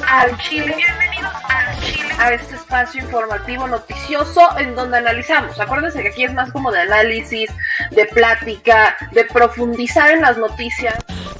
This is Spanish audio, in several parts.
al Chile. Bienvenidos al Chile, a este espacio informativo noticioso en donde analizamos. Acuérdense que aquí es más como de análisis, de plática, de profundizar en las noticias.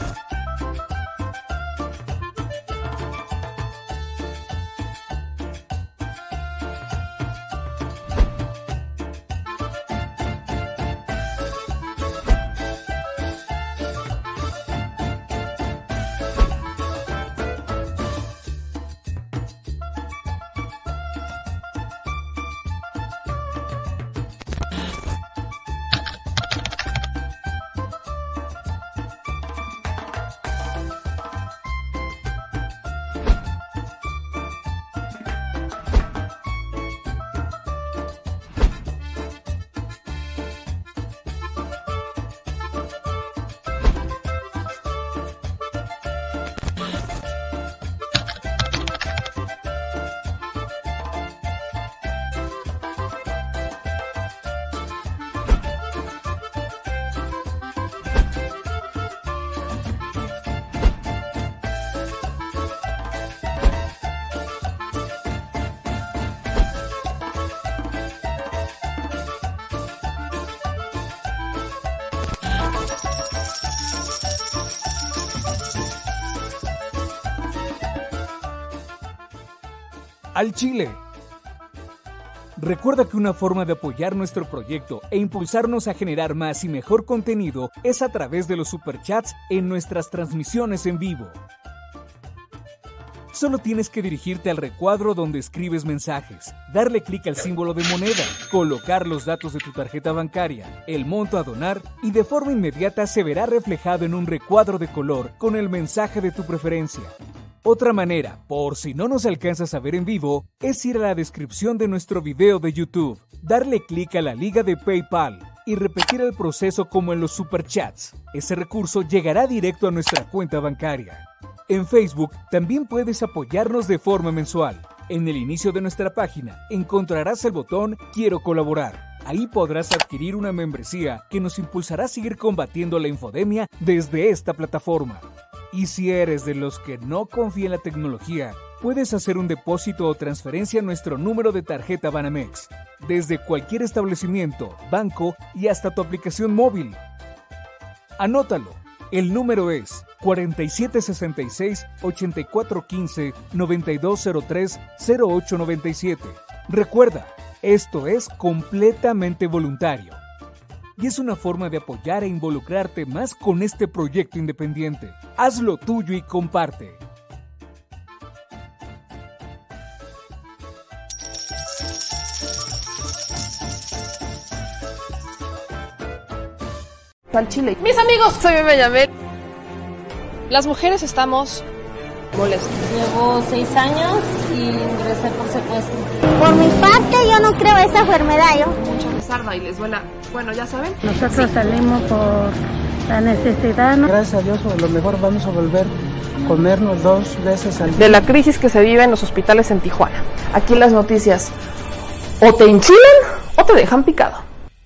Al Chile. Recuerda que una forma de apoyar nuestro proyecto e impulsarnos a generar más y mejor contenido es a través de los superchats en nuestras transmisiones en vivo. Solo tienes que dirigirte al recuadro donde escribes mensajes, darle clic al símbolo de moneda, colocar los datos de tu tarjeta bancaria, el monto a donar y de forma inmediata se verá reflejado en un recuadro de color con el mensaje de tu preferencia. Otra manera, por si no nos alcanzas a ver en vivo, es ir a la descripción de nuestro video de YouTube, darle clic a la liga de PayPal y repetir el proceso como en los superchats. Ese recurso llegará directo a nuestra cuenta bancaria. En Facebook también puedes apoyarnos de forma mensual. En el inicio de nuestra página encontrarás el botón Quiero colaborar. Ahí podrás adquirir una membresía que nos impulsará a seguir combatiendo la infodemia desde esta plataforma. Y si eres de los que no confía en la tecnología, puedes hacer un depósito o transferencia a nuestro número de tarjeta Banamex, desde cualquier establecimiento, banco y hasta tu aplicación móvil. Anótalo, el número es 4766-8415-9203-0897. Recuerda, esto es completamente voluntario. Y es una forma de apoyar e involucrarte más con este proyecto independiente. Hazlo tuyo y comparte. Al Chile. Mis amigos, soy Meme Yamel. Las mujeres estamos molestas. Llevo 6 años y ingresé por secuestro. Por mi parte, yo no creo esa enfermedad, yo. Mucha les arda y les duela. Bueno, ya saben. Nosotros salimos por la necesidad, ¿no? Gracias a Dios, a lo mejor vamos a volver a comernos 2 veces al día. De la crisis que se vive en los hospitales en Tijuana. Aquí las noticias o te enchilan o te dejan picado.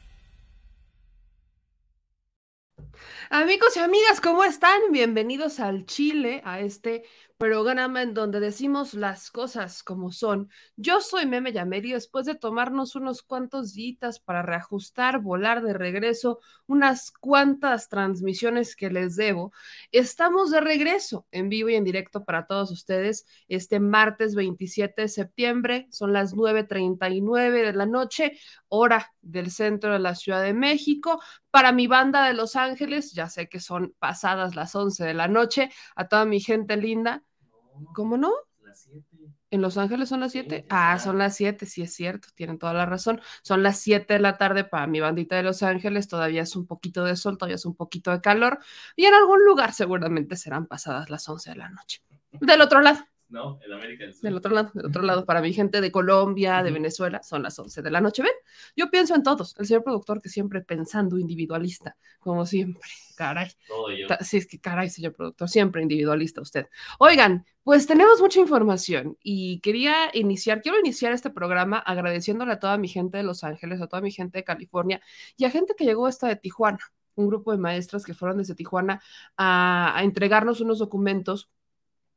Amigos y amigas, ¿cómo están? Bienvenidos al Chile, a este programa en donde decimos las cosas como son. Yo soy Meme Yamel y después de tomarnos unos cuantos días para reajustar, volar de regreso, unas cuantas transmisiones que les debo, estamos de regreso en vivo y en directo para todos ustedes este martes 27 de septiembre. Son las 9:39 de la noche, hora del centro de la Ciudad de México. Para mi banda de Los Ángeles, ya sé que son pasadas las 11 de la noche, a toda mi gente linda. ¿Cómo no? Las 7. ¿En Los Ángeles son las 7? Son las 7, sí es cierto, tienen toda la razón. Son las 7 de la tarde para mi bandita de Los Ángeles, todavía es un poquito de sol, todavía es un poquito de calor, y en algún lugar seguramente serán pasadas las 11 de la noche. Del otro lado. No, en América del Sur. Del otro lado, para mi gente de Colombia, de Venezuela, son las 11 de la noche. ¿Ven? Yo pienso en todos. El señor productor que siempre pensando individualista, como siempre. Caray. Todo yo. Sí, es que caray, señor productor, siempre individualista usted. Oigan, pues tenemos mucha información y quiero iniciar este programa agradeciéndole a toda mi gente de Los Ángeles, a toda mi gente de California y a gente que llegó hasta de Tijuana. Un grupo de maestras que fueron desde Tijuana a entregarnos unos documentos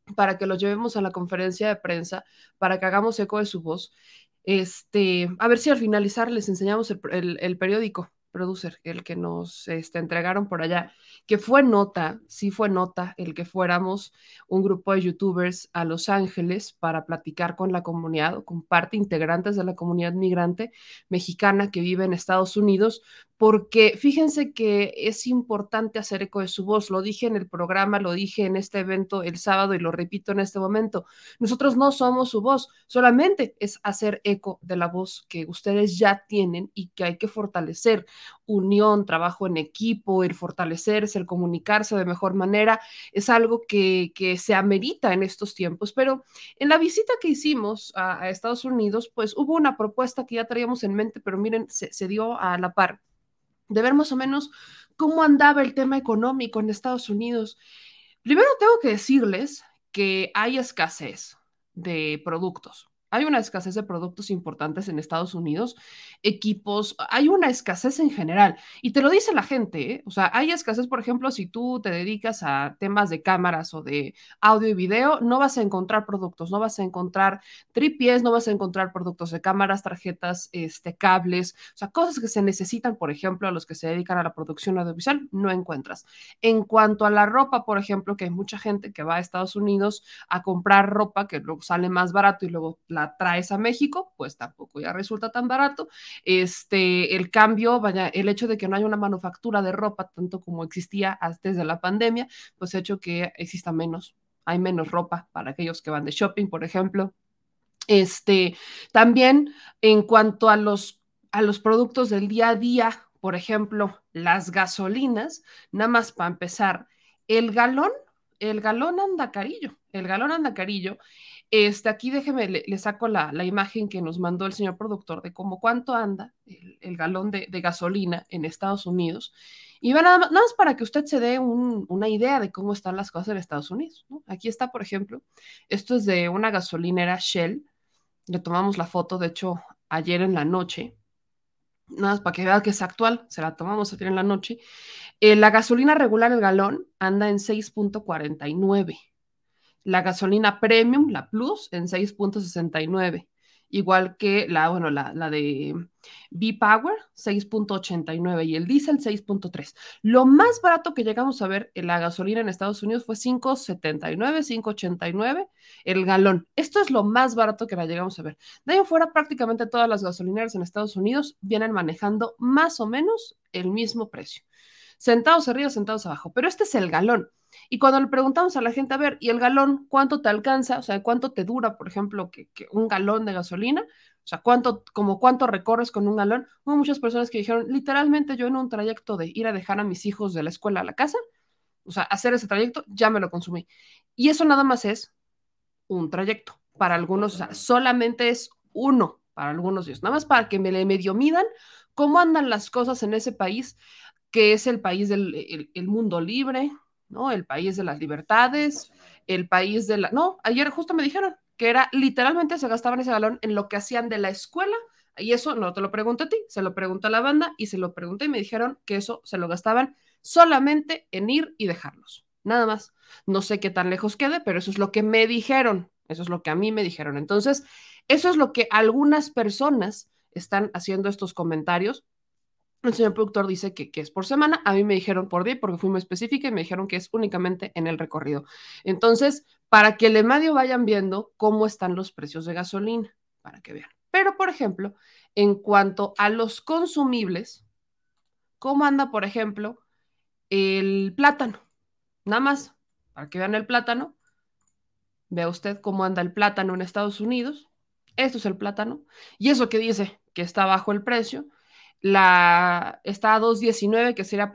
para que lo llevemos a la conferencia de prensa, para que hagamos eco de su voz. A ver si al finalizar les enseñamos el periódico, producer, el que nos entregaron por allá, que fue nota, sí fue nota el que fuéramos un grupo de youtubers a Los Ángeles para platicar con la comunidad, con parte integrantes de la comunidad migrante mexicana que vive en Estados Unidos, porque fíjense que es importante hacer eco de su voz. Lo dije en el programa, lo dije en este evento el sábado y lo repito en este momento. Nosotros no somos su voz, solamente es hacer eco de la voz que ustedes ya tienen y que hay que fortalecer. Unión, trabajo en equipo, el fortalecerse, el comunicarse de mejor manera, es algo que se amerita en estos tiempos. Pero en la visita que hicimos a Estados Unidos, pues hubo una propuesta que ya traíamos en mente, pero miren, se dio a la par de ver más o menos cómo andaba el tema económico en Estados Unidos. Primero tengo que decirles que hay escasez de productos. Hay una escasez de productos importantes en Estados Unidos, equipos, hay una escasez en general. Y te lo dice la gente, ¿eh? O sea, hay escasez, por ejemplo, si tú te dedicas a temas de cámaras o de audio y video, no vas a encontrar productos, no vas a encontrar tripiés, no vas a encontrar productos de cámaras, tarjetas, cables, o sea, cosas que se necesitan, por ejemplo, a los que se dedican a la producción audiovisual, no encuentras. En cuanto a la ropa, por ejemplo, que hay mucha gente que va a Estados Unidos a comprar ropa que luego sale más barato y luego la traes a México, pues tampoco ya resulta tan barato. El cambio, vaya, el hecho de que no haya una manufactura de ropa tanto como existía antes de la pandemia, pues ha hecho que exista menos, hay menos ropa para aquellos que van de shopping, por ejemplo. También en cuanto a los productos del día a día, por ejemplo, las gasolinas, nada más para empezar, el galón, el galón anda carillo, el galón anda carillo. Aquí déjeme, le saco la imagen que nos mandó el señor productor de cómo cuánto anda el galón de gasolina en Estados Unidos. Y va nada más para que usted se dé una idea de cómo están las cosas en Estados Unidos, ¿no? Aquí está, por ejemplo, esto es de una gasolinera Shell. Le tomamos la foto, de hecho, ayer en la noche, nada más para que vea que es actual, se la tomamos ayer en la noche. La gasolina regular, el galón, anda en 6.49. La gasolina premium, la plus, en 6.69. Igual que la de B-Power, 6.89 y el diésel 6.3. Lo más barato que llegamos a ver en la gasolina en Estados Unidos fue 5.79, 5.89 el galón. Esto es lo más barato que la llegamos a ver. De ahí afuera, prácticamente todas las gasolineras en Estados Unidos vienen manejando más o menos el mismo precio. Centavos arriba, centavos abajo. Pero este es el galón. Y cuando le preguntamos a la gente, a ver, ¿y el galón cuánto te alcanza? O sea, ¿cuánto te dura, por ejemplo, que un galón de gasolina? O sea, ¿cuánto recorres con un galón? Hubo muchas personas que dijeron, literalmente yo en un trayecto de ir a dejar a mis hijos de la escuela a la casa, o sea, hacer ese trayecto, ya me lo consumí. Y eso nada más es un trayecto. Para algunos, o sea, solamente es uno para algunos días. Nada más para que me le medio midan cómo andan las cosas en ese país, que es el país del el mundo libre, ¿no? El país de las libertades, el país de la... No, ayer justo me dijeron que era literalmente se gastaban ese galón en lo que hacían de la escuela, y eso no te lo pregunto a ti, se lo pregunto a la banda y se lo pregunté y me dijeron que eso se lo gastaban solamente en ir y dejarlos, nada más. No sé qué tan lejos quede, pero eso es lo que me dijeron, eso es lo que a mí me dijeron. Entonces, eso es lo que algunas personas están haciendo estos comentarios. El señor productor dice que es por semana, a mí me dijeron por día porque fui muy específica y me dijeron que es únicamente en el recorrido. Entonces, para que el medio vayan viendo cómo están los precios de gasolina, para que vean. Pero, por ejemplo, en cuanto a los consumibles, ¿cómo anda, por ejemplo, el plátano? Nada más, para que vean el plátano, vea usted cómo anda el plátano en Estados Unidos. Esto es el plátano. Y eso que dice que está bajo el precio, está a 2.19, que sería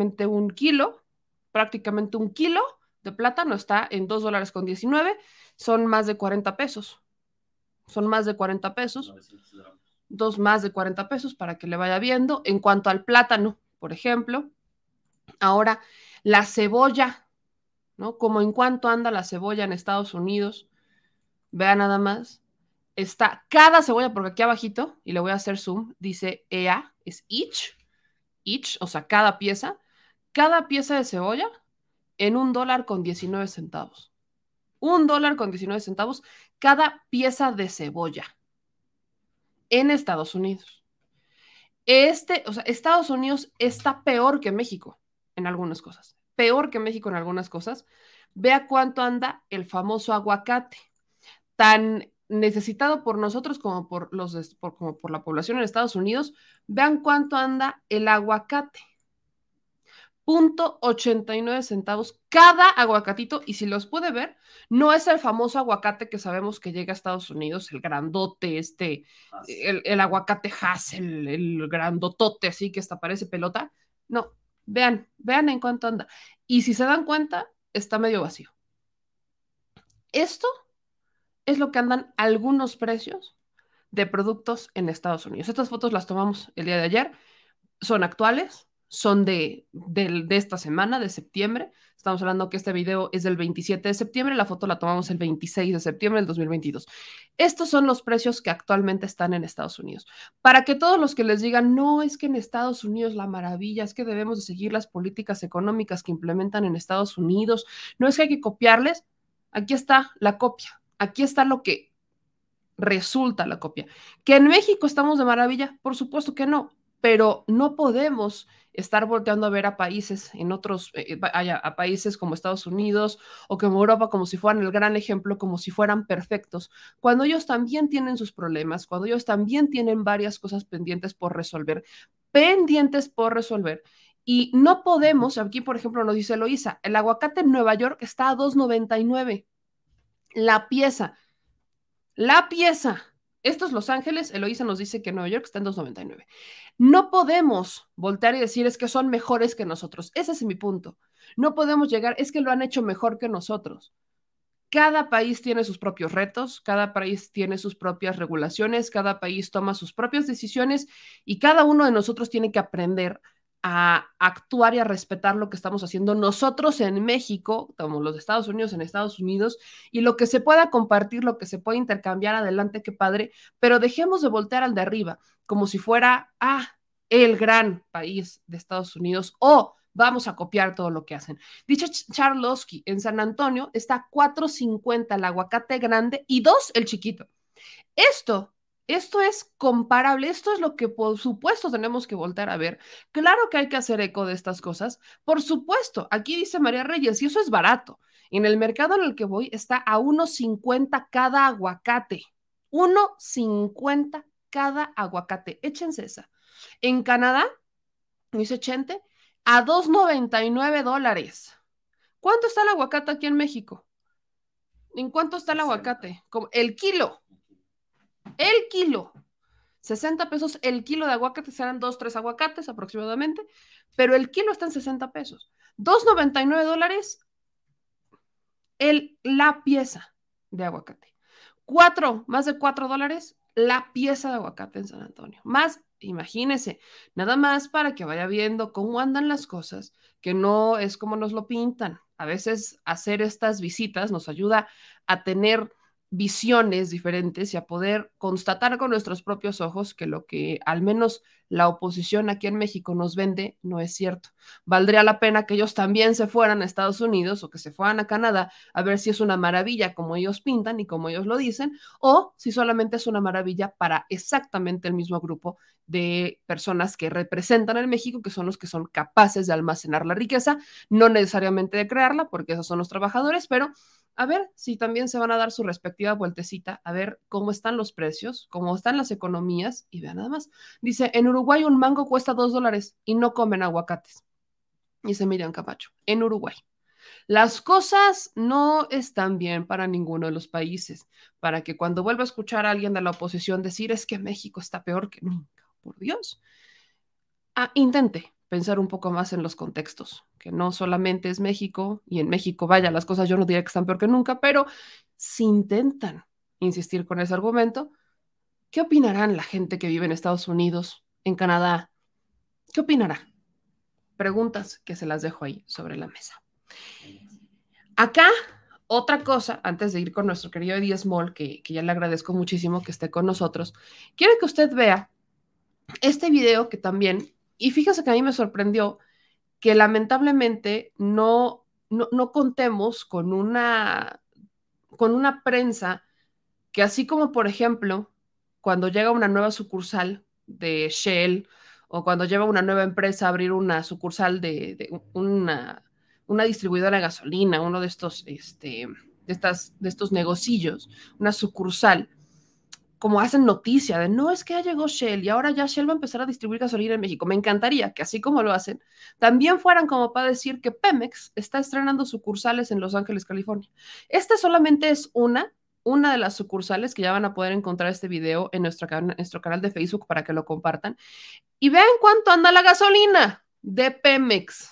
prácticamente un kilo de plátano está en $2.19, son más de 40 pesos. Son más de 40 pesos. Dos más de 40 pesos para que le vaya viendo. En cuanto al plátano, por ejemplo, ahora la cebolla, ¿no? Como en cuánto anda la cebolla en Estados Unidos, vea nada más. Está cada cebolla, porque aquí abajito, y le voy a hacer zoom, dice EA, es each, o sea, cada pieza de cebolla en $1.19. $1.19 cada pieza de cebolla en Estados Unidos. O sea, Estados Unidos está peor que México en algunas cosas. Peor que México en algunas cosas. Vea cuánto anda el famoso aguacate, tan necesitado por nosotros como como por la población en Estados Unidos. Vean cuánto anda el aguacate. $0.89 cada aguacatito, y si los puede ver, no es el famoso aguacate que sabemos que llega a Estados Unidos, el grandote, el aguacate Hass, el grandotote así que hasta parece pelota. No, vean en cuánto anda. Y si se dan cuenta, está medio vacío. Esto es lo que andan algunos precios de productos en Estados Unidos. Estas fotos las tomamos el día de ayer, son actuales, son de esta semana, de septiembre. Estamos hablando que este video es del 27 de septiembre, la foto la tomamos el 26 de septiembre del 2022. Estos son los precios que actualmente están en Estados Unidos. Para que todos los que les digan, no, es que en Estados Unidos la maravilla, es que debemos de seguir las políticas económicas que implementan en Estados Unidos, no es que hay que copiarles, aquí está la copia, aquí está lo que resulta la copia. ¿Que en México estamos de maravilla? Por supuesto que no, pero no podemos estar volteando a ver a países en otros, a países como Estados Unidos o como Europa como si fueran el gran ejemplo, como si fueran perfectos, cuando ellos también tienen sus problemas, cuando ellos también tienen varias cosas pendientes por resolver, y no podemos, aquí por ejemplo nos dice Eloisa, el aguacate en Nueva York está a $2.99 la pieza. La pieza. Esto es Los Ángeles, Eloisa nos dice que Nueva York está en $2.99. No podemos voltear y decir es que son mejores que nosotros. Ese es mi punto. No podemos llegar, es que lo han hecho mejor que nosotros. Cada país tiene sus propios retos, cada país tiene sus propias regulaciones, cada país toma sus propias decisiones y cada uno de nosotros tiene que aprender a actuar y a respetar lo que estamos haciendo nosotros en México, como los de Estados Unidos en Estados Unidos, y lo que se pueda compartir, lo que se pueda intercambiar, adelante, qué padre, pero dejemos de voltear al de arriba, como si fuera, el gran país de Estados Unidos, o vamos a copiar todo lo que hacen. Dicho Charlosky, en San Antonio está $4.50 el aguacate grande y $2 el chiquito. Esto es comparable, esto es lo que por supuesto tenemos que voltar a ver. Claro que hay que hacer eco de estas cosas, por supuesto. Aquí dice María Reyes, y eso es barato. En el mercado en el que voy está a $1.50 cada aguacate. $1.50 cada aguacate. Échense esa. En Canadá, dice Chente, a $2.99. ¿Cuánto está el aguacate aquí en México? ¿En cuánto está el aguacate? Como el kilo. El kilo. 60 pesos el kilo de aguacate, serán 2, 3 aguacates aproximadamente, pero el kilo está en 60 pesos. $2.99 la pieza de aguacate. Más de $4 la pieza de aguacate en San Antonio. Más, imagínense, nada más para que vaya viendo cómo andan las cosas, que no es como nos lo pintan. A veces hacer estas visitas nos ayuda a tener visiones diferentes y a poder constatar con nuestros propios ojos que lo que al menos la oposición aquí en México nos vende no es cierto. Valdría la pena que ellos también se fueran a Estados Unidos o que se fueran a Canadá a ver si es una maravilla como ellos pintan y como ellos lo dicen, o si solamente es una maravilla para exactamente el mismo grupo de personas que representan en México, que son los que son capaces de almacenar la riqueza, no necesariamente de crearla, porque esos son los trabajadores, pero a ver si también se van a dar su respectiva vueltecita, a ver cómo están los precios, cómo están las economías, y vean nada más. Dice, en Uruguay un mango cuesta $2 y no comen aguacates. Dice Miriam Camacho, en Uruguay. Las cosas no están bien para ninguno de los países, para que cuando vuelva a escuchar a alguien de la oposición decir es que México está peor que nunca, por Dios. Intente pensar un poco más en los contextos, que no solamente es México, y en México, vaya, las cosas yo no diría que están peor que nunca, pero si intentan insistir con ese argumento, ¿qué opinarán la gente que vive en Estados Unidos, en Canadá? ¿Qué opinará? Preguntas que se las dejo ahí sobre la mesa. Acá, otra cosa, antes de ir con nuestro querido Eddie Small, que ya le agradezco muchísimo que esté con nosotros, quiero que usted vea este video que también, y fíjese que a mí me sorprendió que lamentablemente no contemos con una con una prensa que así como, por ejemplo, cuando llega una nueva sucursal de Shell o cuando lleva una nueva empresa a abrir una sucursal de una distribuidora de gasolina, uno de estos, de estos negocillos, una sucursal, como hacen noticia de no es que ya llegó Shell y ahora ya Shell va a empezar a distribuir gasolina en México. Me encantaría que así como lo hacen, también fueran como para decir que Pemex está estrenando sucursales en Los Ángeles, California. Esta solamente es una de las sucursales que ya van a poder encontrar este video en nuestro canal de Facebook para que lo compartan. Y vean cuánto anda la gasolina de Pemex.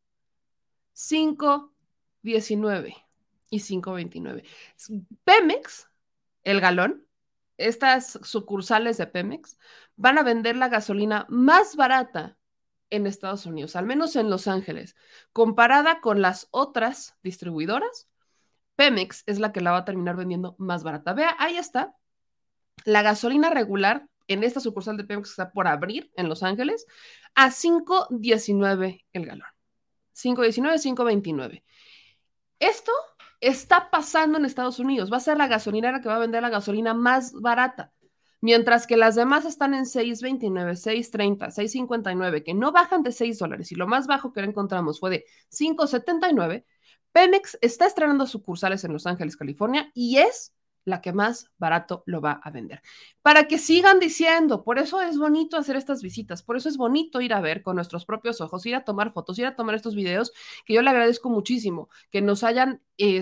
5.19 y 5.29. Pemex, el galón, estas sucursales de Pemex van a vender la gasolina más barata en Estados Unidos, al menos en Los Ángeles, comparada con las otras distribuidoras. Pemex es la que la va a terminar vendiendo más barata. Vea, ahí está. La gasolina regular en esta sucursal de Pemex que está por abrir en Los Ángeles a 5.19 el galón. 5.19, 5.29. Esto está pasando en Estados Unidos. Va a ser la gasolinera que va a vender la gasolina más barata. Mientras que las demás están en 6.29, 6.30, 6.59, que no bajan de $6. Y lo más bajo que encontramos fue de 5.79. Pemex está estrenando sucursales en Los Ángeles, California, y es la que más barato lo va a vender. Para que sigan diciendo, por eso es bonito hacer estas visitas, por eso es bonito ir a ver con nuestros propios ojos, ir a tomar fotos, ir a tomar estos videos, que yo le agradezco muchísimo que nos hayan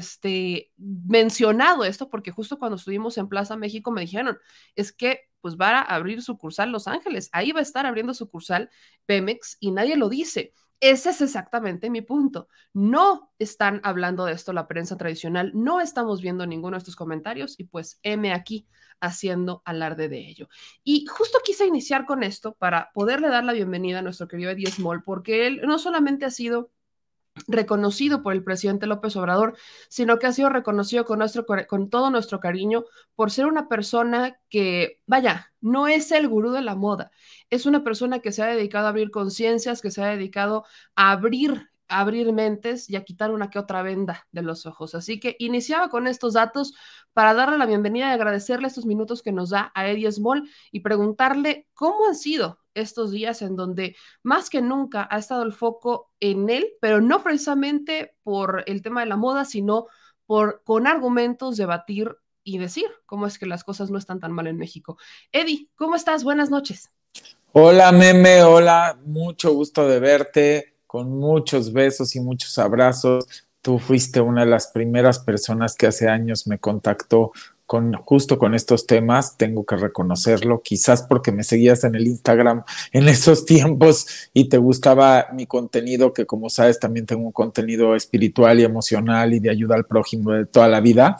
mencionado esto, porque justo cuando estuvimos en Plaza México me dijeron, es que pues va a abrir sucursal Los Ángeles, ahí va a estar abriendo sucursal Pemex y nadie lo dice. Ese es exactamente mi punto. No están hablando de esto la prensa tradicional, no estamos viendo ninguno de estos comentarios y pues heme aquí haciendo alarde de ello. Y justo quise iniciar con esto para poderle dar la bienvenida a nuestro querido Eddie Small, porque él no solamente ha sido reconocido por el presidente López Obrador, sino que ha sido reconocido con todo nuestro cariño por ser una persona que, vaya, no es el gurú de la moda, es una persona que se ha dedicado a abrir conciencias, que se ha dedicado a abrir mentes y a quitar una que otra venda de los ojos. Así que iniciaba con estos datos para darle la bienvenida y agradecerle estos minutos que nos da a Eddie Small y preguntarle cómo han sido estos días en donde más que nunca ha estado el foco en él, pero no precisamente por el tema de la moda, sino por con argumentos debatir y decir cómo es que las cosas no están tan mal en México. Eddie, ¿cómo estás? Buenas noches. Hola, Meme, hola, mucho gusto de verte, con muchos besos y muchos abrazos. Tú fuiste una de las primeras personas que hace años me contactó justo con estos temas, tengo que reconocerlo, quizás porque me seguías en el Instagram en esos tiempos y te gustaba mi contenido, que como sabes también tengo un contenido espiritual y emocional y de ayuda al prójimo de toda la vida.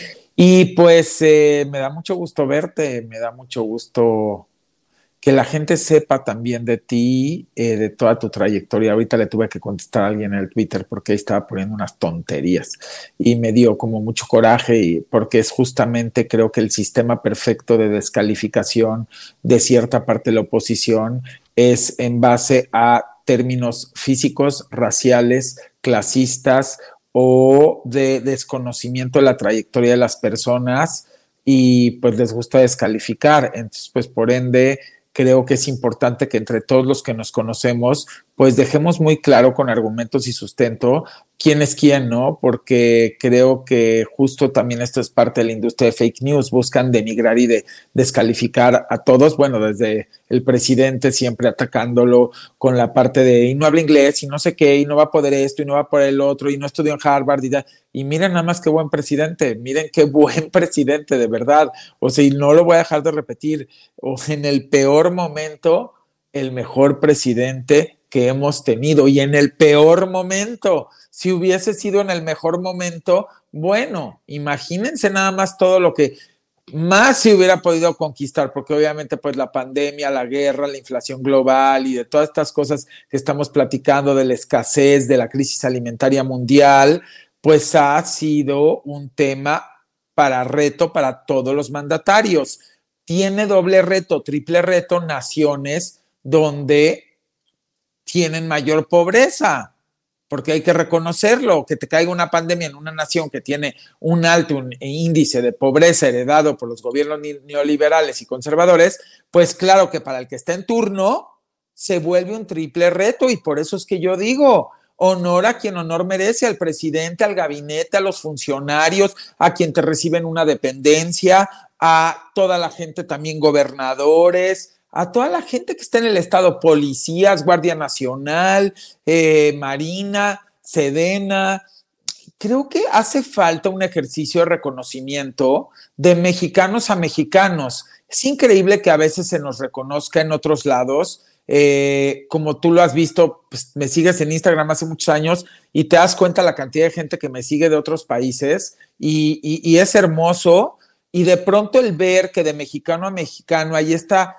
Y pues me da mucho gusto verte, me da mucho gusto que la gente sepa también de ti, de toda tu trayectoria. Ahorita le tuve que contestar a alguien en el Twitter porque ahí estaba poniendo unas tonterías y me dio como mucho coraje porque es justamente, creo que el sistema perfecto de descalificación de cierta parte de la oposición es en base a términos físicos, raciales, clasistas o de desconocimiento de la trayectoria de las personas y pues les gusta descalificar. Entonces, pues por ende, creo que es importante que entre todos los que nos conocemos, pues dejemos muy claro con argumentos y sustento quién es quién, ¿no? Porque creo que justo también esto es parte de la industria de fake news, buscan denigrar y descalificar a todos, bueno, desde el presidente siempre atacándolo con la parte de y no habla inglés y no sé qué, y no va a poder esto y no va a poder el otro y no estudió en Harvard y miren nada más qué buen presidente, miren qué buen presidente, de verdad, o sea, y no lo voy a dejar de repetir, o en el peor momento, el mejor presidente que hemos tenido y en el peor momento, si hubiese sido en el mejor momento, bueno, imagínense nada más todo lo que más se hubiera podido conquistar, porque obviamente pues la pandemia, la guerra, la inflación global y de todas estas cosas que estamos platicando, de la escasez, de la crisis alimentaria mundial, pues ha sido un tema para reto para todos los mandatarios. Tiene doble reto, triple reto, naciones donde tienen mayor pobreza, porque hay que reconocerlo, que te caiga una pandemia en una nación que tiene un alto índice de pobreza heredado por los gobiernos neoliberales y conservadores, pues claro que para el que está en turno se vuelve un triple reto, y por eso es que yo digo, honor a quien honor merece, al presidente, al gabinete, a los funcionarios, a quien te reciben una dependencia, a toda la gente también, gobernadores, a toda la gente que está en el estado, policías, Guardia Nacional, Marina, Sedena. Creo que hace falta un ejercicio de reconocimiento de mexicanos a mexicanos. Es increíble que a veces se nos reconozca en otros lados, como tú lo has visto, pues me sigues en Instagram hace muchos años y te das cuenta la cantidad de gente que me sigue de otros países, y es hermoso, y de pronto el ver que de mexicano a mexicano hay esta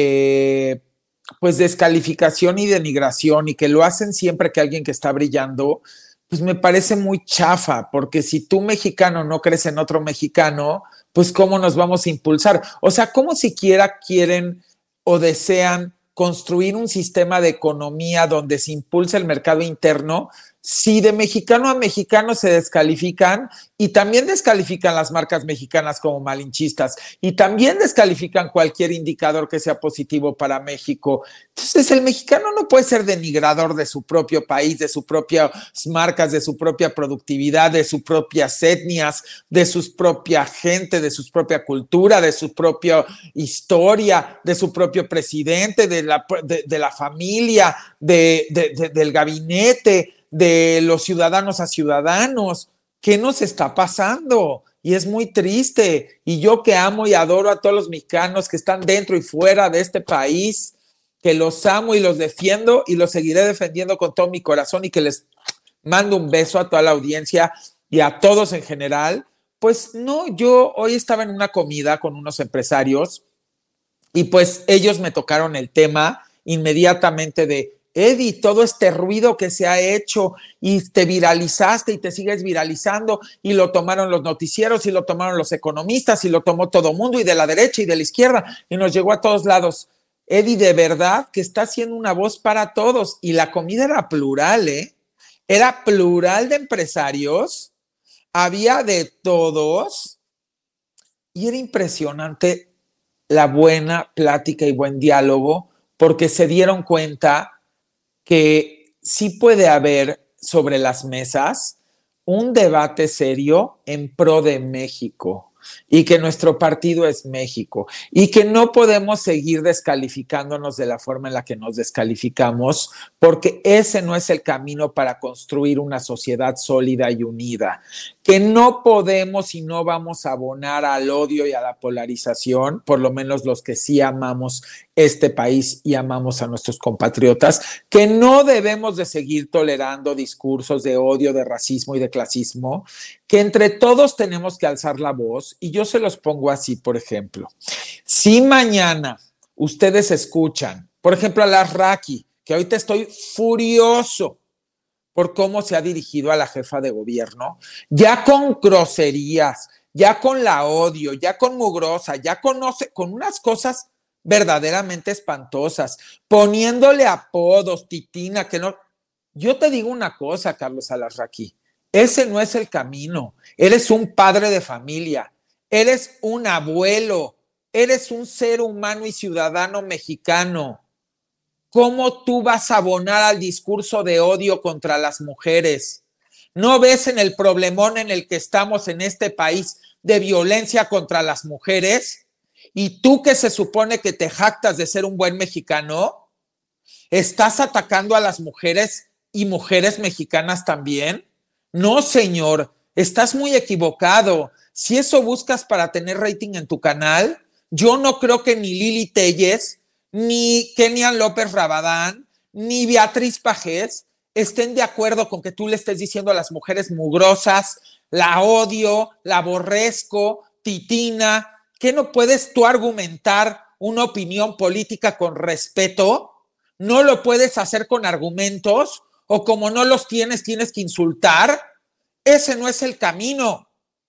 pues descalificación y denigración, y que lo hacen siempre que alguien que está brillando, pues me parece muy chafa, porque si tú mexicano no crees en otro mexicano, pues cómo nos vamos a impulsar. O sea, ¿cómo siquiera quieren o desean construir un sistema de economía donde se impulse el mercado interno si de mexicano a mexicano se descalifican, y también descalifican las marcas mexicanas como malinchistas, y también descalifican cualquier indicador que sea positivo para México? Entonces el mexicano no puede ser denigrador de su propio país, de sus propias marcas, de su propia productividad, de sus propias etnias, de su propia gente, de su propia cultura, de su propia historia, de su propio presidente, de la familia, del gabinete, de los ciudadanos a ciudadanos. ¿Qué nos está pasando? Y es muy triste. Y yo que amo y adoro a todos los mexicanos que están dentro y fuera de este país, que los amo y los defiendo y los seguiré defendiendo con todo mi corazón, y que les mando un beso a toda la audiencia y a todos en general. Pues no, yo hoy estaba en una comida con unos empresarios, y pues ellos me tocaron el tema inmediatamente de: Eddie, todo este ruido que se ha hecho, y te viralizaste y te sigues viralizando, y lo tomaron los noticieros, y lo tomaron los economistas, y lo tomó todo mundo, y de la derecha y de la izquierda, y nos llegó a todos lados. Eddie, de verdad que está haciendo una voz para todos. Y la comida era plural, era plural de empresarios, había de todos, y era impresionante la buena plática y buen diálogo, porque se dieron cuenta que sí puede haber sobre las mesas un debate serio en pro de México, y que nuestro partido es México, y que no podemos seguir descalificándonos de la forma en la que nos descalificamos, porque ese no es el camino para construir una sociedad sólida y unida, que no podemos y no vamos a abonar al odio y a la polarización, por lo menos los que sí amamos este país y amamos a nuestros compatriotas, que no debemos de seguir tolerando discursos de odio, de racismo y de clasismo, que entre todos tenemos que alzar la voz. Y yo se los pongo así, por ejemplo, si mañana ustedes escuchan, por ejemplo, a Larraqui, que ahorita estoy furioso por cómo se ha dirigido a la jefa de gobierno, ya con groserías, ya con la odio, ya con mugrosa, ya con unas cosas verdaderamente espantosas, poniéndole apodos, titina, que no. Yo te digo una cosa, Carlos Alarraqui, ese no es el camino. Eres un padre de familia, eres un abuelo, eres un ser humano y ciudadano mexicano. ¿Cómo tú vas a abonar al discurso de odio contra las mujeres? ¿No ves en el problemón en el que estamos en este país de violencia contra las mujeres? Y tú, que se supone que te jactas de ser un buen mexicano, ¿estás atacando a las mujeres y mujeres mexicanas también? No, señor, estás muy equivocado. Si eso buscas para tener rating en tu canal, yo no creo que ni Lili Téllez, ni Kenian López Rabadán, ni Beatriz Pajés estén de acuerdo con que tú le estés diciendo a las mujeres mugrosas: la odio, la aborrezco, titina. ¿Qué no puedes tú argumentar una opinión política con respeto? ¿No lo puedes hacer con argumentos? ¿O como no los tienes, tienes que insultar? Ese no es el camino.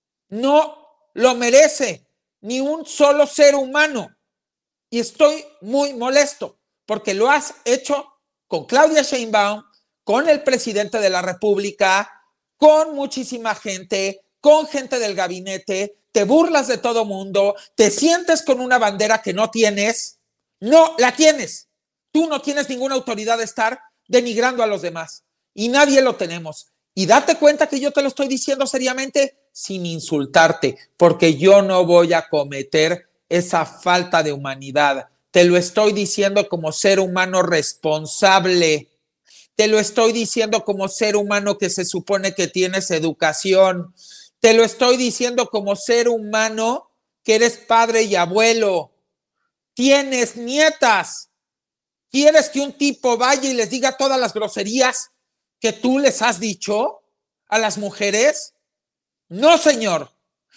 No lo merece ni un solo ser humano. Y estoy muy molesto porque lo has hecho con Claudia Sheinbaum, con el presidente de la República, con muchísima gente, con gente del gabinete, te burlas de todo mundo, te sientes con una bandera que no tienes, no la tienes. Tú no tienes ninguna autoridad de estar denigrando a los demás y nadie lo tenemos. Y date cuenta que yo te lo estoy diciendo seriamente sin insultarte, porque yo no voy a cometer esa falta de humanidad. Te lo estoy diciendo como ser humano responsable. Te lo estoy diciendo como ser humano que se supone que tienes educación. Te lo estoy diciendo como ser humano que eres padre y abuelo. Tienes nietas. ¿Quieres que un tipo vaya y les diga todas las groserías que tú les has dicho a las mujeres? No, señor.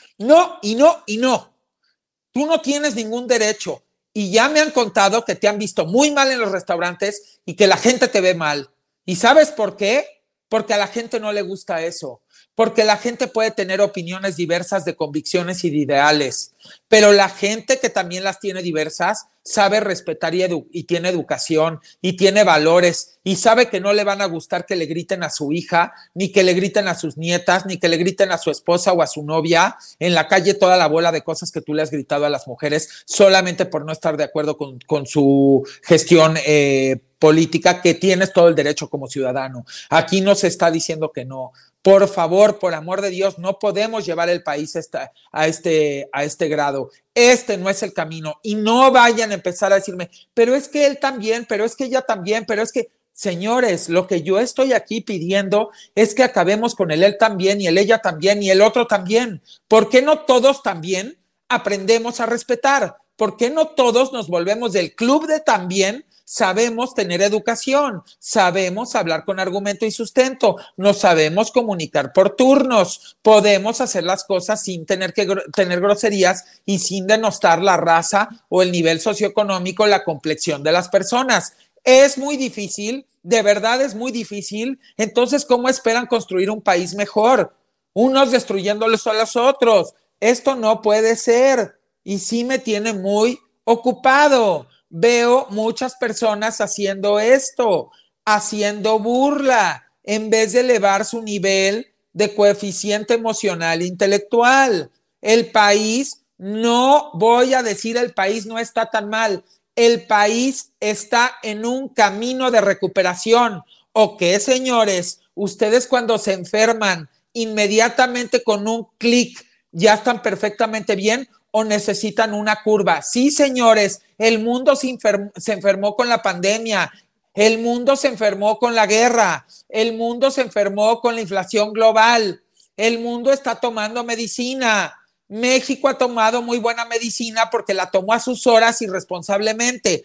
No, y no, y no. Tú no tienes ningún derecho. Y ya me han contado que te han visto muy mal en los restaurantes y que la gente te ve mal. ¿Y sabes por qué? Porque a la gente no le gusta eso. Porque la gente puede tener opiniones diversas de convicciones y de ideales. Pero la gente que también las tiene diversas sabe respetar y tiene educación y tiene valores y sabe que no le van a gustar que le griten a su hija, ni que le griten a sus nietas, ni que le griten a su esposa o a su novia en la calle toda la bola de cosas que tú le has gritado a las mujeres solamente por no estar de acuerdo con su gestión política, que tienes todo el derecho como ciudadano. Aquí no se está diciendo que no. Por favor, por amor de Dios, no podemos llevar el país a este grado. Este no es el camino. Y no vayan a empezar a decirme, pero es que él también, pero es que ella también, pero es que, señores, lo que yo estoy aquí pidiendo es que acabemos con el él también y el ella también y el otro también. ¿Por qué no todos también aprendemos a respetar? ¿Por qué no todos nos volvemos del club de también? Sabemos tener educación, sabemos hablar con argumento y sustento, nos sabemos comunicar por turnos, podemos hacer las cosas sin tener que tener groserías y sin denostar la raza o el nivel socioeconómico, la complexión de las personas. Es muy difícil, de verdad es muy difícil. Entonces, ¿cómo esperan construir un país mejor? Unos destruyéndolos a los otros. Esto no puede ser y sí me tiene muy ocupado. Veo muchas personas haciendo esto, haciendo burla, en vez de elevar su nivel de coeficiente emocional e intelectual. El país, no voy a decir el país no está tan mal, el país está en un camino de recuperación. ¿O qué, señores? Ustedes cuando se enferman, inmediatamente con un clic ya están perfectamente bien, o necesitan una curva. Sí, señores, el mundo se enfermó con la pandemia, el mundo se enfermó con la guerra, el mundo se enfermó con la inflación global, el mundo está tomando medicina. México ha tomado muy buena medicina porque la tomó a sus horas y responsablemente,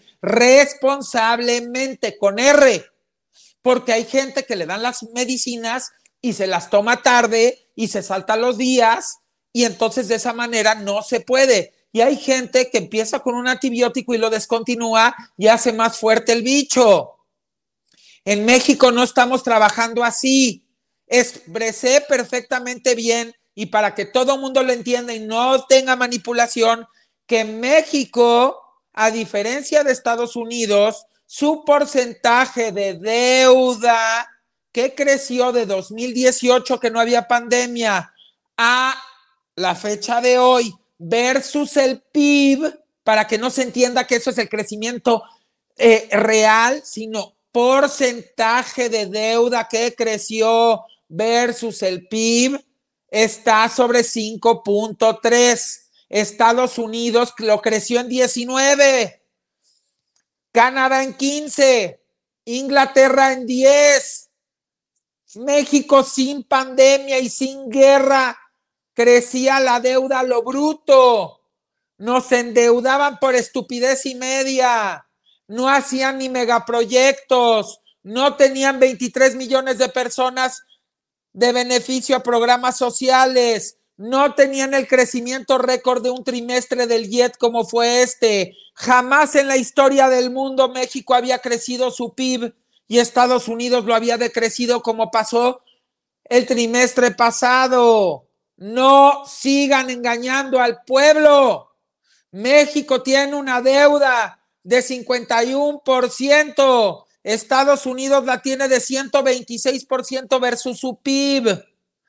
con R, porque hay gente que le dan las medicinas y se las toma tarde y se salta los días. Y entonces de esa manera no se puede. Y hay gente que empieza con un antibiótico y lo descontinúa y hace más fuerte el bicho. En México no estamos trabajando así. Expresé perfectamente bien y para que todo el mundo lo entienda y no tenga manipulación, que México, a diferencia de Estados Unidos, su porcentaje de deuda que creció de 2018, que no había pandemia, a la fecha de hoy versus el PIB, para que no se entienda que eso es el crecimiento real, sino porcentaje de deuda que creció versus el PIB, está sobre 5.3. Estados Unidos lo creció en 19, Canadá en 15, Inglaterra en 10, México sin pandemia y sin guerra crecía la deuda a lo bruto, nos endeudaban por estupidez y media, no hacían ni megaproyectos, no tenían 23 millones de personas de beneficio a programas sociales, no tenían el crecimiento récord de un trimestre del IET como fue este. Jamás en la historia del mundo México había crecido su PIB y Estados Unidos lo había decrecido como pasó el trimestre pasado. No sigan engañando al pueblo. México tiene una deuda de 51% Estados Unidos la tiene de 126% versus su PIB.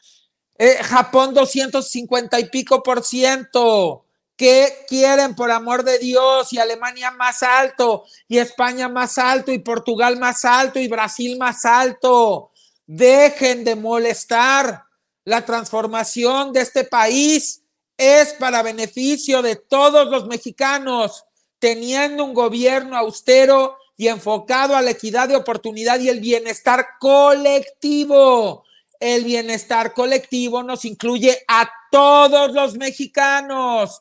Japón 250 y pico por ciento. ¿Qué quieren, por amor de Dios? Y Alemania más alto, y España más alto, y Portugal más alto, y Brasil más alto. Dejen de molestar. La transformación de este país es para beneficio de todos los mexicanos, teniendo un gobierno austero y enfocado a la equidad de oportunidad y el bienestar colectivo. El bienestar colectivo nos incluye a todos los mexicanos,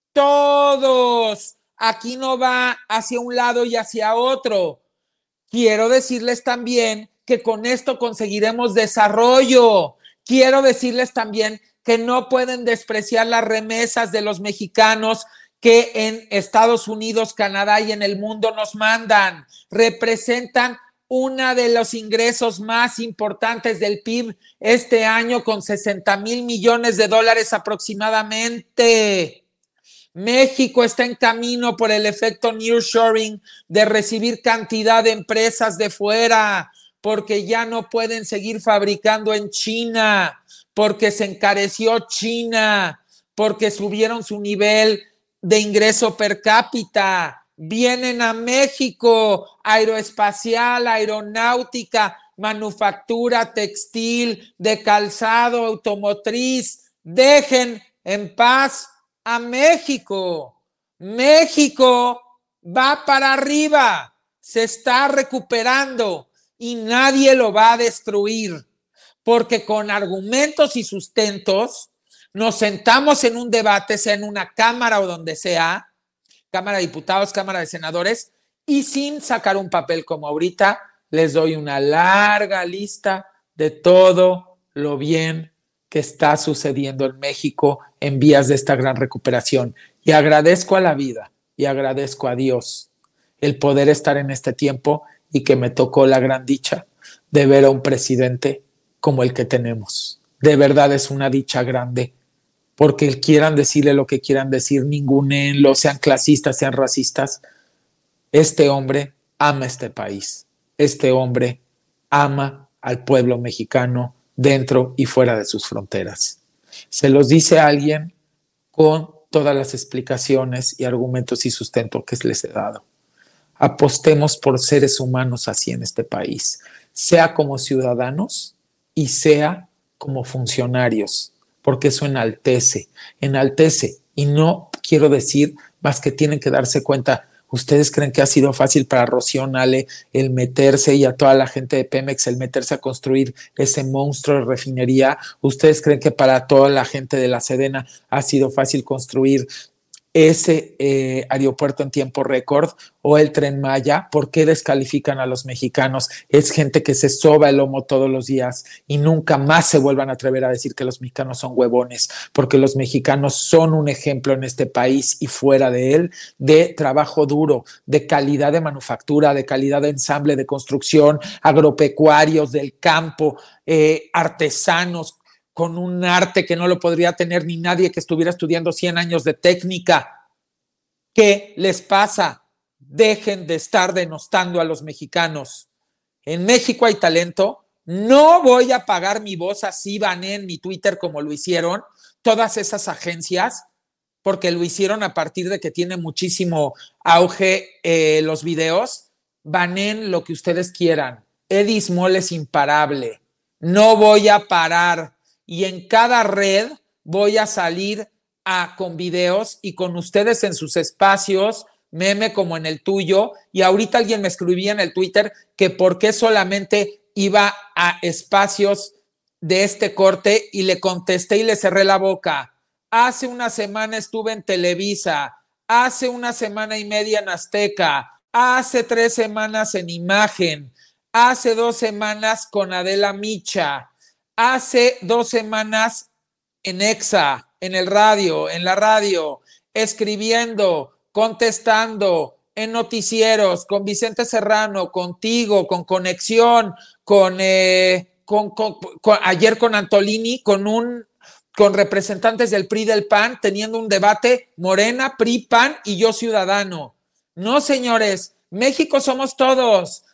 todos. Aquí no va hacia un lado y hacia otro. Quiero decirles también que con esto conseguiremos desarrollo. Quiero decirles también que no pueden despreciar las remesas de los mexicanos que en Estados Unidos, Canadá y en el mundo nos mandan. Representan uno de los ingresos más importantes del PIB este año, con 60,000 millones de dólares aproximadamente. México está en camino por el efecto nearshoring de recibir cantidad de empresas de fuera, porque ya no pueden seguir fabricando en China, porque se encareció China, porque subieron su nivel de ingreso per cápita. Vienen a México, aeroespacial, aeronáutica, manufactura, textil, de calzado, automotriz. Dejen en paz a México. México va para arriba, se está recuperando y nadie lo va a destruir, porque con argumentos y sustentos nos sentamos en un debate, sea en una cámara o donde sea, Cámara de Diputados, Cámara de Senadores, y sin sacar un papel como ahorita, les doy una larga lista de todo lo bien que está sucediendo en México en vías de esta gran recuperación. Y agradezco a la vida y agradezco a Dios el poder estar en este tiempo y que me tocó la gran dicha de ver a un presidente como el que tenemos. De verdad es una dicha grande, porque quieran decirle lo que quieran decir, ninguneenlo, sean clasistas, sean racistas. Este hombre ama este país. Este hombre ama al pueblo mexicano dentro y fuera de sus fronteras. Se los dice a alguien con todas las explicaciones y argumentos y sustento que les he dado. Apostemos por seres humanos así en este país, sea como ciudadanos y sea como funcionarios, porque eso enaltece, y no quiero decir más que tienen que darse cuenta. ¿Ustedes creen que ha sido fácil para Rocío Nale el meterse, y a toda la gente de Pemex el meterse a construir ese monstruo de refinería? ¿Ustedes creen que para toda la gente de la Sedena ha sido fácil construir ese aeropuerto en tiempo récord o el Tren Maya? ¿Por qué descalifican a los mexicanos? Es gente que se soba el lomo todos los días y nunca más se vuelvan a atrever a decir que los mexicanos son huevones, porque los mexicanos son un ejemplo en este país y fuera de él de trabajo duro, de calidad de manufactura, de calidad de ensamble, de construcción, agropecuarios del campo, artesanos, con un arte que no lo podría tener ni nadie que estuviera estudiando 100 años de técnica. ¿Qué les pasa? Dejen de estar denostando a los mexicanos. En México hay talento. No voy a pagar mi voz así, bané en mi Twitter como lo hicieron todas esas agencias, porque lo hicieron a partir de que tiene muchísimo auge los videos. Banen lo que ustedes quieran. Eddie Small es imparable. No voy a parar. Y en cada red voy a salir con videos y con ustedes en sus espacios, meme como en el tuyo. Y ahorita alguien me escribía en el Twitter que por qué solamente iba a espacios de este corte, y le contesté y le cerré la boca. Hace una semana estuve en Televisa, hace una semana y media en Azteca, hace 3 semanas en Imagen, hace 2 semanas con Adela Micha, hace 2 semanas en Exa, en la radio, escribiendo, contestando, en noticieros, con Vicente Serrano, contigo, con Conexión, ayer con Antolini, con representantes del PRI, del PAN, teniendo un debate Morena, PRI, PAN y Yo Ciudadano. No, señores, México somos todos.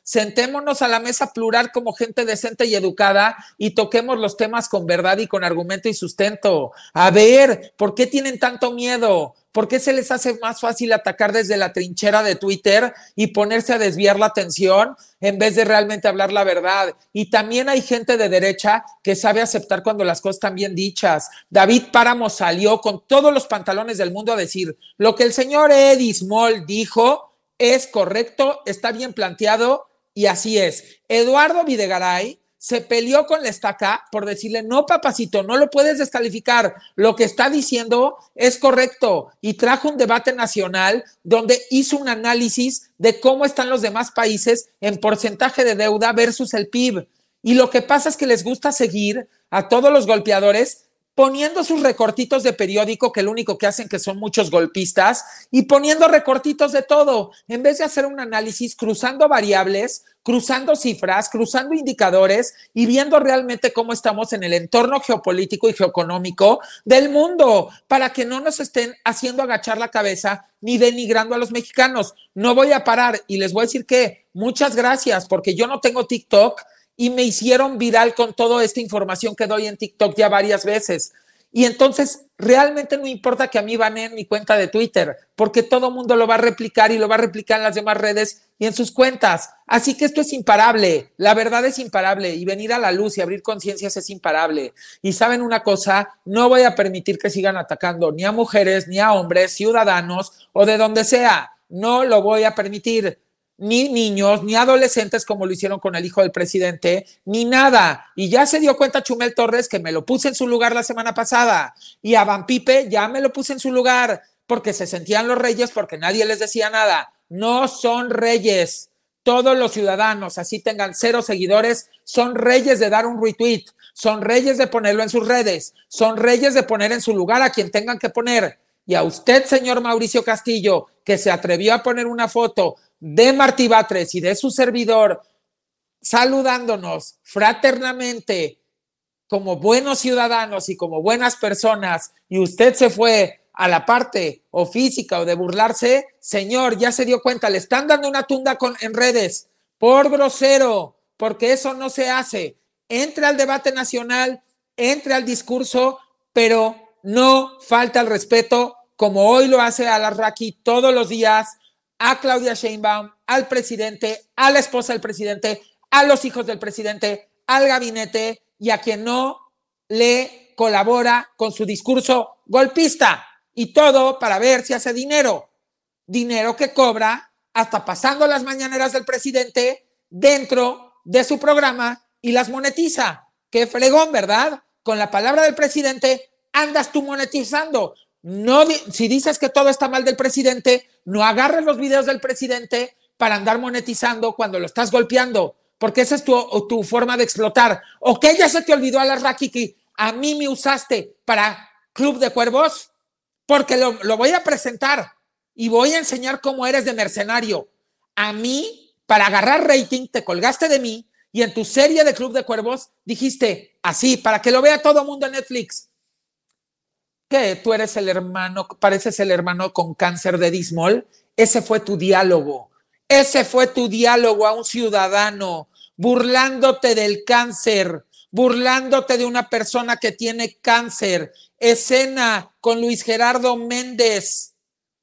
Sentémonos a la mesa plural como gente decente y educada y toquemos los temas con verdad y con argumento y sustento. A ver, ¿por qué tienen tanto miedo? ¿Por qué se les hace más fácil atacar desde la trinchera de Twitter y ponerse a desviar la atención en vez de realmente hablar la verdad? Y también hay gente de derecha que sabe aceptar cuando las cosas están bien dichas. David Páramo salió con todos los pantalones del mundo a decir, lo que el señor Eddie Small dijo es correcto, está bien planteado y así es. Eduardo Videgaray se peleó con la estaca por decirle, no, papacito, no lo puedes descalificar, lo que está diciendo es correcto, y trajo un debate nacional donde hizo un análisis de cómo están los demás países en porcentaje de deuda versus el PIB, y lo que pasa es que les gusta seguir a todos los golpeadores poniendo sus recortitos de periódico, que lo único que hacen que son muchos golpistas, y poniendo recortitos de todo, en vez de hacer un análisis cruzando variables, cruzando cifras, cruzando indicadores y viendo realmente cómo estamos en el entorno geopolítico y geoeconómico del mundo, para que no nos estén haciendo agachar la cabeza ni denigrando a los mexicanos. No voy a parar y les voy a decir que muchas gracias, porque yo no tengo TikTok y me hicieron viral con toda esta información que doy en TikTok ya varias veces. Y entonces realmente no importa que a mí baneen mi cuenta de Twitter, porque todo el mundo lo va a replicar y lo va a replicar en las demás redes y en sus cuentas. Así que esto es imparable, la verdad es imparable, y venir a la luz y abrir conciencias es imparable. Y saben una cosa, no voy a permitir que sigan atacando ni a mujeres, ni a hombres, ciudadanos o de donde sea. No lo voy a permitir. Ni niños, ni adolescentes como lo hicieron con el hijo del presidente, ni nada. Y ya se dio cuenta Chumel Torres que me lo puse en su lugar la semana pasada. Y a Van Pipe ya me lo puse en su lugar porque se sentían los reyes porque nadie les decía nada. No son reyes. Todos los ciudadanos, así tengan 0 seguidores, son reyes de dar un retweet, son reyes de ponerlo en sus redes, son reyes de poner en su lugar a quien tengan que poner. Y a usted, señor Mauricio Castillo, que se atrevió a poner una foto de Martí Batres y de su servidor saludándonos fraternamente como buenos ciudadanos y como buenas personas, y usted se fue a la parte o física o de burlarse, señor, ya se dio cuenta, le están dando una tunda en redes por grosero, porque eso no se hace. Entre al debate nacional, entre al discurso, pero no falta el respeto como hoy lo hace Alarraqui todos los días, a Claudia Sheinbaum, al presidente, a la esposa del presidente, a los hijos del presidente, al gabinete y a quien no le colabora con su discurso golpista, y todo para ver si hace dinero que cobra hasta pasando las mañaneras del presidente dentro de su programa y las monetiza. Qué fregón, ¿verdad? Con la palabra del presidente andas tú monetizando. No, si dices que todo está mal del presidente, no agarres los videos del presidente para andar monetizando cuando lo estás golpeando, porque esa es tu forma de explotar. ¿O que ya se te olvidó, Alarraqui, que a mí me usaste para Club de Cuervos? Porque lo voy a presentar y voy a enseñar cómo eres de mercenario. A mí, para agarrar rating, te colgaste de mí y en tu serie de Club de Cuervos dijiste así, para que lo vea todo el mundo en Netflix. ¿Qué? ¿Tú eres el hermano, pareces el hermano con cáncer de Dismol? Ese fue tu diálogo. Ese fue tu diálogo a un ciudadano, burlándote del cáncer, burlándote de una persona que tiene cáncer. Escena con Luis Gerardo Méndez,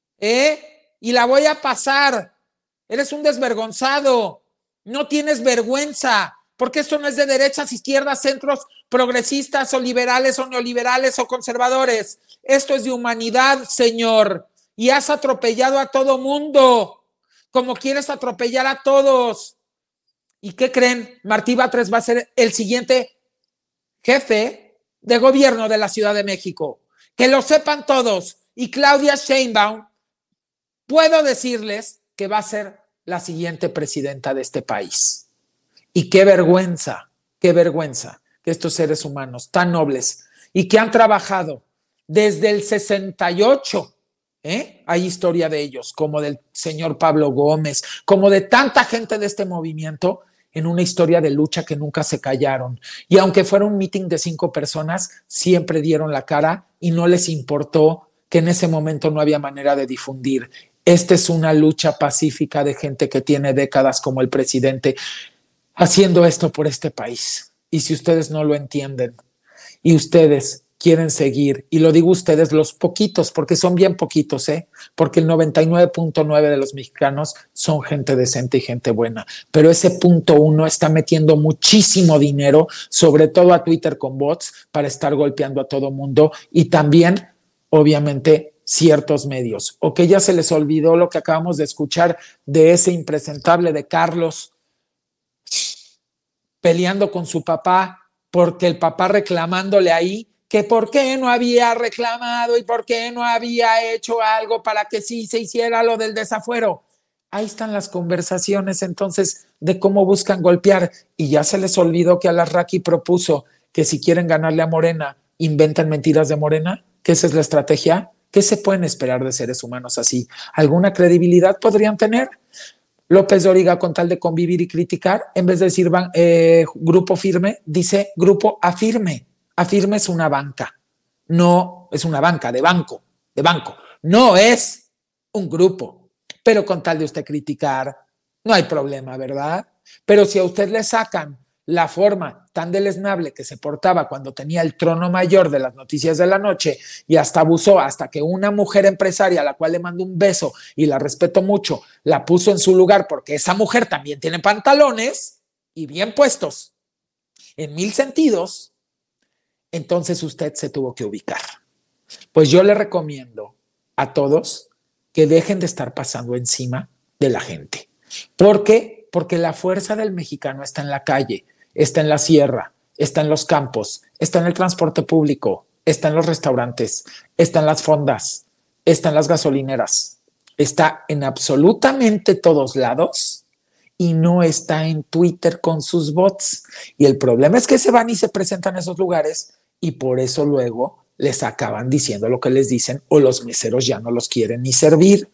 y la voy a pasar. Eres un desvergonzado, no tienes vergüenza, porque esto no es de derechas, izquierdas, centros, progresistas o liberales o neoliberales o conservadores. Esto es de humanidad, señor, y has atropellado a todo mundo, como quieres atropellar a todos. ¿Y qué creen? Martí Batres va a ser el siguiente jefe de gobierno de la Ciudad de México. Que lo sepan todos. Y Claudia Sheinbaum, puedo decirles que va a ser la siguiente presidenta de este país. Y qué vergüenza que estos seres humanos tan nobles y que han trabajado desde el 68, hay historia de ellos, como del señor Pablo Gómez, como de tanta gente de este movimiento, en una historia de lucha que nunca se callaron. Y aunque fuera un meeting de 5 personas, siempre dieron la cara y no les importó que en ese momento no había manera de difundir. Esta es una lucha pacífica de gente que tiene décadas como el presidente haciendo esto por este país. Y si ustedes no lo entienden y ustedes quieren seguir, y lo digo ustedes los poquitos, porque son bien poquitos, porque el 99.9 de los mexicanos son gente decente y gente buena, pero ese 0.1 está metiendo muchísimo dinero, sobre todo a Twitter con bots, para estar golpeando a todo mundo, y también, obviamente, ciertos medios, o que ya se les olvidó lo que acabamos de escuchar de ese impresentable de Carlos peleando con su papá, porque el papá reclamándole ahí que por qué no había reclamado y por qué no había hecho algo para que sí se hiciera lo del desafuero. Ahí están las conversaciones entonces de cómo buscan golpear, y ya se les olvidó que Alarraqui propuso que si quieren ganarle a Morena, inventen mentiras de Morena, que esa es la estrategia. ¿Qué se pueden esperar de seres humanos así? ¿Alguna credibilidad podrían tener? López Dóriga, con tal de convivir y criticar, en vez de decir grupo firme, dice grupo afirme. Afirme es una banca, no es una banca de banco, no es un grupo, pero con tal de usted criticar, no hay problema, ¿verdad? Pero si a usted le sacan la forma tan deleznable que se portaba cuando tenía el trono mayor de las noticias de la noche y hasta abusó, hasta que una mujer empresaria a la cual le mando un beso y la respeto mucho, la puso en su lugar porque esa mujer también tiene pantalones y bien puestos en 1000 sentidos, entonces usted se tuvo que ubicar. Pues yo le recomiendo a todos que dejen de estar pasando encima de la gente. ¿Por qué? Porque la fuerza del mexicano está en la calle, está en la sierra, está en los campos, está en el transporte público, está en los restaurantes, está en las fondas, está en las gasolineras, está en absolutamente todos lados y no está en Twitter con sus bots. Y el problema es que se van y se presentan a esos lugares y por eso luego les acaban diciendo lo que les dicen, o los meseros ya no los quieren ni servir,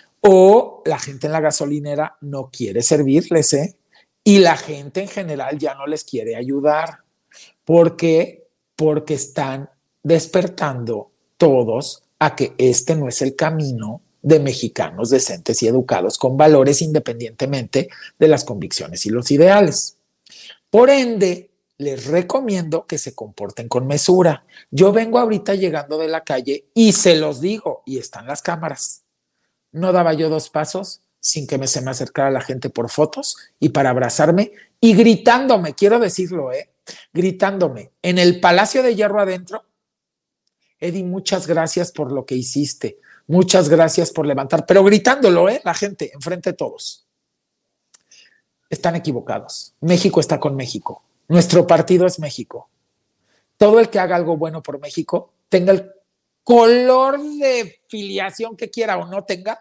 o la gente en la gasolinera no quiere servirles, y la gente en general ya no les quiere ayudar. ¿Por qué? Porque están despertando todos a que este no es el camino de mexicanos decentes y educados con valores independientemente de las convicciones y los ideales. Por ende, les recomiendo que se comporten con mesura. Yo vengo ahorita llegando de la calle y se los digo, y están las cámaras. No daba yo 2 pasos sin que se me acercara la gente por fotos y para abrazarme y gritándome, quiero decirlo, gritándome en el Palacio de Hierro adentro. Eddie, muchas gracias por lo que hiciste, muchas gracias por levantar, pero gritándolo, la gente, enfrente de todos. Están equivocados. México está con México. Nuestro partido es México. Todo el que haga algo bueno por México, tenga el color de filiación que quiera o no tenga,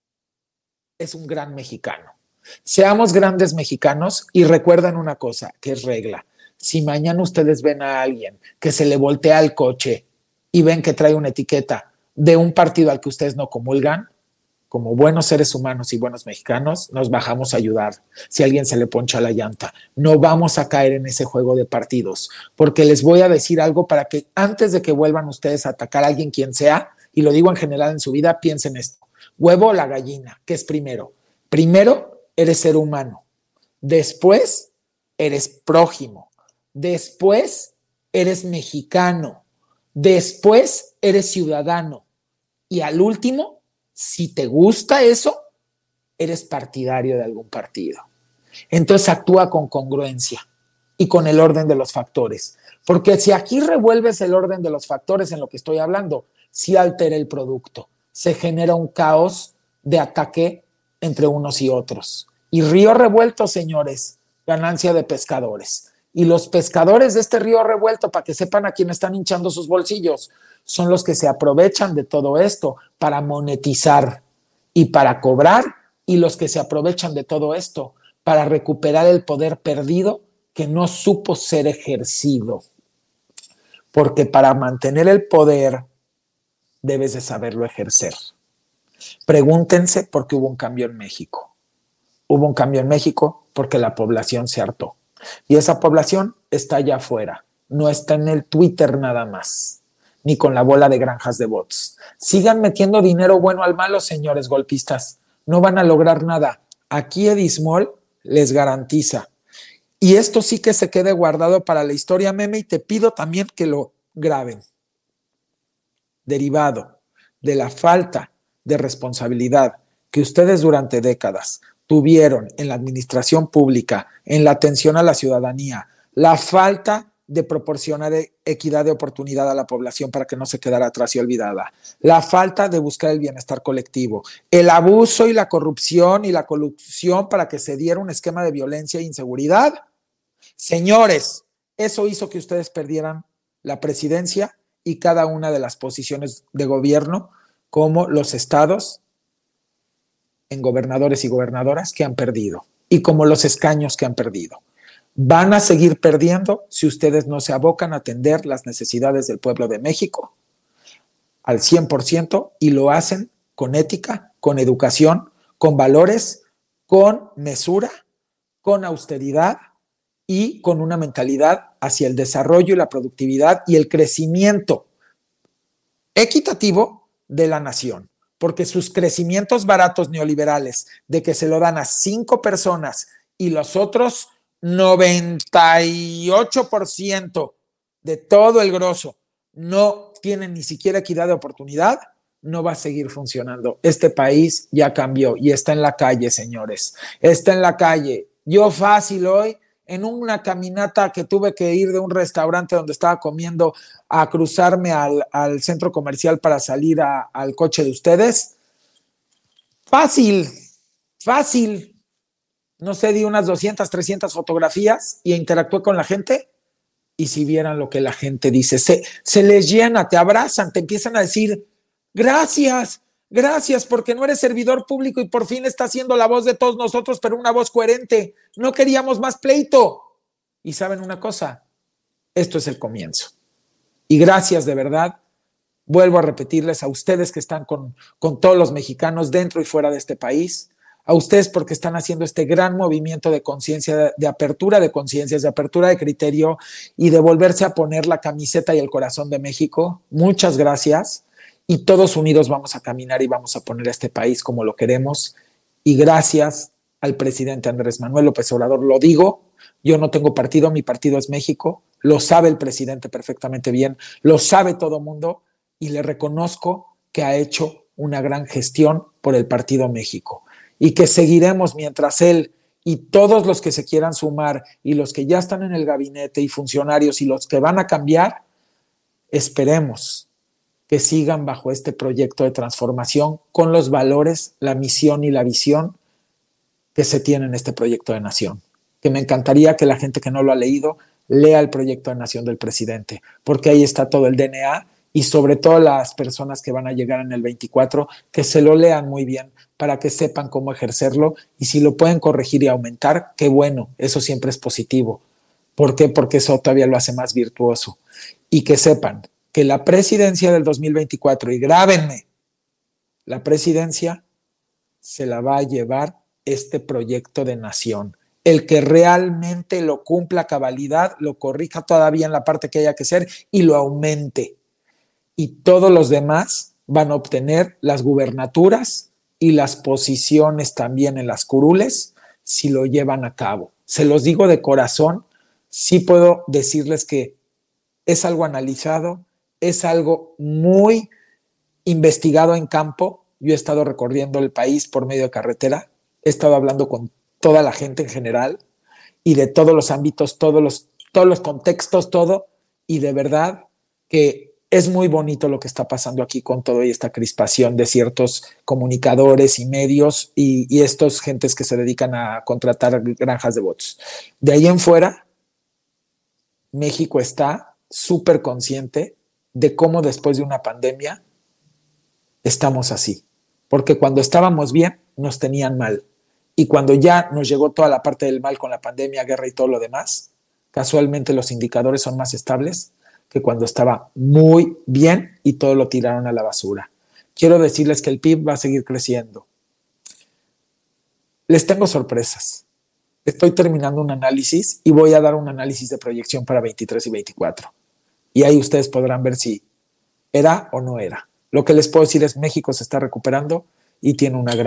es un gran mexicano. Seamos grandes mexicanos y recuerden una cosa, que es regla. Si mañana ustedes ven a alguien que se le voltea el coche y ven que trae una etiqueta de un partido al que ustedes no comulgan, como buenos seres humanos y buenos mexicanos, nos bajamos a ayudar. Si a alguien se le poncha la llanta, no vamos a caer en ese juego de partidos, porque les voy a decir algo para que antes de que vuelvan ustedes a atacar a alguien, quien sea, y lo digo en general en su vida, piensen esto. ¿Huevo o la gallina? ¿Qué es primero? Primero, eres ser humano. Después, eres prójimo. Después, eres mexicano. Después, eres ciudadano. Y al último, si te gusta eso, eres partidario de algún partido. Entonces actúa con congruencia y con el orden de los factores. Porque si aquí revuelves el orden de los factores en lo que estoy hablando, sí altera el producto. Se genera un caos de ataque entre unos y otros. Y río revuelto, señores, ganancia de pescadores. Y los pescadores de este río revuelto, para que sepan a quién están hinchando sus bolsillos, son los que se aprovechan de todo esto para monetizar y para cobrar, y los que se aprovechan de todo esto para recuperar el poder perdido que no supo ser ejercido. Porque para mantener el poder debes de saberlo ejercer. Pregúntense por qué hubo un cambio en México. Hubo un cambio en México porque la población se hartó. Y esa población está allá afuera, no está en el Twitter nada más. ni con la bola de granjas de bots. Sigan metiendo dinero bueno al malo, señores golpistas. No van a lograr nada. Aquí Edismol les garantiza. Y esto sí que se quede guardado para la historia, Meme, y te pido también que lo graben. Derivado de la falta de responsabilidad que ustedes durante décadas tuvieron en la administración pública, en la atención a la ciudadanía, la falta de proporcionar equidad de oportunidad a la población para que no se quedara atrás y olvidada, la falta de buscar el bienestar colectivo, el abuso y la corrupción y la colusión para que se diera un esquema de violencia e inseguridad. Señores, eso hizo que ustedes perdieran la presidencia y cada una de las posiciones de gobierno, como los estados en gobernadores y gobernadoras que han perdido, y como los escaños que han perdido. Van a seguir perdiendo si ustedes no se abocan a atender las necesidades del pueblo de México al 100% y lo hacen con ética, con educación, con valores, con mesura, con austeridad y con una mentalidad hacia el desarrollo y la productividad y el crecimiento equitativo de la nación. Porque sus crecimientos baratos neoliberales de que se lo dan a 5 personas y los otros 98% de todo el grosso no tienen ni siquiera equidad de oportunidad, no va a seguir funcionando. Este país ya cambió y está en la calle, señores. Está en la calle. Yo fácil hoy, en una caminata que tuve que ir de un restaurante donde estaba comiendo a cruzarme al centro comercial para salir al coche de ustedes. Fácil. No sé, di unas 200, 300 fotografías y interactué con la gente. Y si vieran lo que la gente dice, se les llena, te abrazan, te empiezan a decir, gracias, porque no eres servidor público y por fin estás siendo la voz de todos nosotros, pero una voz coherente. No queríamos más pleito. Y saben una cosa, esto es el comienzo. Y gracias de verdad, vuelvo a repetirles a ustedes que están con todos los mexicanos dentro y fuera de este país, a ustedes porque están haciendo este gran movimiento de conciencia, de apertura de conciencias, de apertura de criterio y de volverse a poner la camiseta y el corazón de México. Muchas gracias. Y todos unidos vamos a caminar y vamos a poner a este país como lo queremos. Y gracias al presidente Andrés Manuel López Obrador. Lo digo, yo no tengo partido, mi partido es México. Lo sabe el presidente perfectamente bien, lo sabe todo mundo y le reconozco que ha hecho una gran gestión por el Partido México y que seguiremos mientras él y todos los que se quieran sumar y los que ya están en el gabinete y funcionarios y los que van a cambiar, esperemos que sigan bajo este proyecto de transformación con los valores, la misión y la visión que se tiene en este proyecto de nación. Que me encantaría que la gente que no lo ha leído lea el proyecto de nación del presidente, porque ahí está todo el DNA y sobre todo las personas que van a llegar en el 24, que se lo lean muy bien para que sepan cómo ejercerlo y si lo pueden corregir y aumentar, qué bueno, eso siempre es positivo. ¿Por qué? Porque eso todavía lo hace más virtuoso. Y que sepan que la presidencia del 2024, y grábenme, la presidencia se la va a llevar este proyecto de nación. El que realmente lo cumpla a cabalidad, lo corrija todavía en la parte que haya que hacer y lo aumente. Y todos los demás van a obtener las gubernaturas y las posiciones también en las curules si lo llevan a cabo. Se los digo de corazón, sí puedo decirles que es algo analizado, es algo muy investigado en campo. Yo he estado recorriendo el país por medio de carretera, he estado hablando con toda la gente en general y de todos los ámbitos, todos los contextos, todo, y de verdad que es muy bonito lo que está pasando aquí con toda esta crispación de ciertos comunicadores y medios y estos gentes que se dedican a contratar granjas de bots. De ahí en fuera, México está súper consciente de cómo después de una pandemia estamos así, porque cuando estábamos bien nos tenían mal. Y cuando ya nos llegó toda la parte del mal con la pandemia, guerra y todo lo demás, casualmente los indicadores son más estables que cuando estaba muy bien y todo lo tiraron a la basura. Quiero decirles que el PIB va a seguir creciendo. Les tengo sorpresas. Estoy terminando un análisis y voy a dar un análisis de proyección para 23 y 24. Y ahí ustedes podrán ver si ¿Era o no era? Lo que les puedo decir es México se está recuperando y tiene una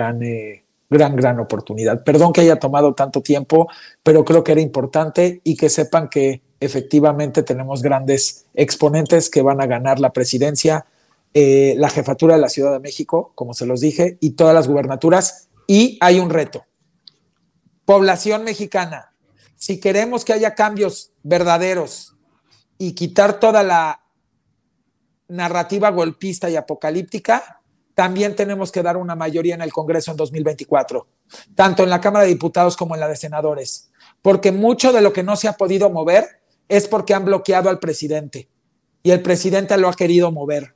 gran oportunidad. Perdón que haya tomado tanto tiempo, pero creo que era importante y que sepan que efectivamente tenemos grandes exponentes que van a ganar la presidencia, la jefatura de la Ciudad de México, como se los dije, y todas las gubernaturas. Y hay un reto. Población mexicana, si queremos que haya cambios verdaderos y quitar toda la narrativa golpista y apocalíptica, también tenemos que dar una mayoría en el Congreso en 2024, tanto en la Cámara de Diputados como en la de Senadores, porque mucho de lo que no se ha podido mover es porque han bloqueado al presidente y el presidente lo ha querido mover.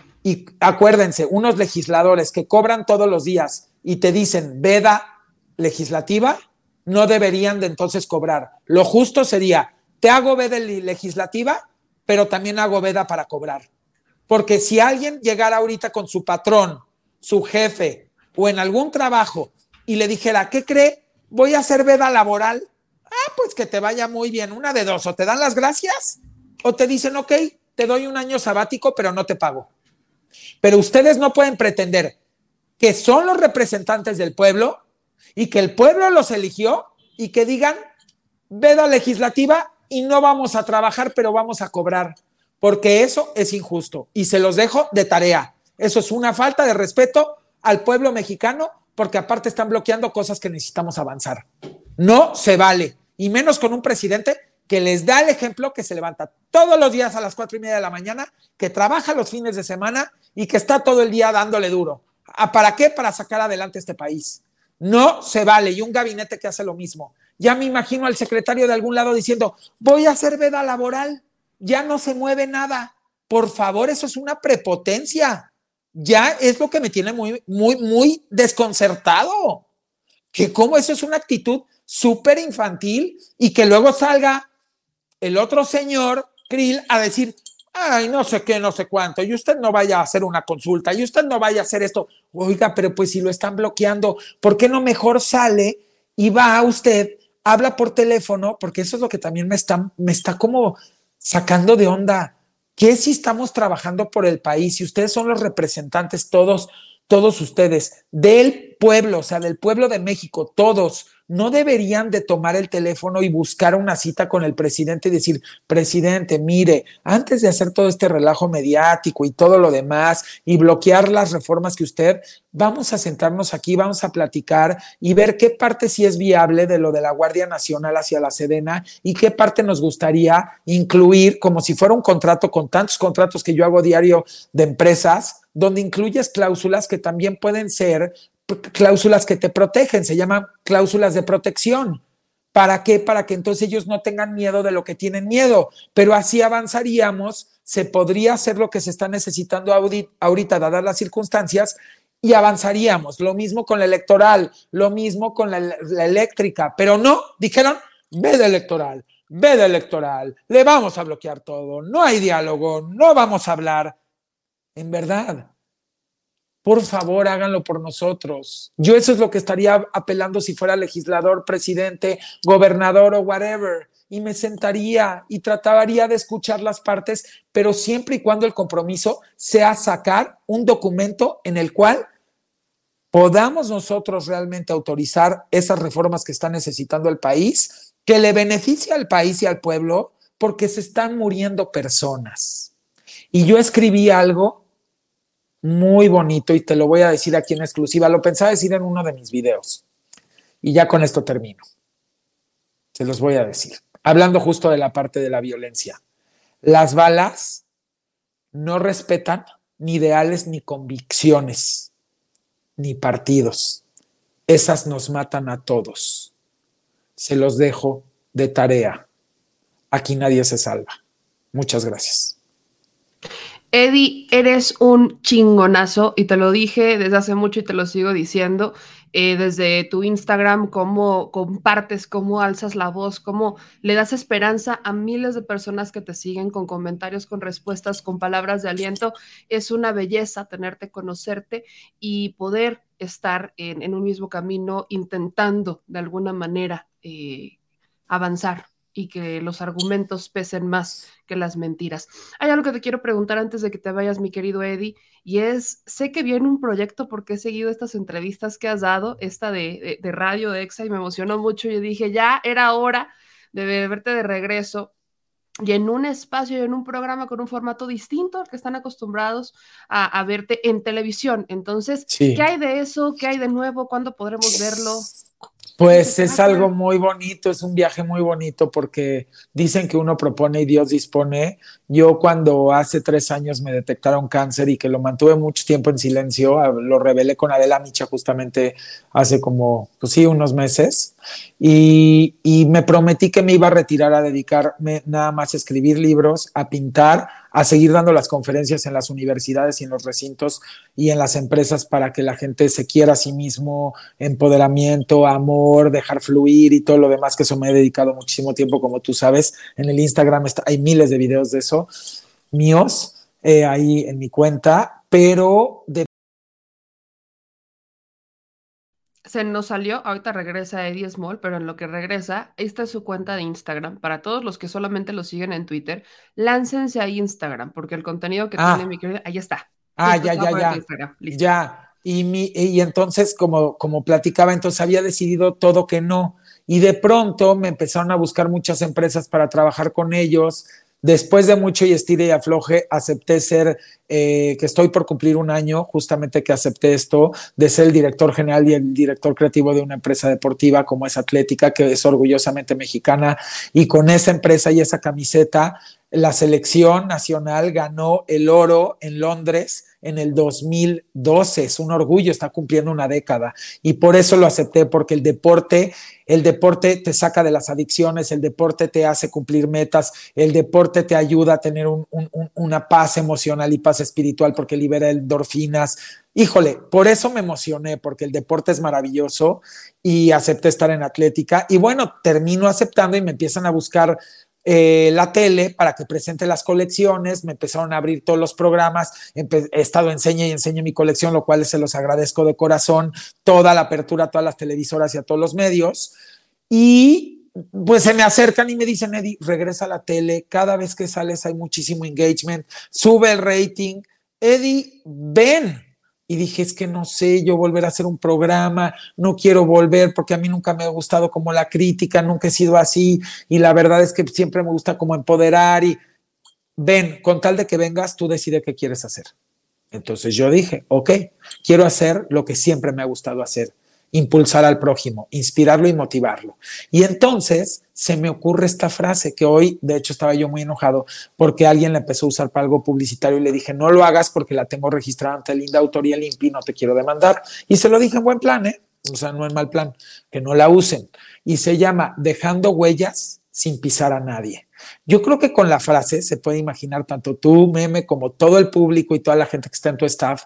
Y acuérdense, unos legisladores que cobran todos los días y te dicen veda legislativa, no deberían de entonces cobrar. Lo justo sería, te hago veda legislativa, pero también hago veda para cobrar. Porque si alguien llegara ahorita con su patrón, su jefe o en algún trabajo y le dijera, ¿qué cree? Voy a hacer veda laboral. Pues que te vaya muy bien. Una de dos, o te dan las gracias o te dicen, ok, te doy un año sabático, pero no te pago. Pero ustedes no pueden pretender que son los representantes del pueblo y que el pueblo los eligió y que digan veda legislativa y no vamos a trabajar, pero vamos a cobrar. Porque eso es injusto y se los dejo de tarea. Eso es una falta de respeto al pueblo mexicano porque aparte están bloqueando cosas que necesitamos avanzar. No se vale, y menos con un presidente que les da el ejemplo, que se levanta todos los días a las 4:30 de la mañana, que trabaja los fines de semana y que está todo el día dándole duro. ¿Para qué? Para sacar adelante este país. No se vale, y un gabinete que hace lo mismo. Ya me imagino al secretario de algún lado diciendo, voy a hacer veda laboral. Ya no se mueve nada. Por favor, eso es una prepotencia. Ya es lo que me tiene muy desconcertado. Que cómo eso es una actitud súper infantil y que luego salga el otro señor, Krill, a decir, ay, no sé qué, no sé cuánto, y usted no vaya a hacer una consulta, y usted no vaya a hacer esto. Oiga, pero pues si lo están bloqueando, ¿por qué no mejor sale y va a usted, habla por teléfono? Porque eso es lo que también me está como sacando de onda. ¿Qué si estamos trabajando por el país? Si ustedes son los representantes, todos ustedes, del pueblo, o sea, del pueblo de México, todos, no deberían de tomar el teléfono y buscar una cita con el presidente y decir, presidente, mire, antes de hacer todo este relajo mediático y todo lo demás y bloquear las reformas que usted, vamos a sentarnos aquí, vamos a platicar y ver qué parte sí es viable de lo de la Guardia Nacional hacia la Sedena y qué parte nos gustaría incluir como si fuera un contrato con tantos contratos que yo hago diario de empresas, donde incluyes cláusulas que también pueden ser cláusulas que te protegen, se llaman cláusulas de protección. ¿Para qué? Para que entonces ellos no tengan miedo de lo que tienen miedo, pero así avanzaríamos, se podría hacer lo que se está necesitando ahorita, dadas las circunstancias, y avanzaríamos. Lo mismo con la electoral, lo mismo con la eléctrica, pero no, dijeron, veda electoral, le vamos a bloquear todo, no hay diálogo, no vamos a hablar. En verdad, por favor, háganlo por nosotros. Yo eso es lo que estaría apelando si fuera legislador, presidente, gobernador o whatever. Y me sentaría y trataría de escuchar las partes, pero siempre y cuando el compromiso sea sacar un documento en el cual podamos nosotros realmente autorizar esas reformas que está necesitando el país, que le beneficie al país y al pueblo, porque se están muriendo personas. Y yo escribí algo muy bonito y te lo voy a decir aquí en exclusiva. Lo pensaba decir en uno de mis videos y ya con esto termino. Se los voy a decir. Hablando justo de la parte de la violencia. Las balas no respetan ni ideales, ni convicciones, ni partidos. Esas nos matan a todos. Se los dejo de tarea. Aquí nadie se salva. Muchas gracias. Eddie, eres un chingonazo y te lo dije desde hace mucho y te lo sigo diciendo, desde tu Instagram, cómo compartes, cómo alzas la voz, cómo le das esperanza a miles de personas que te siguen con comentarios, con respuestas, con palabras de aliento. Es una belleza tenerte, conocerte y poder estar en un mismo camino intentando de alguna manera avanzar y que los argumentos pesen más que las mentiras. Hay algo que te quiero preguntar antes de que te vayas, mi querido Eddie, y es, sé que viene un proyecto porque he seguido estas entrevistas que has dado, esta de Radio de EXA, y me emocionó mucho. Yo dije, ya era hora de verte de regreso y en un espacio y en un programa con un formato distinto al que están acostumbrados a verte en televisión. Entonces, ¿qué Sí. hay de eso? ¿Qué hay de nuevo? ¿Cuándo podremos verlo? ¿De qué Pues es trata? algo muy bonito, es un viaje muy bonito porque dicen que uno propone y Dios dispone. Yo cuando hace 3 años me detectaron cáncer y que lo mantuve mucho tiempo en silencio, lo revelé con Adela Micha justamente hace como, pues sí, unos meses y me prometí que me iba a retirar a dedicarme nada más a escribir libros, a pintar, a seguir dando las conferencias en las universidades y en los recintos y en las empresas para que la gente se quiera a sí mismo, empoderamiento, amor, dejar fluir y todo lo demás, que eso me he dedicado muchísimo tiempo, como tú sabes. En el Instagram hay miles de videos de eso, míos, ahí en mi cuenta, pero de... Se nos salió, ahorita regresa Eddie Small, pero en lo que regresa, esta es su cuenta de Instagram. Para todos los que solamente lo siguen en Twitter, láncense a Instagram, porque el contenido que tiene mi querido, ahí está. Justo Ya, está ya, por tu ya, Instagram, listo. ya. Y entonces, como platicaba, entonces había decidido todo que no. Y de pronto me empezaron a buscar muchas empresas para trabajar con ellos. Después de mucho y estire y afloje, acepté ser, que estoy por cumplir un año, justamente que acepté esto, de ser el director general y el director creativo de una empresa deportiva como es Atlética, que es orgullosamente mexicana. Y con esa empresa y esa camiseta, la selección nacional ganó el oro en Londres en el 2012. Es un orgullo, está cumpliendo una década. Y por eso lo acepté, porque el deporte te saca de las adicciones, el deporte te hace cumplir metas, el deporte te ayuda a tener una paz emocional y paz espiritual porque libera endorfinas. Híjole, por eso me emocioné, porque el deporte es maravilloso y acepté estar en Atlética. Y bueno, termino aceptando y me empiezan a buscar la tele para que presente las colecciones, me empezaron a abrir todos los programas, he estado enseñe y enseñe mi colección, lo cual se los agradezco de corazón, toda la apertura a todas las televisoras y a todos los medios, y pues se me acercan y me dicen, Eddie, regresa a la tele, cada vez que sales hay muchísimo engagement, sube el rating, Eddie, ven. Y dije, es que no sé, yo volver a hacer un programa, no quiero volver porque a mí nunca me ha gustado como la crítica, nunca he sido así y la verdad es que siempre me gusta como empoderar y ven, con tal de que vengas, tú decide qué quieres hacer. Entonces yo dije, ok, quiero hacer lo que siempre me ha gustado hacer, impulsar al prójimo, inspirarlo y motivarlo. Y entonces se me ocurre esta frase que hoy, de hecho, estaba yo muy enojado porque alguien la empezó a usar para algo publicitario y le dije, no lo hagas porque la tengo registrada ante Linda Autoría Limpi, no te quiero demandar. Y se lo dije en buen plan, o sea, no en mal plan, que no la usen. Y se llama Dejando huellas sin pisar a nadie. Yo creo que con la frase se puede imaginar tanto tú, Meme, como todo el público y toda la gente que está en tu staff,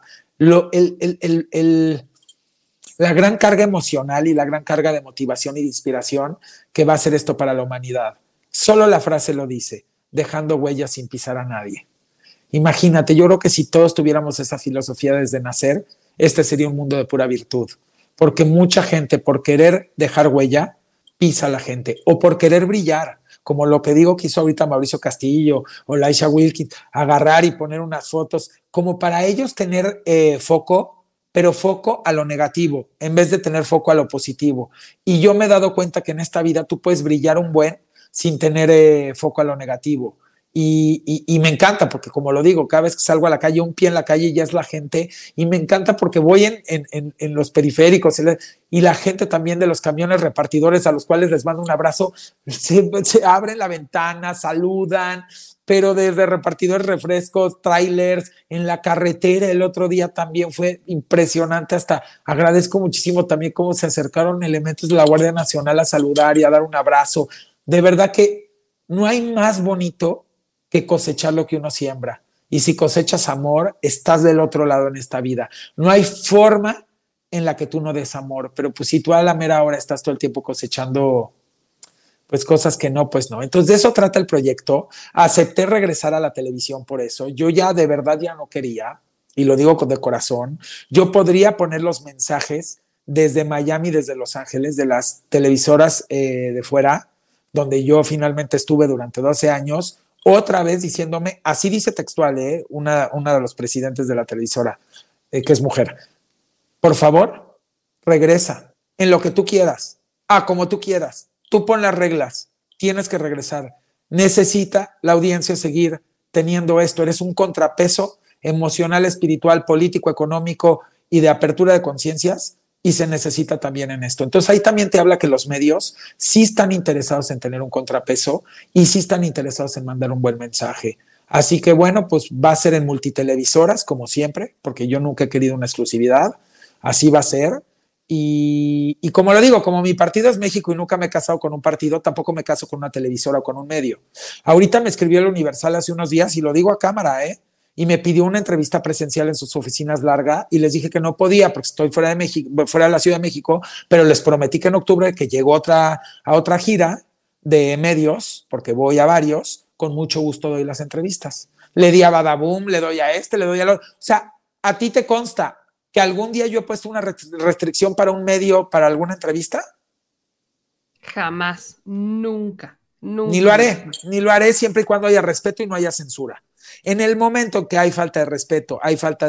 la gran carga emocional y la gran carga de motivación y de inspiración que va a ser esto para la humanidad. Solo la frase lo dice, dejando huellas sin pisar a nadie. Imagínate, yo creo que si todos tuviéramos esa filosofía desde nacer, este sería un mundo de pura virtud, porque mucha gente por querer dejar huella, pisa a la gente, o por querer brillar, como lo que digo que hizo ahorita Mauricio Castillo o Laisha Wilkins, agarrar y poner unas fotos, como para ellos tener foco, pero foco a lo negativo, en vez de tener foco a lo positivo. Y yo me he dado cuenta que en esta vida tú puedes brillar un buen sin tener foco a lo negativo. Y me encanta porque, como lo digo, cada vez que salgo a la calle, un pie en la calle ya es la gente, y me encanta porque voy en los periféricos y la gente también de los camiones repartidores a los cuales les mando un abrazo, se abren la ventana, saludan, pero desde repartidores refrescos, trailers, en la carretera el otro día también fue impresionante, hasta agradezco muchísimo también cómo se acercaron elementos de la Guardia Nacional a saludar y a dar un abrazo. De verdad que no hay más bonito que cosechar lo que uno siembra. Y si cosechas amor, estás del otro lado en esta vida. No hay forma en la que tú no des amor, pero pues si tú a la mera hora estás todo el tiempo cosechando pues cosas que no, pues no. Entonces de eso trata el proyecto. Acepté regresar a la televisión por eso. Yo ya de verdad ya no quería, y lo digo de corazón, yo podría poner los mensajes desde Miami, desde Los Ángeles, de las televisoras de fuera, donde yo finalmente estuve durante 12 años, otra vez diciéndome, así dice textual, una de los presidentes de la televisora, que es mujer, por favor, regresa en lo que tú quieras, como tú quieras, tú pon las reglas, tienes que regresar. Necesita la audiencia seguir teniendo esto, eres un contrapeso emocional, espiritual, político, económico y de apertura de conciencias, y se necesita también en esto. Entonces ahí también te habla que los medios sí están interesados en tener un contrapeso y sí están interesados en mandar un buen mensaje. Así que bueno, pues va a ser en multitelevisoras, como siempre, porque yo nunca he querido una exclusividad, así va a ser. Y como lo digo, como mi partido es México y nunca me he casado con un partido, tampoco me caso con una televisora o con un medio. Ahorita me escribió el Universal hace unos días, y lo digo a cámara, y me pidió una entrevista presencial en sus oficinas larga, y les dije que no podía porque estoy fuera de México, fuera de la Ciudad de México, pero les prometí que en octubre, que llego a otra gira de medios, porque voy a varios, con mucho gusto doy las entrevistas. Le di a Badaboom, le doy a le doy a lo... O sea, ¿a ti te consta que algún día yo he puesto una restricción para un medio, para alguna entrevista? Jamás, nunca. Ni lo haré siempre y cuando haya respeto y no haya censura. En el momento que hay falta de respeto,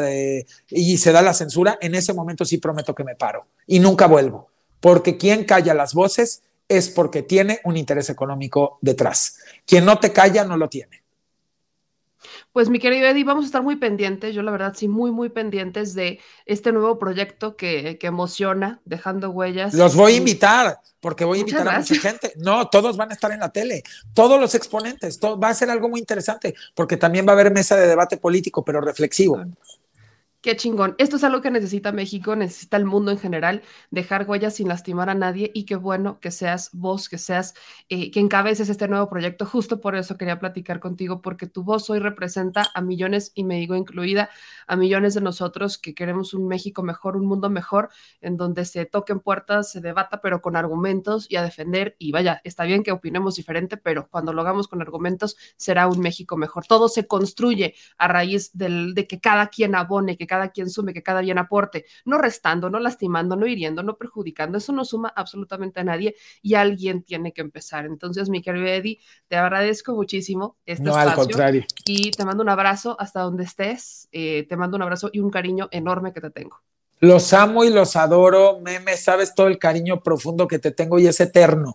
y se da la censura, en ese momento sí prometo que me paro y nunca vuelvo, porque quien calla las voces es porque tiene un interés económico detrás. Quien no te calla no lo tiene. Pues mi querido Eddie, vamos a estar muy pendientes, yo la verdad sí, muy, muy pendientes de este nuevo proyecto que emociona, Dejando Huellas. Los voy a invitar, porque voy a Muchas invitar gracias. a mucha gente. No, todos van a estar en la tele, todos los exponentes, va a ser algo muy interesante, porque también va a haber mesa de debate político, pero reflexivo. Qué chingón. Esto es algo que necesita México, necesita el mundo en general, dejar huellas sin lastimar a nadie, y qué bueno que seas vos, que encabeces este nuevo proyecto. Justo por eso quería platicar contigo, porque tu voz hoy representa a millones, y me digo incluida, a millones de nosotros que queremos un México mejor, un mundo mejor, en donde se toquen puertas, se debata, pero con argumentos y a defender. Y vaya, está bien que opinemos diferente, pero cuando lo hagamos con argumentos, será un México mejor. Todo se construye a raíz de que cada quien abone, que cada quien sume, que cada quien aporte, no restando, no lastimando, no hiriendo, no perjudicando. Eso no suma absolutamente a nadie, y alguien tiene que empezar. Entonces, mi querido Eddie, te agradezco muchísimo este espacio. Al contrario. Y te mando un abrazo hasta donde estés. Te mando un abrazo y un cariño enorme que te tengo. Los amo y los adoro, Meme, sabes todo el cariño profundo que te tengo, y es eterno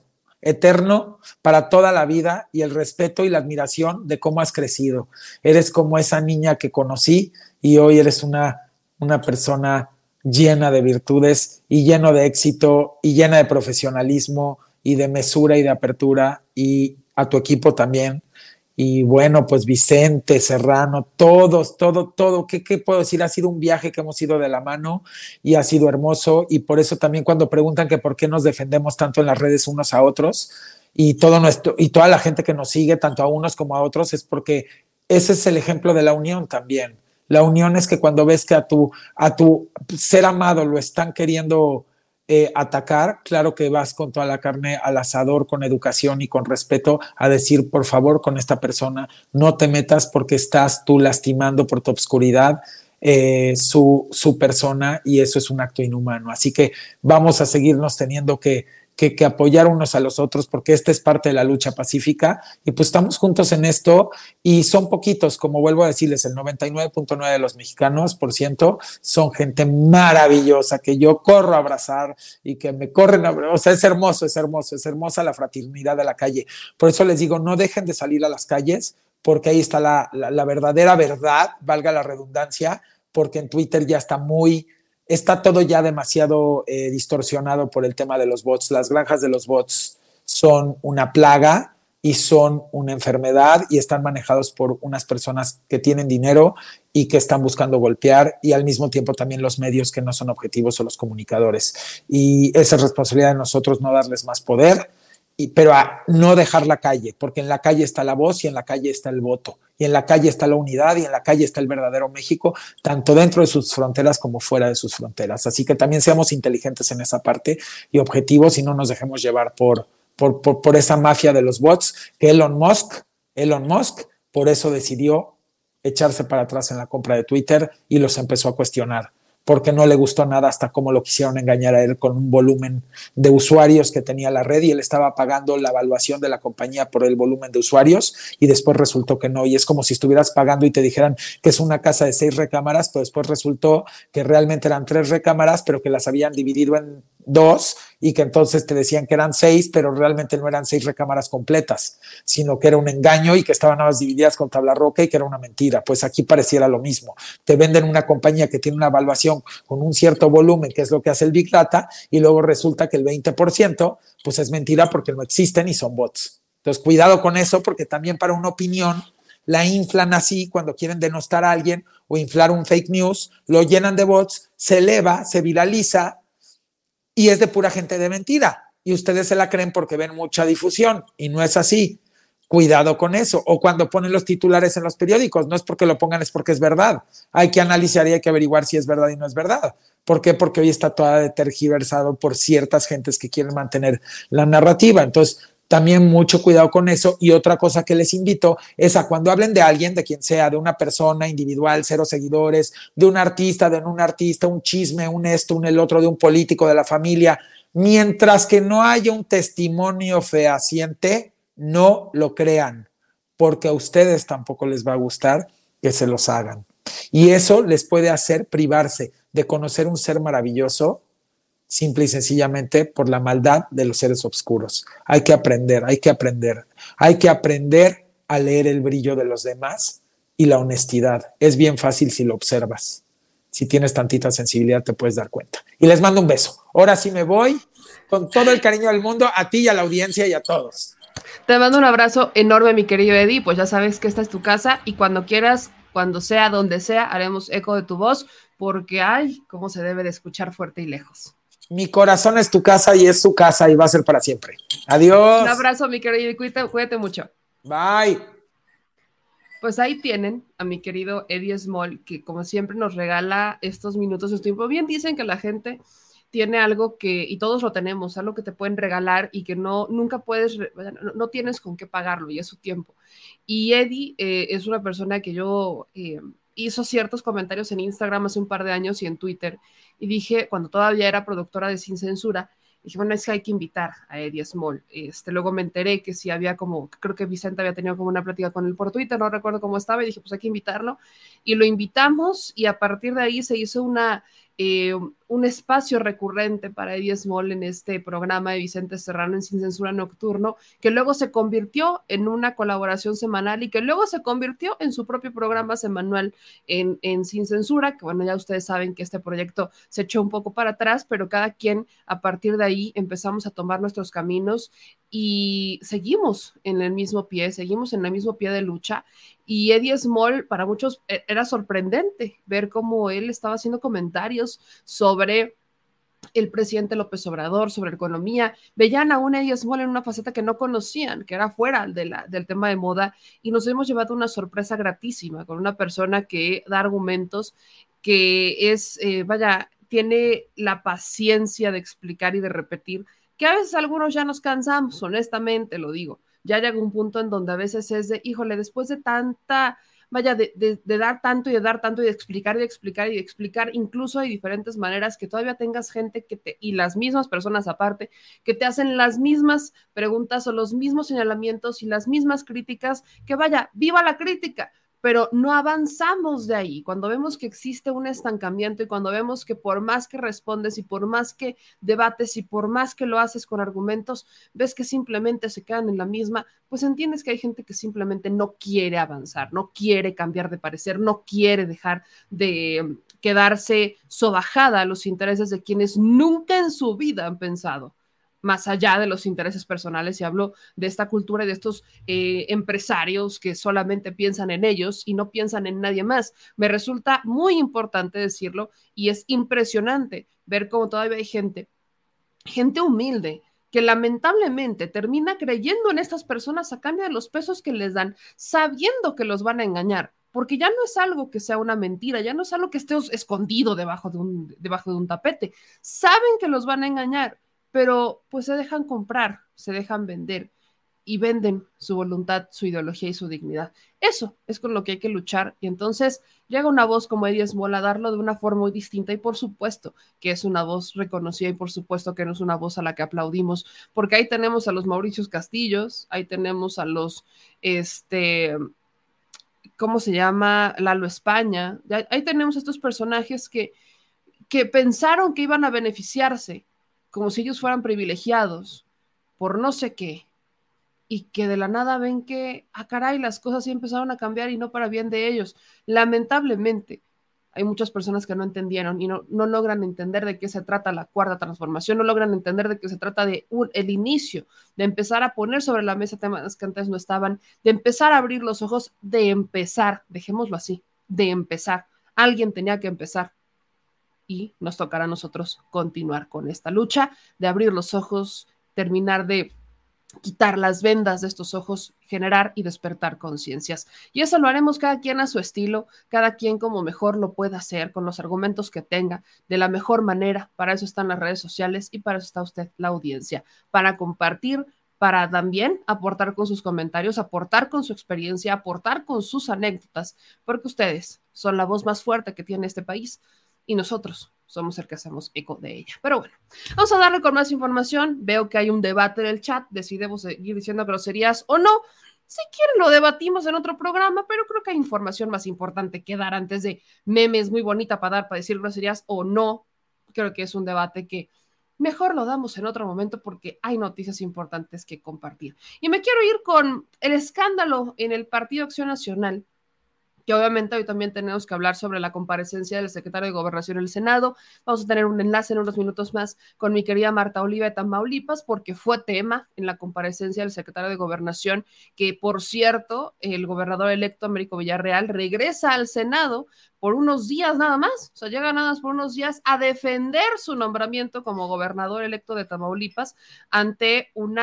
para toda la vida, y el respeto y la admiración de cómo has crecido. Eres como esa niña que conocí, y hoy eres una persona llena de virtudes y lleno de éxito y llena de profesionalismo y de mesura y de apertura, y a tu equipo también. Y bueno, pues Vicente, Serrano, todos, todo, ¿qué puedo decir? Ha sido un viaje que hemos ido de la mano y ha sido hermoso, y por eso también cuando preguntan que por qué nos defendemos tanto en las redes unos a otros, y toda la gente que nos sigue, tanto a unos como a otros, es porque ese es el ejemplo de la unión también. La unión es que cuando ves que a tu ser amado lo están queriendo atacar, claro que vas con toda la carne al asador, con educación y con respeto, a decir, por favor, con esta persona no te metas, porque estás tú lastimando por tu obscuridad su persona, y eso es un acto inhumano. Así que vamos a seguirnos teniendo que apoyar unos a los otros, porque esta es parte de la lucha pacífica, y pues estamos juntos en esto, y son poquitos, como vuelvo a decirles, el 99.9% de los mexicanos son gente maravillosa, que yo corro a abrazar y que me corren a abrazar. O sea, es hermosa la fraternidad de la calle. Por eso les digo, no dejen de salir a las calles, porque ahí está la verdadera verdad, valga la redundancia, porque en Twitter ya está todo ya demasiado distorsionado por el tema de los bots. Las granjas de los bots son una plaga y son una enfermedad, y están manejados por unas personas que tienen dinero y que están buscando golpear, y al mismo tiempo también los medios que no son objetivos, o los comunicadores. Y esa es responsabilidad de nosotros, no darles más poder, pero a no dejar la calle, porque en la calle está la voz, y en la calle está el voto, y en la calle está la unidad, y en la calle está el verdadero México, tanto dentro de sus fronteras como fuera de sus fronteras. Así que también seamos inteligentes en esa parte y objetivos, y no nos dejemos llevar por esa mafia de los bots, que Elon Musk por eso decidió echarse para atrás en la compra de Twitter, y los empezó a cuestionar, porque no le gustó nada hasta cómo lo quisieron engañar a él con un volumen de usuarios que tenía la red y él estaba pagando la evaluación de la compañía por el volumen de usuarios y después resultó que no. Y es como si estuvieras pagando y te dijeran que es una casa de 6 recámaras, pero después resultó que realmente eran 3 recámaras, pero que las habían dividido en 2 y que entonces te decían que eran 6, pero realmente no eran 6 recámaras completas, sino que era un engaño y que estaban nada más divididas con tabla roca y que era una mentira. Pues aquí pareciera lo mismo. Te venden una compañía que tiene una evaluación con un cierto volumen, que es lo que hace el Big Data, y luego resulta que el 20% pues es mentira porque no existen y son bots. Entonces, cuidado con eso, porque también para una opinión la inflan así cuando quieren denostar a alguien o inflar un fake news, lo llenan de bots, se eleva, se viraliza y es de pura gente de mentira. Y ustedes se la creen porque ven mucha difusión y no es así. Cuidado con eso. O cuando ponen los titulares en los periódicos, no es porque lo pongan, es porque es verdad. Hay que analizar y hay que averiguar si es verdad y no es verdad. ¿Por qué? Porque hoy está toda tergiversado por ciertas gentes que quieren mantener la narrativa. Entonces, también mucho cuidado con eso. Y otra cosa que les invito es a cuando hablen de alguien, de quien sea, de una persona individual, 0 seguidores, de un artista, un chisme, un esto, un el otro, de un político, de la familia, mientras que no haya un testimonio fehaciente, no lo crean, porque a ustedes tampoco les va a gustar que se los hagan. Y eso les puede hacer privarse de conocer un ser maravilloso, simple y sencillamente por la maldad de los seres oscuros. Hay que aprender a leer el brillo de los demás y la honestidad. Es bien fácil si lo observas. Si tienes tantita sensibilidad te puedes dar cuenta. Y les mando un beso. Ahora sí me voy, con todo el cariño del mundo, a ti y a la audiencia y a todos. Te mando un abrazo enorme, mi querido Eddie. Pues ya sabes que esta es tu casa y cuando quieras, cuando sea, donde sea, haremos eco de tu voz porque, ay, cómo se debe de escuchar fuerte y lejos. Mi corazón es tu casa y es su casa y va a ser para siempre. Adiós. Un abrazo, mi querido Eddie. Cuídate mucho. Bye. Pues ahí tienen a mi querido Eddie Small, que como siempre nos regala estos minutos de tiempo. Bien dicen que la gente tiene algo que, y todos lo tenemos, algo que te pueden regalar y que nunca puedes, no tienes con qué pagarlo y es su tiempo. Y Eddie es una persona que yo hizo ciertos comentarios en Instagram hace un par de años y en Twitter y dije, cuando todavía era productora de Sin Censura, dije, bueno, es que hay que invitar a Eddie Small. Luego me enteré que sí había creo que Vicente había tenido como una plática con él por Twitter, no recuerdo cómo estaba, y dije, pues hay que invitarlo. Y lo invitamos y a partir de ahí se hizo un espacio recurrente para Eddie Small en este programa de Vicente Serrano en Sin Censura Nocturno, que luego se convirtió en una colaboración semanal y que luego se convirtió en su propio programa semanal en Sin Censura, que bueno, ya ustedes saben que este proyecto se echó un poco para atrás, pero cada quien a partir de ahí empezamos a tomar nuestros caminos y seguimos en el mismo pie de lucha. Y Eddie Small, para muchos era sorprendente ver cómo él estaba haciendo comentarios sobre el presidente López Obrador, sobre economía. Veían a un Eddie Small en una faceta que no conocían, que era fuera del tema de moda, y nos hemos llevado una sorpresa gratísima con una persona que da argumentos, que es, tiene la paciencia de explicar y de repetir, que a veces algunos ya nos cansamos, honestamente lo digo. Ya llega un punto en donde a veces es de, híjole, después de tanta, de dar tanto y de dar tanto y de explicar y de explicar y de explicar, incluso de diferentes maneras, que todavía tengas gente y las mismas personas aparte, que te hacen las mismas preguntas o los mismos señalamientos y las mismas críticas, que viva la crítica, pero no avanzamos de ahí. Cuando vemos que existe un estancamiento y cuando vemos que por más que respondes y por más que debates y por más que lo haces con argumentos, ves que simplemente se quedan en la misma, pues entiendes que hay gente que simplemente no quiere avanzar, no quiere cambiar de parecer, no quiere dejar de quedarse sobajada a los intereses de quienes nunca en su vida han pensado más allá de los intereses personales, y hablo de esta cultura y de estos empresarios que solamente piensan en ellos y no piensan en nadie más. Me resulta muy importante decirlo y es impresionante ver cómo todavía hay gente humilde, que lamentablemente termina creyendo en estas personas a cambio de los pesos que les dan, sabiendo que los van a engañar, porque ya no es algo que sea una mentira, ya no es algo que esté escondido debajo de un tapete. Saben que los van a engañar, pero pues se dejan comprar, se dejan vender. y venden su voluntad, su ideología y su dignidad. Eso es con lo que hay que luchar, y entonces llega una voz como Eddie Small a darlo de una forma muy distinta, y por supuesto que es una voz reconocida, y por supuesto que no es una voz a la que aplaudimos, porque ahí tenemos a los Mauricios Castillos, ahí tenemos a los, ¿cómo se llama? Lalo España, ahí tenemos estos personajes que pensaron que iban a beneficiarse como si ellos fueran privilegiados por no sé qué, y que de la nada ven que, caray, las cosas sí empezaron a cambiar y no para bien de ellos. Lamentablemente, hay muchas personas que no entendieron y no logran entender de qué se trata la cuarta transformación, no logran entender de qué se trata de el inicio, de empezar a poner sobre la mesa temas que antes no estaban, de empezar a abrir los ojos, de empezar, dejémoslo así, de empezar. Alguien tenía que empezar y nos tocará a nosotros continuar con esta lucha de abrir los ojos, terminar de quitar las vendas de estos ojos, generar y despertar conciencias. Y eso lo haremos cada quien a su estilo, cada quien como mejor lo pueda hacer, con los argumentos que tenga, de la mejor manera. Para eso están las redes sociales y para eso está usted, la audiencia, para compartir, para también aportar con sus comentarios, aportar con su experiencia, aportar con sus anécdotas, porque ustedes son la voz más fuerte que tiene este país y nosotros somos el que hacemos eco de ella. Pero bueno, vamos a darle con más información. Veo que hay un debate en el chat de si debo seguir diciendo groserías o no. Si quieren lo debatimos en otro programa, pero creo que hay información más importante que dar antes de memes muy bonita para dar, para decir groserías o no. Creo que es un debate que mejor lo damos en otro momento porque hay noticias importantes que compartir. Y me quiero ir con el escándalo en el Partido Acción Nacional, que obviamente hoy también tenemos que hablar sobre la comparecencia del secretario de Gobernación en el Senado. Vamos a tener un enlace en unos minutos más con mi querida Marta Oliva de Tamaulipas, porque fue tema en la comparecencia del secretario de Gobernación, que por cierto, el gobernador electo Américo Villarreal regresa al Senado por unos días nada más, o sea, llega nada más por unos días a defender su nombramiento como gobernador electo de Tamaulipas ante un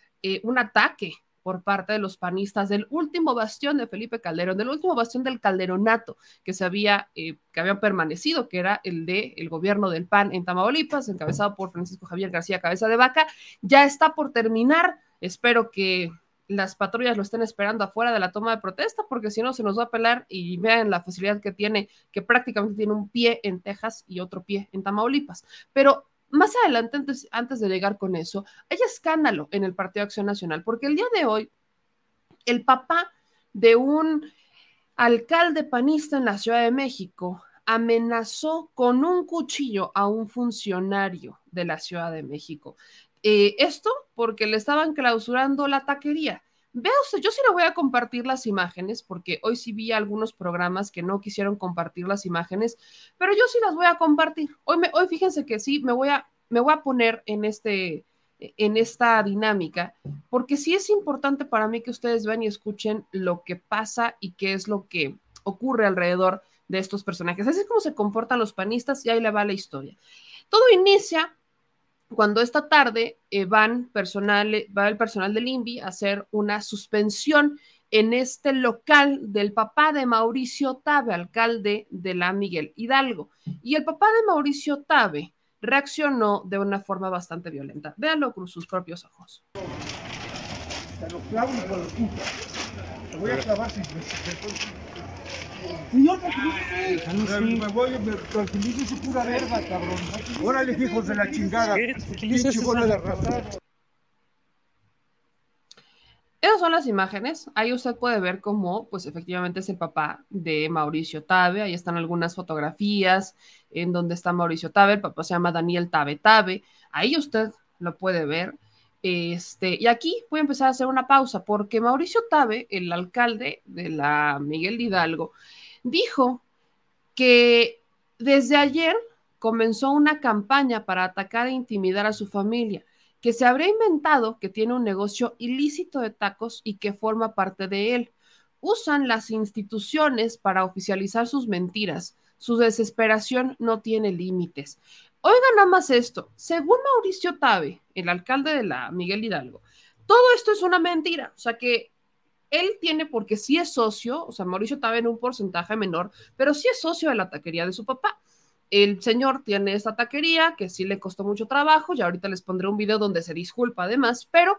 ataque por parte de los panistas del último bastión de Felipe Calderón, del último bastión del calderonato que habían permanecido, que era el del gobierno del PAN en Tamaulipas, encabezado por Francisco Javier García Cabeza de Vaca. Ya está por terminar. Espero que las patrullas lo estén esperando afuera de la toma de protesta, porque si no se nos va a pelar, y vean la facilidad que tiene, que prácticamente tiene un pie en Texas y otro pie en Tamaulipas. Pero más adelante, antes de llegar con eso, hay escándalo en el Partido Acción Nacional, porque el día de hoy, el papá de un alcalde panista en la Ciudad de México amenazó con un cuchillo a un funcionario de la Ciudad de México. Esto porque le estaban clausurando la taquería. Vea usted, yo sí le voy a compartir las imágenes, porque hoy sí vi algunos programas que no quisieron compartir las imágenes, pero yo sí las voy a compartir. Hoy fíjense que sí, me voy a poner en esta dinámica, porque sí es importante para mí que ustedes vean y escuchen lo que pasa y qué es lo que ocurre alrededor de estos personajes. Así es como se comportan los panistas, y ahí le va la historia. Todo inicia cuando esta tarde va el personal del INVI a hacer una suspensión en este local del papá de Mauricio Tabe, alcalde de la Miguel Hidalgo. Y el papá de Mauricio Tabe reaccionó de una forma bastante violenta. Véanlo con sus propios ojos. Te lo clavo y lo quito. Te voy a clavar si Señor, tranquilícese. Me voy, tranquilícese, pura verga, cabrón. Órale, hijos de la chingada. Pinche bola de arrastrar. Esas son las imágenes. Ahí usted puede ver cómo, pues efectivamente es el papá de Mauricio Tabe. Ahí están algunas fotografías en donde está Mauricio Tabe. El papá se llama Daniel Tabe Tabe. Ahí usted lo puede ver. Y aquí voy a empezar a hacer una pausa, porque Mauricio Tabe, el alcalde de la Miguel Hidalgo, dijo que desde ayer comenzó una campaña para atacar e intimidar a su familia, que se habría inventado que tiene un negocio ilícito de tacos y que forma parte de él. Usan las instituciones para oficializar sus mentiras. Su desesperación no tiene límites. Oigan nada más esto. Según Mauricio Tabe, el alcalde de la Miguel Hidalgo, todo esto es una mentira. O sea que él tiene, porque sí es socio, o sea, Mauricio Tabe en un porcentaje menor, pero sí es socio de la taquería de su papá. El señor tiene esta taquería que sí le costó mucho trabajo, y ahorita les pondré un video donde se disculpa además, pero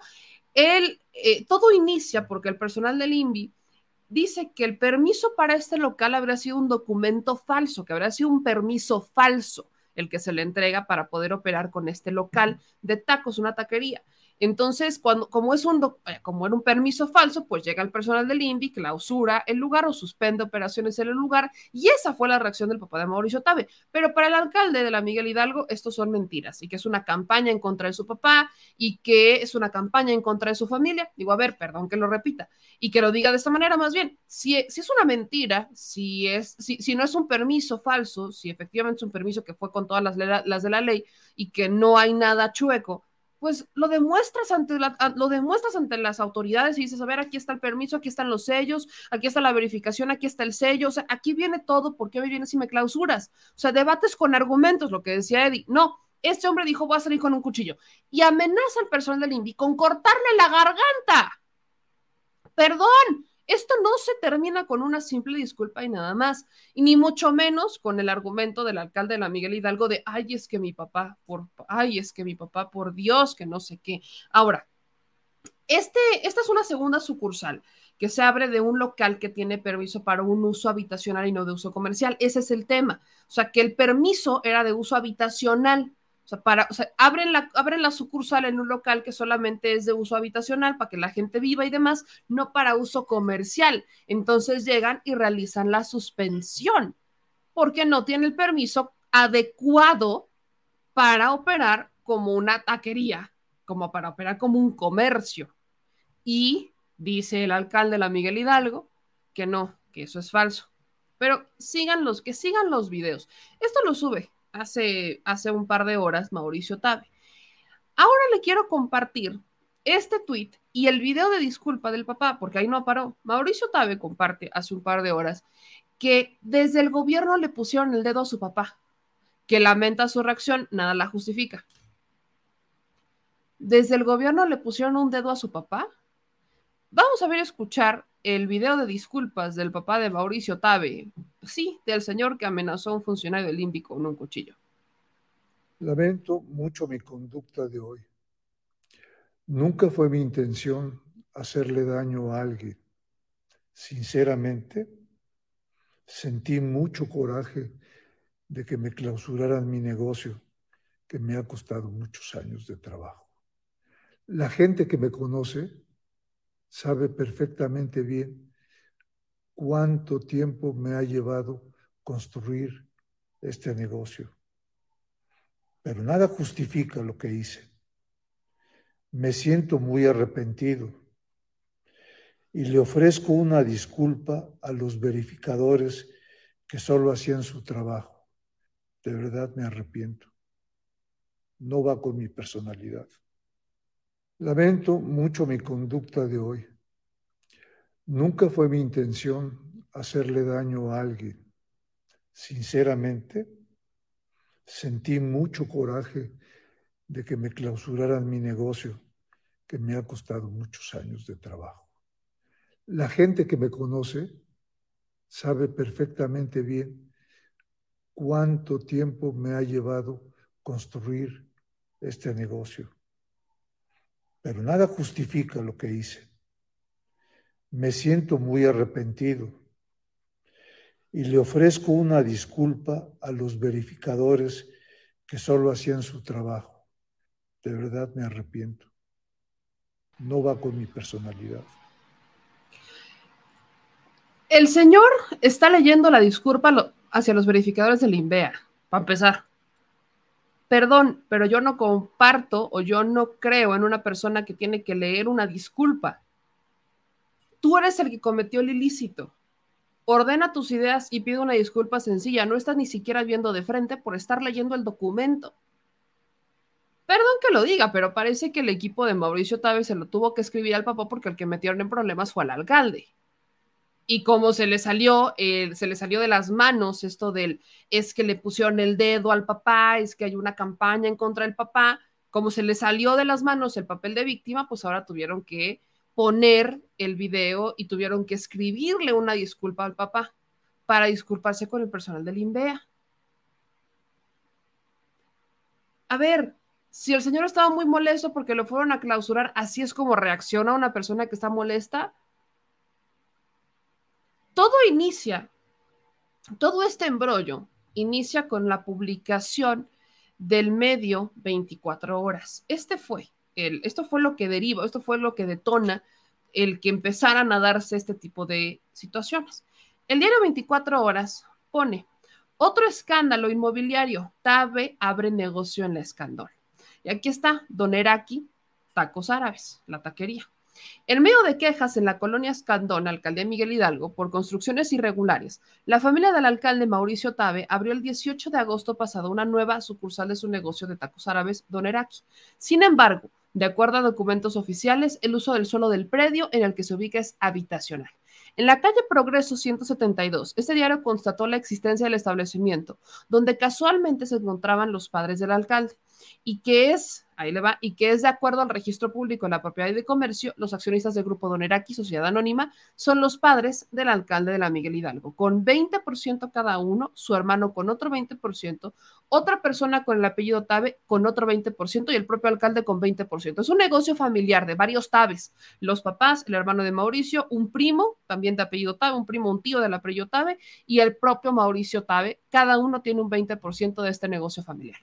Todo inicia porque el personal del INVI dice que el permiso para este local habría sido un documento falso, que habría sido un permiso falso el que se le entrega para poder operar con este local de tacos, una taquería. Entonces, como era un permiso falso, pues llega el personal del INVI, clausura el lugar o suspende operaciones en el lugar, y esa fue la reacción del papá de Mauricio Tabe. Pero para el alcalde de la Miguel Hidalgo, esto son mentiras, y que es una campaña en contra de su papá, y que es una campaña en contra de su familia. Digo, a ver, perdón que lo repita, y que lo diga de esta manera más bien. Si es una mentira, si no es un permiso falso, si efectivamente es un permiso que fue con todas las de la ley y que no hay nada chueco, pues lo demuestras ante las autoridades y dices, a ver, aquí está el permiso, aquí están los sellos, aquí está la verificación, aquí está el sello, o sea, aquí viene todo, ¿por qué me vienes y me clausuras? O sea, debates con argumentos, lo que decía Eddie. No, este hombre dijo, voy a salir con un cuchillo y amenaza al personal del INVI con cortarle la garganta. Perdón, esto no se termina con una simple disculpa y nada más, y ni mucho menos con el argumento del alcalde de la Miguel Hidalgo de, ay, es que mi papá, por Dios, que no sé qué. Ahora, esta es una segunda sucursal que se abre de un local que tiene permiso para un uso habitacional y no de uso comercial. Ese es el tema. O sea, que el permiso era de uso habitacional. Abren la sucursal en un local que solamente es de uso habitacional para que la gente viva y demás, no para uso comercial. Entonces llegan y realizan la suspensión porque no tiene el permiso adecuado para operar como una taquería, como para operar como un comercio. Y dice el alcalde de la Miguel Hidalgo que no, que eso es falso. Pero que sigan los videos. Esto lo sube hace un par de horas Mauricio Tabe. Ahora le quiero compartir este tweet y el video de disculpa del papá, porque ahí no paró. Mauricio Tabe comparte hace un par de horas que desde el gobierno le pusieron el dedo a su papá, que lamenta su reacción, nada la justifica. Desde el gobierno le pusieron un dedo a su papá. Vamos a ver escuchar el video de disculpas del papá de Mauricio Tabe, sí, del señor que amenazó a un funcionario del INVI con un cuchillo. Lamento mucho mi conducta de hoy. Nunca fue mi intención hacerle daño a alguien. Sinceramente, sentí mucho coraje de que me clausuraran mi negocio, que me ha costado muchos años de trabajo. La gente que me conoce sabe perfectamente bien cuánto tiempo me ha llevado construir este negocio. Pero nada justifica lo que hice. Me siento muy arrepentido y le ofrezco una disculpa a los verificadores que solo hacían su trabajo. De verdad me arrepiento. No va con mi personalidad. Lamento mucho mi conducta de hoy. Nunca fue mi intención hacerle daño a alguien. Sinceramente, sentí mucho coraje de que me clausuraran mi negocio, que me ha costado muchos años de trabajo. La gente que me conoce sabe perfectamente bien cuánto tiempo me ha llevado construir este negocio. Pero nada justifica lo que hice. Me siento muy arrepentido y le ofrezco una disculpa a los verificadores que solo hacían su trabajo. De verdad me arrepiento. No va con mi personalidad. El señor está leyendo la disculpa hacia los verificadores del INVEA, para empezar. Perdón, pero yo no comparto o yo no creo en una persona que tiene que leer una disculpa. Tú eres el que cometió el ilícito. Ordena tus ideas y pide una disculpa sencilla. No estás ni siquiera viendo de frente por estar leyendo el documento. Perdón que lo diga, pero parece que el equipo de Mauricio Tabe se lo tuvo que escribir al papá porque el que metieron en problemas fue al alcalde. Y como se le salió de las manos esto es que le pusieron el dedo al papá, es que hay una campaña en contra del papá, como se le salió de las manos el papel de víctima, pues ahora tuvieron que poner el video y tuvieron que escribirle una disculpa al papá para disculparse con el personal del INVEA. A ver, Si el señor estaba muy molesto porque lo fueron a clausurar, así es como reacciona una persona que está molesta. Todo este embrollo inicia con la publicación del medio 24 horas. Esto fue lo que deriva, esto fue lo que detona el que empezaran a darse este tipo de situaciones. El diario 24 horas pone: otro escándalo inmobiliario, TABE abre negocio en la Escandón. Y aquí está, Don Eraqui, tacos árabes, la taquería. En medio de quejas en la colonia Escandón, alcaldía Miguel Hidalgo, por construcciones irregulares, la familia del alcalde Mauricio Tabe abrió el 18 de agosto pasado una nueva sucursal de su negocio de tacos árabes, Don Eraqui. Sin embargo, de acuerdo a documentos oficiales, el uso del suelo del predio en el que se ubica es habitacional. En la calle Progreso 172, este diario constató la existencia del establecimiento, donde casualmente se encontraban los padres del alcalde, y que es de acuerdo al registro público de la propiedad y de comercio, los accionistas del grupo Don Eraqui, Sociedad Anónima, son los padres del alcalde de la Miguel Hidalgo, con 20% cada uno, su hermano con otro 20%, otra persona con el apellido Tabe con otro 20% y el propio alcalde con 20%. Es un negocio familiar de varios Tabes, los papás, el hermano de Mauricio, un primo también de apellido Tabe, un tío del apellido Tabe y el propio Mauricio Tabe, cada uno tiene un 20% de este negocio familiar.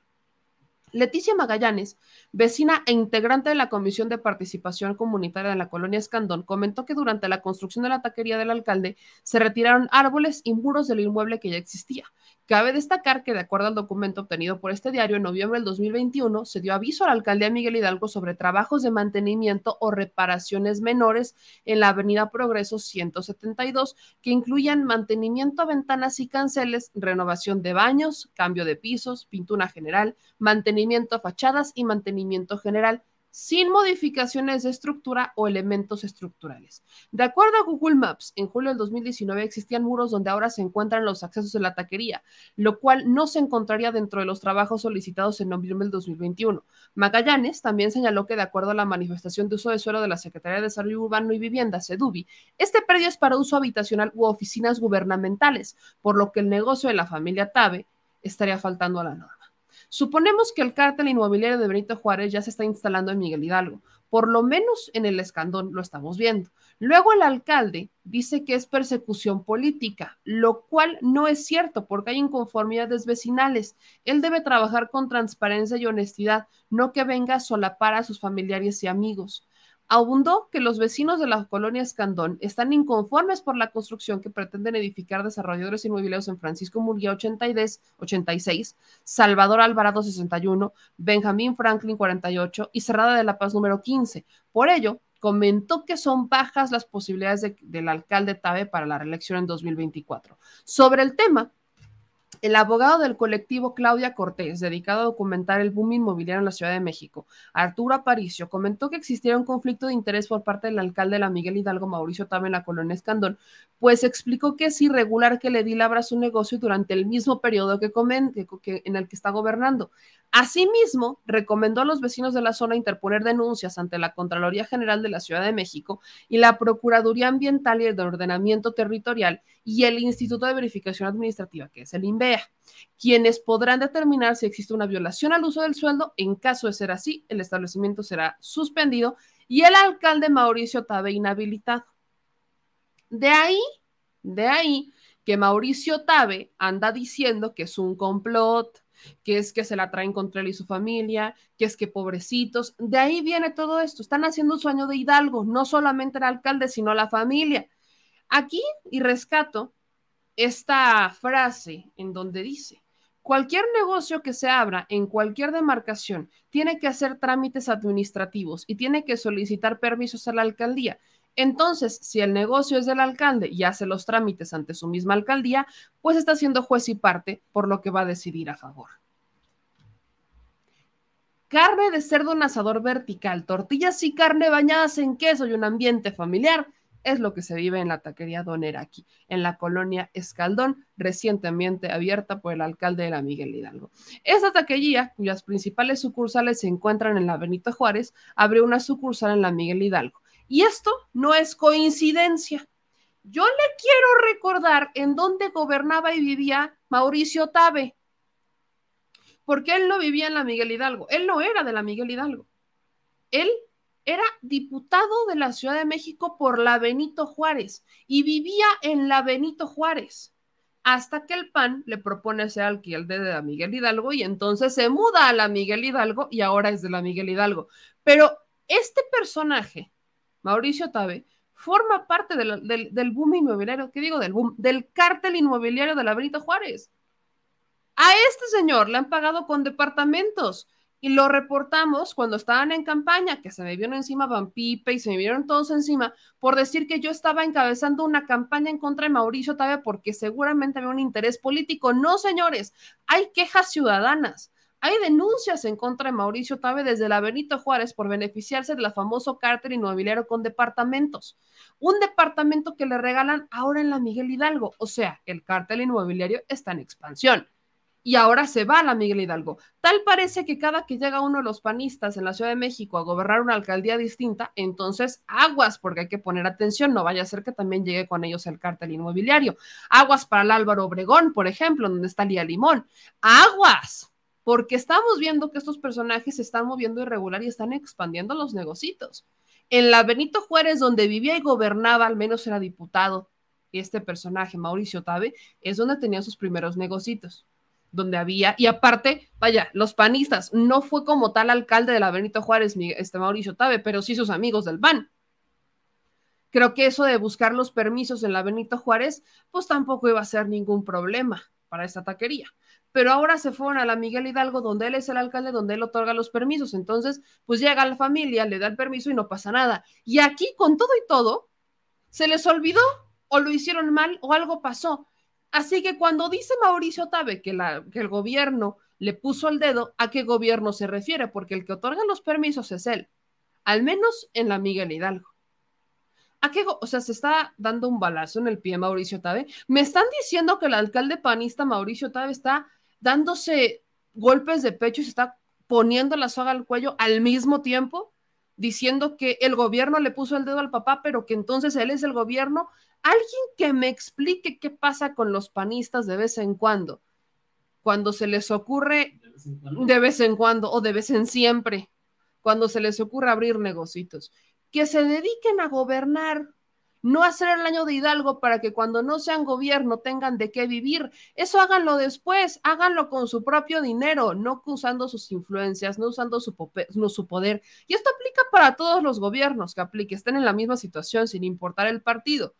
Leticia Magallanes, vecina e integrante de la Comisión de Participación Comunitaria de la colonia Escandón, comentó que durante la construcción de la taquería del alcalde se retiraron árboles y muros del inmueble que ya existía. Cabe destacar que, de acuerdo al documento obtenido por este diario, en noviembre del 2021 se dio aviso a la alcaldía Miguel Hidalgo sobre trabajos de mantenimiento o reparaciones menores en la avenida Progreso 172, que incluían mantenimiento a ventanas y canceles, renovación de baños, cambio de pisos, pintura general, mantenimiento a fachadas y mantenimiento general, sin modificaciones de estructura o elementos estructurales. De acuerdo a Google Maps, en julio del 2019 existían muros donde ahora se encuentran los accesos de la taquería, lo cual no se encontraría dentro de los trabajos solicitados en noviembre del 2021. Magallanes también señaló que, de acuerdo a la manifestación de uso de suelo de la Secretaría de Desarrollo Urbano y Vivienda, SEDUBI, este predio es para uso habitacional u oficinas gubernamentales, por lo que el negocio de la familia Tabe estaría faltando a la norma. Suponemos que el cártel inmobiliario de Benito Juárez ya se está instalando en Miguel Hidalgo, por lo menos en el Escandón lo estamos viendo. Luego el alcalde dice que es persecución política, lo cual no es cierto porque hay inconformidades vecinales. Él debe trabajar con transparencia y honestidad, no que venga a solapar a sus familiares y amigos. Abundó que los vecinos de la colonia Escandón están inconformes por la construcción que pretenden edificar desarrolladores inmobiliarios en Francisco Murguía 86, Salvador Alvarado 61, Benjamín Franklin 48 y Cerrada de la Paz número 15. Por ello, comentó que son bajas las posibilidades del alcalde Tabe para la reelección en 2024. Sobre el tema, el abogado del colectivo Claudia Cortés, dedicado a documentar el boom inmobiliario en la Ciudad de México, Arturo Aparicio, comentó que existiera un conflicto de interés por parte del alcalde de la Miguel Hidalgo, Mauricio Tabe, en la colonia Escandón, pues explicó que es irregular que el edil abra su negocio durante el mismo periodo en el que está gobernando. Asimismo, recomendó a los vecinos de la zona interponer denuncias ante la Contraloría General de la Ciudad de México y la Procuraduría Ambiental y el de Ordenamiento Territorial y el Instituto de Verificación Administrativa, que es el INVEA, quienes podrán determinar si existe una violación al uso del sueldo. En caso de ser así, el establecimiento será suspendido y el alcalde Mauricio Tabe inhabilitado. De ahí que Mauricio Tabe anda diciendo que es un complot, que es que se la traen contra él y su familia, que es que pobrecitos. De ahí viene todo esto. Están haciendo un sueño de Hidalgo, no solamente el alcalde, sino la familia. Aquí, y rescato esta frase en donde dice: cualquier negocio que se abra en cualquier demarcación tiene que hacer trámites administrativos y tiene que solicitar permisos a la alcaldía. Entonces, si el negocio es del alcalde y hace los trámites ante su misma alcaldía, pues está siendo juez y parte, por lo que va a decidir a favor. Carne de cerdo en asador vertical, tortillas y carne bañadas en queso y un ambiente familiar es lo que se vive en la taquería Don Eraqui, en la colonia Escandón, recientemente abierta por el alcalde de la Miguel Hidalgo. Esta taquería, cuyas principales sucursales se encuentran en la Benito Juárez, abrió una sucursal en la Miguel Hidalgo. Y esto no es coincidencia. Yo le quiero recordar en dónde gobernaba y vivía Mauricio Tabe. porque él no vivía en la Miguel Hidalgo, él no era de la Miguel Hidalgo, él era diputado de la Ciudad de México por la Benito Juárez y vivía en la Benito Juárez, hasta que el PAN le propone ser alcalde de la Miguel Hidalgo y entonces se muda a la Miguel Hidalgo y ahora es de la Miguel Hidalgo. Pero este personaje, Mauricio Tabe, forma parte del boom inmobiliario, ¿qué digo del boom? Del cártel inmobiliario de la Benito Juárez. A este señor le han pagado con departamentos y lo reportamos cuando estaban en campaña, que se me vieron encima Van Pipe y se me vieron todos encima por decir que yo estaba encabezando una campaña en contra de Mauricio Tabe porque seguramente había un interés político. No, señores, hay quejas ciudadanas. Hay denuncias en contra de Mauricio Tabe desde la Benito Juárez por beneficiarse de la famoso cártel inmobiliario con departamentos. Un departamento que le regalan ahora en la Miguel Hidalgo. O sea, el cártel inmobiliario está en expansión. Y ahora se va a la Miguel Hidalgo. Tal parece que cada que llega uno de los panistas en la Ciudad de México a gobernar una alcaldía distinta, entonces aguas, porque hay que poner atención, no vaya a ser que también llegue con ellos el cártel inmobiliario. Aguas para el Álvaro Obregón, por ejemplo, donde está Lía Limón. Aguas, porque estamos viendo que estos personajes se están moviendo irregular y están expandiendo los negocios. En la Benito Juárez, donde vivía y gobernaba, al menos era diputado, este personaje, Mauricio Tabe, es donde tenía sus primeros negocios, donde había, y aparte, vaya, los panistas, no fue como tal alcalde de la Benito Juárez, Mauricio Tabe, pero sí sus amigos del PAN. Creo que eso de buscar los permisos en la Benito Juárez, pues tampoco iba a ser ningún problema para esta taquería. Pero ahora se fueron a la Miguel Hidalgo, donde él es el alcalde, donde él otorga los permisos. Entonces, pues llega la familia, le da el permiso y no pasa nada. Y aquí, con todo y todo, se les olvidó o lo hicieron mal o algo pasó. Así que cuando dice Mauricio Tabe que el gobierno le puso el dedo, ¿a qué gobierno se refiere? Porque el que otorga los permisos es él, al menos en la Miguel Hidalgo. ¿A qué? O sea, se está dando un balazo en el pie Mauricio Tabe. Me están diciendo que el alcalde panista Mauricio Tabe está dándose golpes de pecho y se está poniendo la soga al cuello al mismo tiempo, diciendo que el gobierno le puso el dedo al papá, pero que entonces él es el gobierno. Alguien que me explique qué pasa con los panistas de vez en cuando se les ocurre de vez en cuando o de vez en siempre, cuando se les ocurre abrir negocios, que se dediquen a gobernar, no hacer el año de Hidalgo para que cuando no sean gobierno tengan de qué vivir. Eso háganlo después, háganlo con su propio dinero, no usando sus influencias, no usando su poder. Y esto aplica para todos los gobiernos que estén en la misma situación sin importar el partido.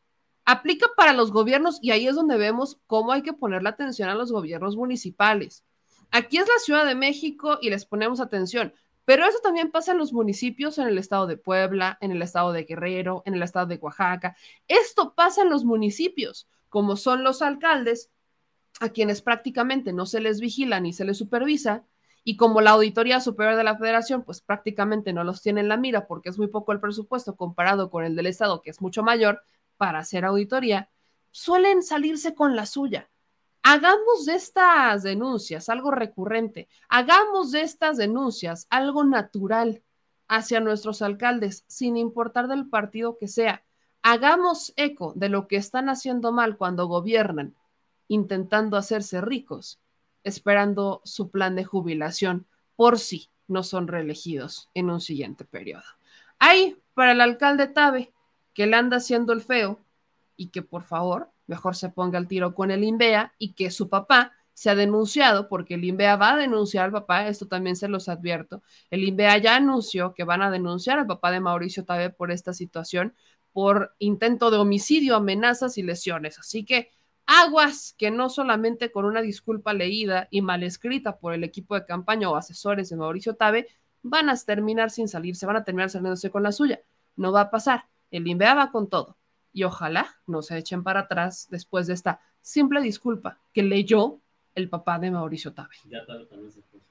Aplica para los gobiernos y ahí es donde vemos cómo hay que ponerle atención a los gobiernos municipales. Aquí es la Ciudad de México y les ponemos atención, pero eso también pasa en los municipios, en el estado de Puebla, en el estado de Guerrero, en el estado de Oaxaca. Esto pasa en los municipios, como son los alcaldes, a quienes prácticamente no se les vigila ni se les supervisa, y como la Auditoría Superior de la Federación, pues prácticamente no los tiene en la mira porque es muy poco el presupuesto comparado con el del estado, que es mucho mayor para hacer auditoría, suelen salirse con la suya. Hagamos de estas denuncias algo recurrente, hagamos de estas denuncias algo natural hacia nuestros alcaldes, sin importar del partido que sea. Hagamos eco de lo que están haciendo mal cuando gobiernan, intentando hacerse ricos, esperando su plan de jubilación por si no son reelegidos en un siguiente periodo. Ahí, para el alcalde Tabe, que le anda haciendo el feo y que por favor mejor se ponga al tiro con el INVEA y que su papá se ha denunciado, porque el INVEA va a denunciar al papá, esto también se los advierto. El INVEA ya anunció que van a denunciar al papá de Mauricio Tabe por esta situación, por intento de homicidio, amenazas y lesiones. Así que aguas, que no solamente con una disculpa leída y mal escrita por el equipo de campaña o asesores de Mauricio Tabe van a terminar sin salirse, van a terminar saliéndose con la suya. No va a pasar. El INVEA va con todo. Y ojalá no se echen para atrás después de esta simple disculpa que leyó el papá de Mauricio Tabe. Ya Tabe también se puso.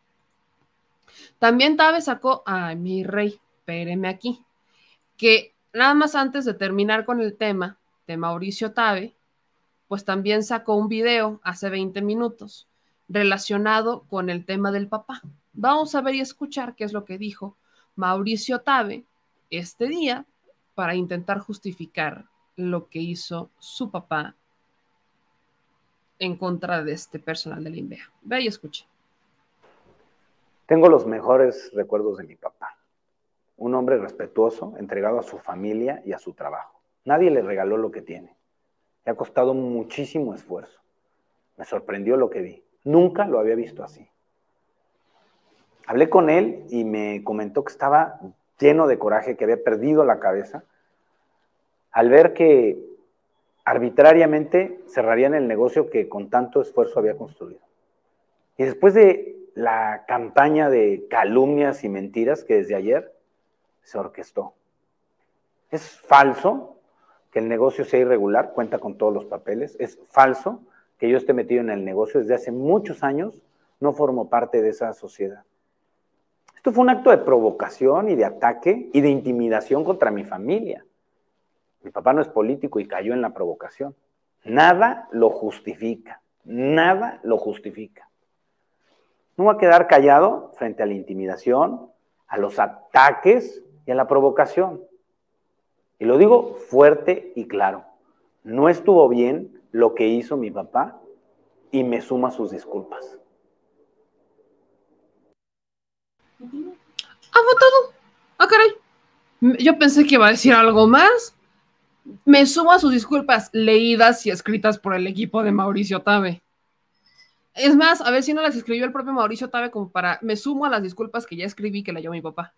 También Tabe sacó, ay, mi rey, espéreme aquí, que nada más antes de terminar con el tema de Mauricio Tabe, pues también sacó un video hace 20 minutos relacionado con el tema del papá. Vamos a ver y escuchar qué es lo que dijo Mauricio Tabe este día para intentar justificar lo que hizo su papá en contra de este personal del INVEA. Ve y escuche. Tengo los mejores recuerdos de mi papá. Un hombre respetuoso, entregado a su familia y a su trabajo. Nadie le regaló lo que tiene. Le ha costado muchísimo esfuerzo. Me sorprendió lo que vi. Nunca lo había visto así. Hablé con él y me comentó que estaba lleno de coraje, que había perdido la cabeza al ver que arbitrariamente cerrarían el negocio que con tanto esfuerzo había construido. Y después de la campaña de calumnias y mentiras que desde ayer se orquestó. Es falso que el negocio sea irregular, cuenta con todos los papeles. Es falso que yo esté metido en el negocio desde hace muchos años, no formo parte de esa sociedad. Esto fue un acto de provocación y de ataque y de intimidación contra mi familia. Mi papá no es político y cayó en la provocación. Nada lo justifica. Nada lo justifica. No voy a quedar callado frente a la intimidación, a los ataques y a la provocación. Y lo digo fuerte y claro. No estuvo bien lo que hizo mi papá y me suma sus disculpas. Fue todo. Caray. Yo pensé que iba a decir algo más. Me sumo a sus disculpas leídas y escritas por el equipo de Mauricio Tabe. Es más, a ver si no las escribió el propio Mauricio Tabe como para... Me sumo a las disculpas que ya escribí que leyó mi papá.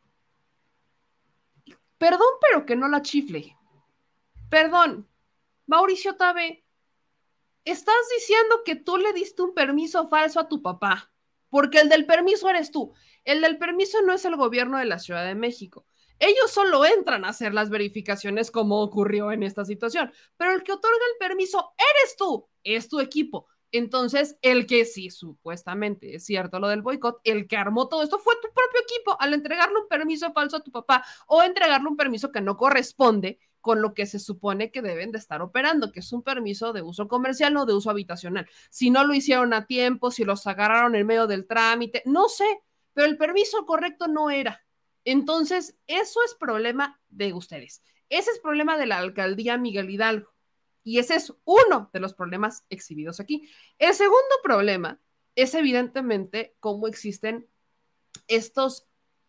Perdón, pero que no la chifle. Perdón. Mauricio Tabe, estás diciendo que tú le diste un permiso falso a tu papá. Porque el del permiso eres tú. El del permiso no es el gobierno de la Ciudad de México. Ellos solo entran a hacer las verificaciones como ocurrió en esta situación. Pero el que otorga el permiso eres tú. Es tu equipo. Entonces, el que sí, supuestamente, es cierto lo del boicot, el que armó todo esto fue tu propio equipo al entregarle un permiso falso a tu papá o entregarle un permiso que no corresponde con lo que se supone que deben de estar operando, que es un permiso de uso comercial, no de uso habitacional. Si no lo hicieron a tiempo, si los agarraron en medio del trámite, no sé, pero el permiso correcto no era. Entonces, eso es problema de ustedes. Ese es problema de la alcaldía Miguel Hidalgo. Y ese es uno de los problemas exhibidos aquí. El segundo problema es evidentemente cómo existen estos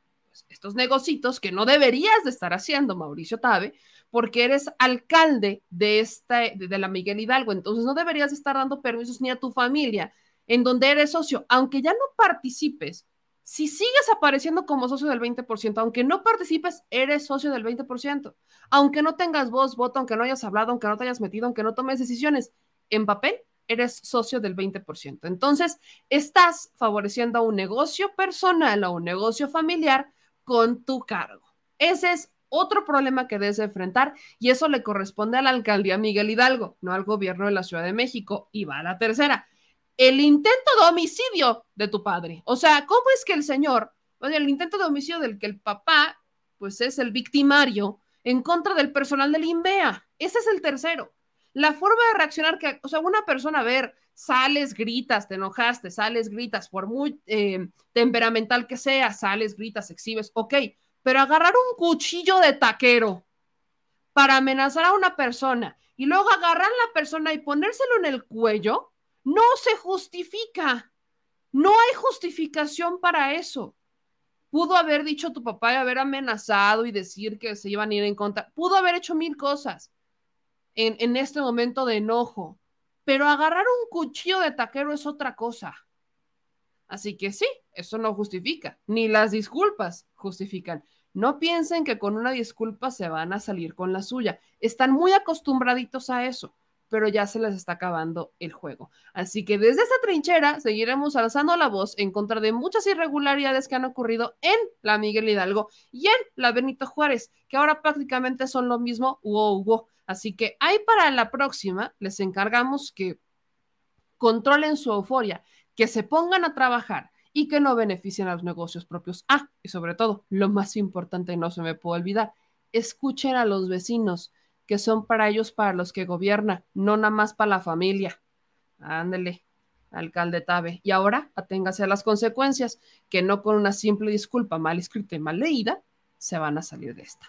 negocitos que no deberías de estar haciendo, Mauricio Tabe, porque eres alcalde de la Miguel Hidalgo, entonces no deberías estar dando permisos ni a tu familia, en donde eres socio, aunque ya no participes. Si sigues apareciendo como socio del 20%, aunque no participes, eres socio del 20%. Aunque no tengas voz, voto, aunque no hayas hablado, aunque no te hayas metido, aunque no tomes decisiones, en papel eres socio del 20%. Entonces, estás favoreciendo a un negocio personal o un negocio familiar con tu cargo. Ese es otro problema que debes enfrentar y eso le corresponde a la alcaldía Miguel Hidalgo, no al gobierno de la Ciudad de México. Y va a la tercera. El intento de homicidio de tu padre. O sea, ¿cómo es que el señor, el intento de homicidio del que el papá, pues es el victimario en contra del personal del INVEA? Ese es el tercero. La forma de reaccionar que, o sea, una persona, a ver, sales, gritas, te enojaste, sales, gritas, por muy temperamental que sea, sales, gritas, exhibes, ok, pero agarrar un cuchillo de taquero para amenazar a una persona y luego agarrar a la persona y ponérselo en el cuello, no se justifica. No hay justificación para eso. Pudo haber dicho tu papá y haber amenazado y decir que se iban a ir en contra. Pudo haber hecho mil cosas en este momento de enojo. Pero agarrar un cuchillo de taquero es otra cosa. Así que sí, eso no justifica. Ni las disculpas justifican. No piensen que con una disculpa se van a salir con la suya. Están muy acostumbraditos a eso, pero ya se les está acabando el juego. Así que desde esta trinchera seguiremos alzando la voz en contra de muchas irregularidades que han ocurrido en la Miguel Hidalgo y en la Benito Juárez, que ahora prácticamente son lo mismo, Así que ahí para la próxima les encargamos que controlen su euforia, que se pongan a trabajar y que no beneficien a los negocios propios. Y sobre todo, lo más importante, no se me puede olvidar, escuchen a los vecinos, que son para ellos, para los que gobierna, no nada más para la familia. Ándele, alcalde Tabe. Y ahora, aténgase a las consecuencias, que no con una simple disculpa mal escrita y mal leída, se van a salir de esta.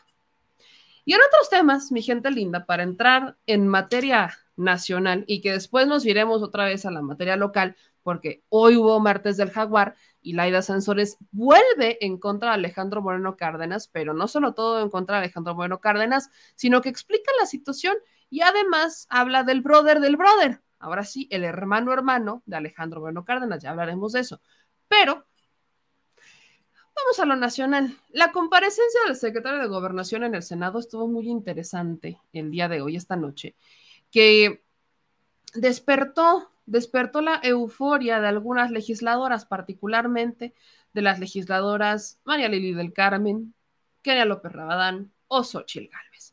Y en otros temas, mi gente linda, para entrar en materia nacional y que después nos iremos otra vez a la materia local, porque hoy hubo martes del Jaguar y Laida Sansores vuelve en contra de Alejandro Moreno Cárdenas, pero no solo todo en contra de Alejandro Moreno Cárdenas, sino que explica la situación y además habla del brother, ahora sí, el hermano de Alejandro Moreno Cárdenas, ya hablaremos de eso, pero vamos a lo nacional. La comparecencia del secretario de Gobernación en el Senado estuvo muy interesante el día de hoy, esta noche, que despertó la euforia de algunas legisladoras, particularmente de las legisladoras María Lili del Carmen, Kenia López Rabadán o Xóchitl Gálvez.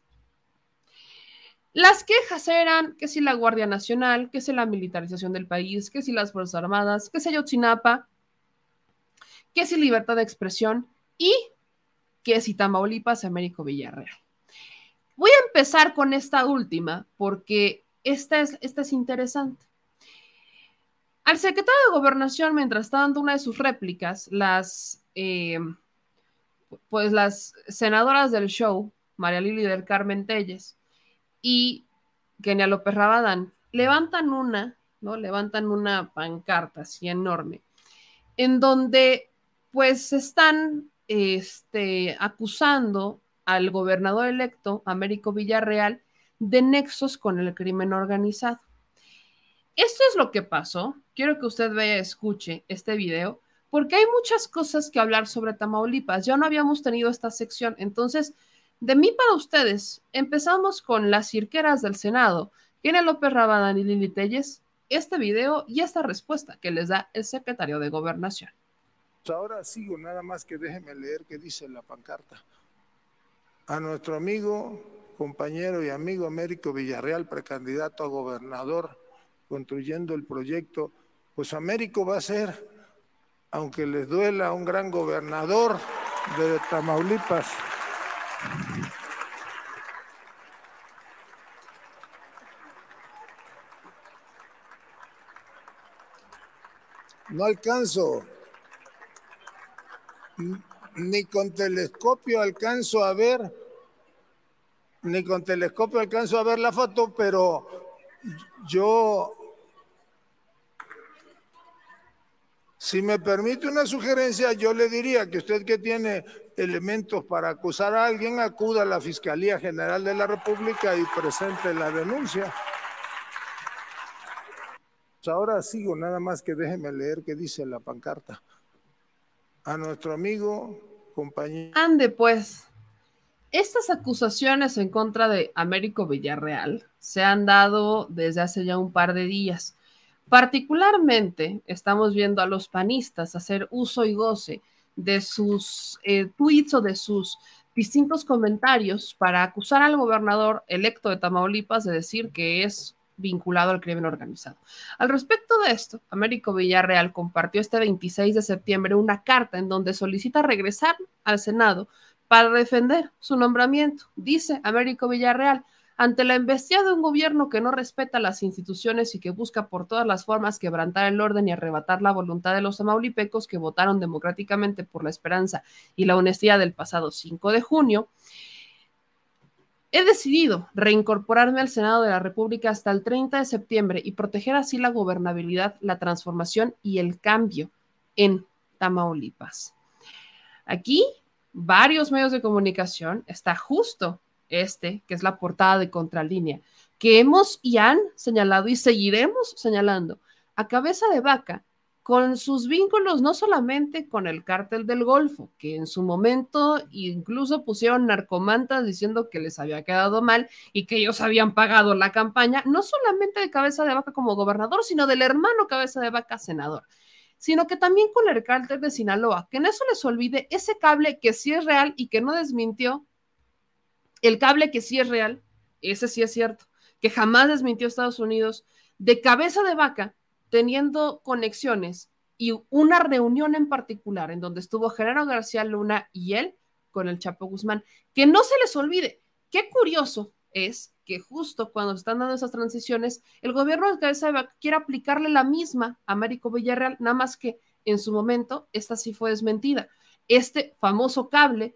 Las quejas eran que si la Guardia Nacional, que si la militarización del país, que si las Fuerzas Armadas, que si Ayotzinapa, que si libertad de expresión y que si Tamaulipas, Américo Villarreal. Voy a empezar con esta última porque esta es interesante. Al secretario de Gobernación, mientras está dando una de sus réplicas, las senadoras del show, María Lili del Carmen Telles y Kenia López Rabadán, levantan una pancarta así enorme, en donde pues están acusando al gobernador electo, Américo Villarreal, de nexos con el crimen organizado. Esto es lo que pasó. Quiero que usted vea, escuche este video, porque hay muchas cosas que hablar sobre Tamaulipas. Ya no habíamos tenido esta sección. Entonces, de mí para ustedes, empezamos con las cirqueras del Senado, Kenia López Rabadán y Lili Telles, este video y esta respuesta que les da el secretario de Gobernación. Ahora sigo, nada más que déjeme leer qué dice la pancarta. A nuestro amigo, compañero y amigo Américo Villarreal, precandidato a gobernador, construyendo el proyecto, pues Américo va a ser, aunque les duela, un gran gobernador de Tamaulipas. No alcanzo, ni con telescopio alcanzo a ver la foto, pero yo, si me permite una sugerencia, yo le diría que usted, que tiene elementos para acusar a alguien, acuda a la Fiscalía General de la República y presente la denuncia. Ahora sigo, nada más que déjeme leer qué dice la pancarta. A nuestro amigo, compañero... Ande pues, estas acusaciones en contra de Américo Villarreal se han dado desde hace ya un par de días. Particularmente estamos viendo a los panistas hacer uso y goce de sus tweets o de sus distintos comentarios para acusar al gobernador electo de Tamaulipas de decir que es vinculado al crimen organizado. Al respecto de esto, Américo Villarreal compartió este 26 de septiembre una carta en donde solicita regresar al Senado para defender su nombramiento. Dice Américo Villarreal: ante la embestida de un gobierno que no respeta las instituciones y que busca por todas las formas quebrantar el orden y arrebatar la voluntad de los tamaulipecos que votaron democráticamente por la esperanza y la honestidad del pasado 5 de junio, he decidido reincorporarme al Senado de la República hasta el 30 de septiembre y proteger así la gobernabilidad, la transformación y el cambio en Tamaulipas. Aquí, varios medios de comunicación, está justo que es la portada de Contralínea, que hemos y han señalado y seguiremos señalando a Cabeza de Vaca con sus vínculos no solamente con el cártel del Golfo, que en su momento incluso pusieron narcomantas diciendo que les había quedado mal y que ellos habían pagado la campaña, no solamente de Cabeza de Vaca como gobernador, sino del hermano Cabeza de Vaca senador, sino que también con el cártel de Sinaloa, que no se les olvide ese cable que sí es real y que no desmintió, el cable que sí es real, ese sí es cierto, que jamás desmintió Estados Unidos, de Cabeza de Vaca, teniendo conexiones y una reunión en particular en donde estuvo Genaro García Luna y él con el Chapo Guzmán. Que no se les olvide, qué curioso es que justo cuando se están dando esas transiciones, el gobierno de Cabeza de Vaca quiere aplicarle la misma a Américo Villarreal, nada más que en su momento esta sí fue desmentida. Este famoso cable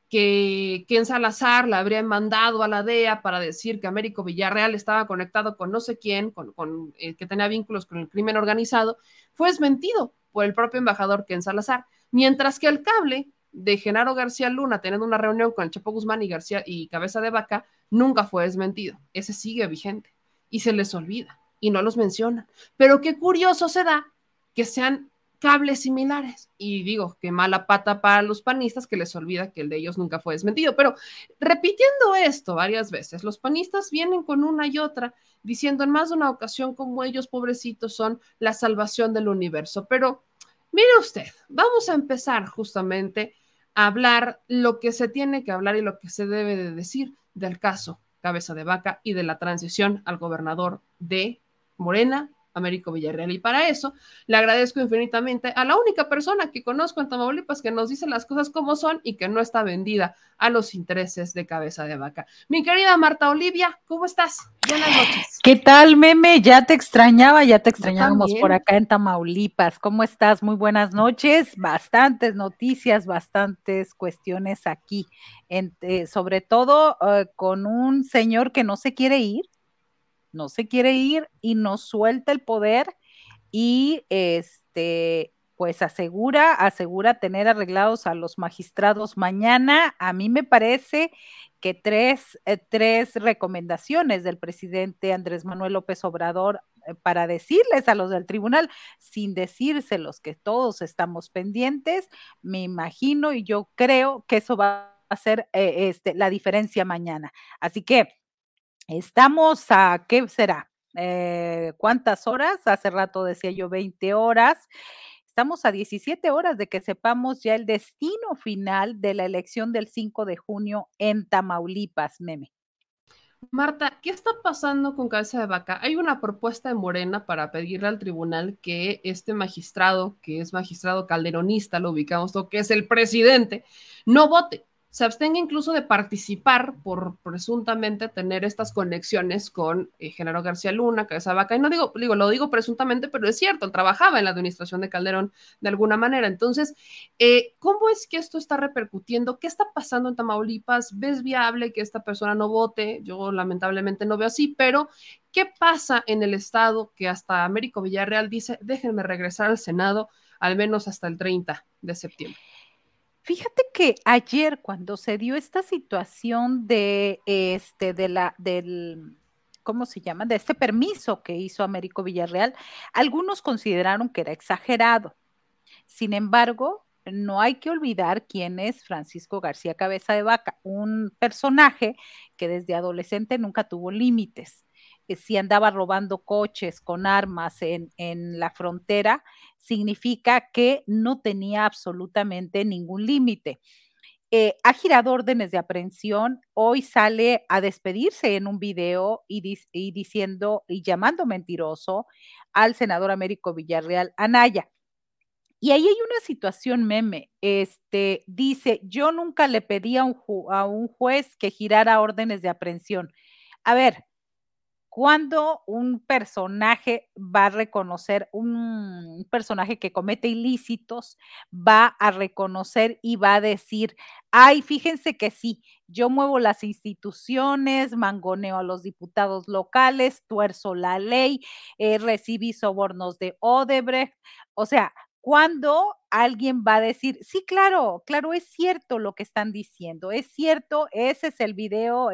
que Ken Salazar le habría mandado a la DEA para decir que Américo Villarreal estaba conectado con no sé quién, que tenía vínculos con el crimen organizado, fue desmentido por el propio embajador Ken Salazar. Mientras que el cable de Genaro García Luna teniendo una reunión con el Chapo Guzmán y García y Cabeza de Vaca nunca fue desmentido. Ese sigue vigente y se les olvida y no los mencionan. Pero qué curioso se da que sean cables similares. Y digo, qué mala pata para los panistas que les olvida que el de ellos nunca fue desmentido. Pero repitiendo esto varias veces, los panistas vienen con una y otra diciendo en más de una ocasión cómo ellos, pobrecitos, son la salvación del universo. Pero mire usted, vamos a empezar justamente a hablar lo que se tiene que hablar y lo que se debe de decir del caso Cabeza de Vaca y de la transición al gobernador de Morena, Américo Villarreal. Y para eso le agradezco infinitamente a la única persona que conozco en Tamaulipas que nos dice las cosas como son y que no está vendida a los intereses de Cabeza de Vaca. Mi querida Marta Olivia, ¿cómo estás? Buenas noches. ¿Qué tal, Meme? Ya te extrañábamos por acá en Tamaulipas. ¿Cómo estás? Muy buenas noches. Bastantes noticias, bastantes cuestiones aquí, sobre todo con un señor que no se quiere ir y nos suelta el poder y pues asegura tener arreglados a los magistrados mañana. A mí me parece que tres recomendaciones del presidente Andrés Manuel López Obrador para decirles a los del tribunal, sin decírselos que todos estamos pendientes, me imagino y yo creo que eso va a ser la diferencia mañana. Así que estamos a, ¿qué será? ¿Cuántas horas? Hace rato decía yo 20 horas. Estamos a 17 horas de que sepamos ya el destino final de la elección del 5 de junio en Tamaulipas, Meme. Marta, ¿qué está pasando con Cabeza de Vaca? Hay una propuesta de Morena para pedirle al tribunal que este magistrado, que es magistrado calderonista, lo ubicamos todo, que es el presidente, no vote. Se abstenga incluso de participar por presuntamente tener estas conexiones con Genaro García Luna, Cabeza de Vaca. Y no lo digo presuntamente, pero es cierto, él trabajaba en la administración de Calderón de alguna manera. Entonces, ¿cómo es que esto está repercutiendo? ¿Qué está pasando en Tamaulipas? ¿Ves viable que esta persona no vote? Yo lamentablemente no veo así, pero ¿qué pasa en el estado que hasta Américo Villarreal dice, déjenme regresar al Senado al menos hasta el 30 de septiembre? Fíjate que ayer cuando se dio esta situación del ¿cómo se llama? De este permiso que hizo Américo Villarreal, algunos consideraron que era exagerado. Sin embargo, no hay que olvidar quién es Francisco García Cabeza de Vaca, un personaje que desde adolescente nunca tuvo límites. Si andaba robando coches con armas en la frontera, significa que no tenía absolutamente ningún límite. Ha girado órdenes de aprehensión, hoy sale a despedirse en un video y diciendo y llamando mentiroso al senador Américo Villarreal Anaya. Y ahí hay una situación, Meme, dice, yo nunca le pedí a un juez que girara órdenes de aprehensión. A ver, ¿cuándo un personaje va a reconocer, un personaje que comete ilícitos, va a reconocer y va a decir, ay, fíjense que sí, yo muevo las instituciones, mangoneo a los diputados locales, tuerzo la ley, recibí sobornos de Odebrecht? O sea, ¿cuándo alguien va a decir, sí, claro, es cierto lo que están diciendo, es cierto, ese es el video,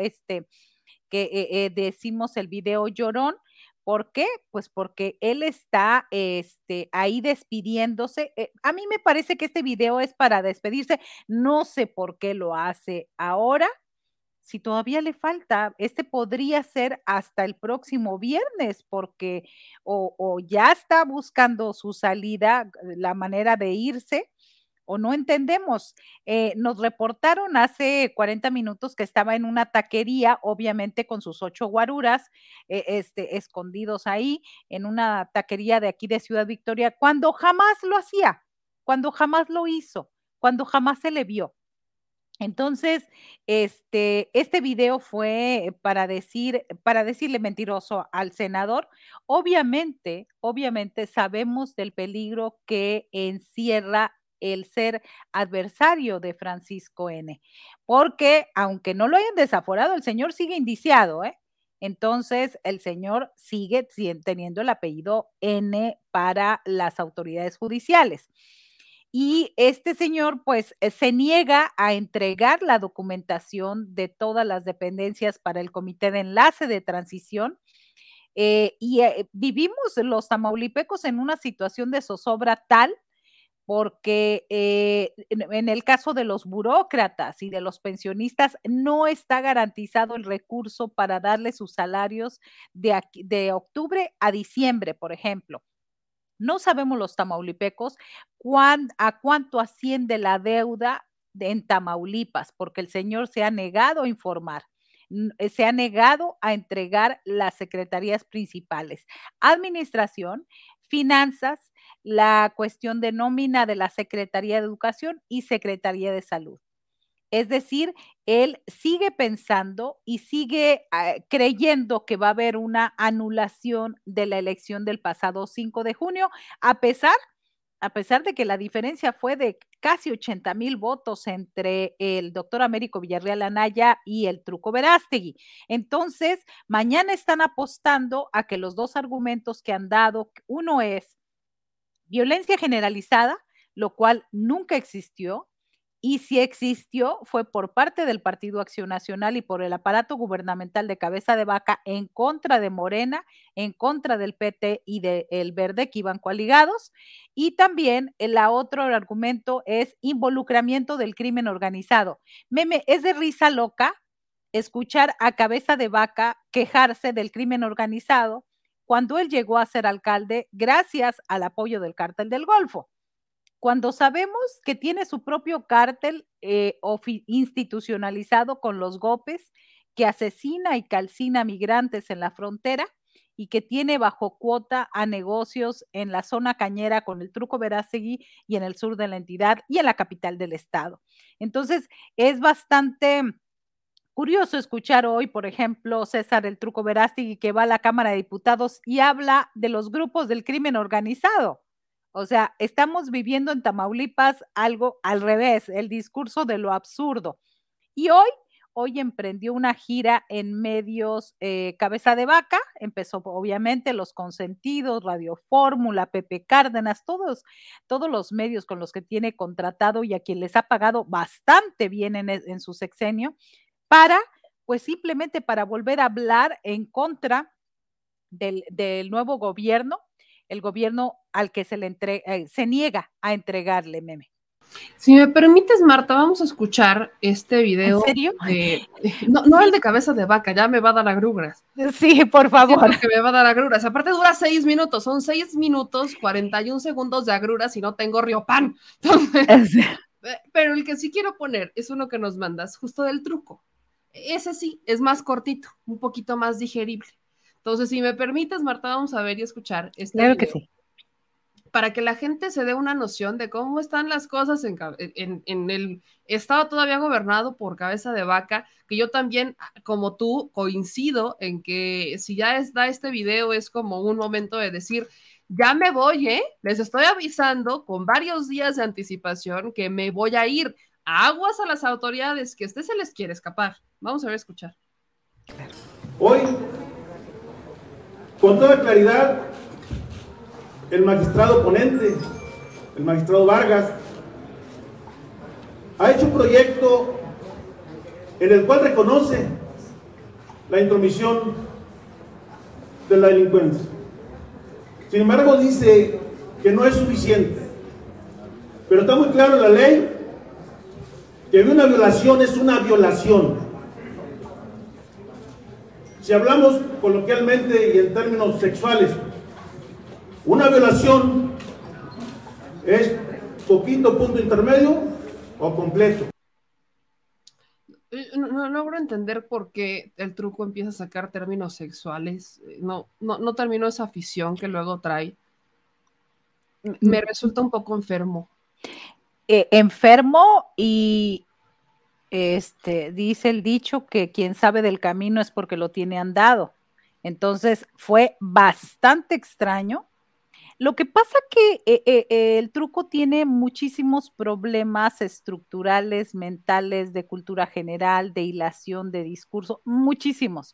que decimos el video llorón? ¿Por qué? Pues porque él está ahí despidiéndose. A mí me parece que este video es para despedirse. No sé por qué lo hace ahora. Si todavía le falta, podría ser hasta el próximo viernes, porque o ya está buscando su salida, la manera de irse, o no entendemos. Nos reportaron hace 40 minutos que estaba en una taquería, obviamente con sus 8 guaruras, escondidos ahí, en una taquería de aquí de Ciudad Victoria, cuando jamás lo hacía, cuando jamás lo hizo, cuando jamás se le vio. Entonces, este video fue para decirle mentiroso al senador. Obviamente sabemos del peligro que encierra el ser adversario de Francisco N. Porque aunque no lo hayan desaforado, el señor sigue indiciado, ¿eh? Entonces, el señor sigue teniendo el apellido N para las autoridades judiciales. Y este señor, pues, se niega a entregar la documentación de todas las dependencias para el Comité de Enlace de Transición. Vivimos los tamaulipecos en una situación de zozobra tal porque en el caso de los burócratas y de los pensionistas no está garantizado el recurso para darle sus salarios de octubre a diciembre, por ejemplo. No sabemos los tamaulipecos a cuánto asciende la deuda en Tamaulipas, porque el señor se ha negado a informar, se ha negado a entregar las secretarías principales, administración, finanzas, la cuestión de nómina de la Secretaría de Educación y Secretaría de Salud. Es decir, él sigue pensando y sigue creyendo que va a haber una anulación de la elección del pasado 5 de junio, a pesar de que la diferencia fue de casi 80,000 votos entre el doctor Américo Villarreal Anaya y el Truco Verástegui. Entonces, mañana están apostando a que los dos argumentos que han dado, uno es violencia generalizada, lo cual nunca existió, y si existió fue por parte del Partido Acción Nacional y por el aparato gubernamental de cabeza de vaca en contra de Morena, en contra del PT y del Verde que iban coaligados. Y también el otro argumento es involucramiento del crimen organizado. Meme, es de risa loca escuchar a cabeza de vaca quejarse del crimen organizado cuando él llegó a ser alcalde gracias al apoyo del Cártel del Golfo. Cuando sabemos que tiene su propio cártel institucionalizado con los Gopes, que asesina y calcina migrantes en la frontera y que tiene bajo cuota a negocios en la zona cañera con el Truco Verástegui y en el sur de la entidad y en la capital del estado. Entonces, es bastante curioso escuchar hoy, por ejemplo, César el Truco Verástegui, que va a la Cámara de Diputados y habla de los grupos del crimen organizado. O sea, estamos viviendo en Tamaulipas algo al revés, el discurso de lo absurdo. Y hoy emprendió una gira en medios cabeza de vaca, empezó obviamente Los Consentidos, Radio Fórmula, Pepe Cárdenas, todos los medios con los que tiene contratado y a quien les ha pagado bastante bien en su sexenio, pues simplemente para volver a hablar en contra del nuevo gobierno, el gobierno al que se niega a entregarle, Meme. Si me permites, Marta, vamos a escuchar este video. ¿En serio? No el de cabeza de vaca, ya me va a dar agruras. Sí, por favor. Que me va a dar agruras. Aparte dura 6 minutos, son 6 minutos, 41 segundos de agruras y no tengo Riopan. Entonces, pero el que sí quiero poner es uno que nos mandas, justo del Truco. Ese sí, es más cortito, un poquito más digerible. Entonces, si me permites, Marta, vamos a ver y escuchar este video. Claro que sí. Para que la gente se dé una noción de cómo están las cosas en el estado todavía gobernado por cabeza de vaca, que yo también, como tú, coincido en que si ya está este video es como un momento de decir, ya me voy, les estoy avisando con varios días de anticipación que me voy a ir. Aguas a las autoridades, que se les quiere escapar. Vamos a ver, escuchar. Hoy, con toda claridad, el magistrado ponente, el magistrado Vargas, ha hecho un proyecto en el cual reconoce la intromisión de la delincuencia. Sin embargo, dice que no es suficiente. Pero está muy claro en la ley que una violación es una violación. Si hablamos coloquialmente y en términos sexuales, una violación es poquito, punto intermedio o completo. No logro entender por qué el Truco empieza a sacar términos sexuales. No terminó esa afición que luego trae. Me resulta un poco enfermo. Enfermo y dice el dicho que quien sabe del camino es porque lo tiene andado. Entonces fue bastante extraño. Lo que pasa que el truco tiene muchísimos problemas estructurales, mentales, de cultura general, de hilación, de discurso, muchísimos.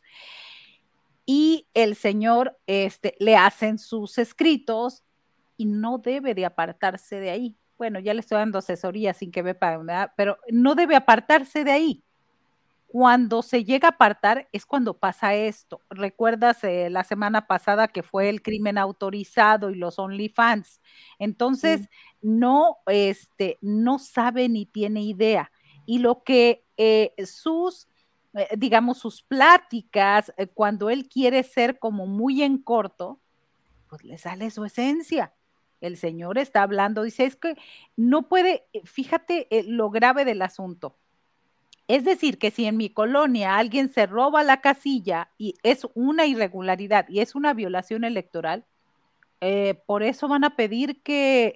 Y el señor le hacen sus escritos y no debe de apartarse de ahí. Bueno, ya le estoy dando asesoría sin que me paguen, ¿verdad? Pero no debe apartarse de ahí. Cuando se llega a apartar es cuando pasa esto. ¿Recuerdas la semana pasada que fue el crimen autorizado y los OnlyFans? Entonces, no, no sabe ni tiene idea. Y lo que digamos, sus pláticas, cuando él quiere ser como muy en corto, pues le sale su esencia. El señor está hablando, dice, es que no puede, fíjate lo grave del asunto. Es decir, que si en mi colonia alguien se roba la casilla y es una irregularidad y es una violación electoral, por eso van a pedir que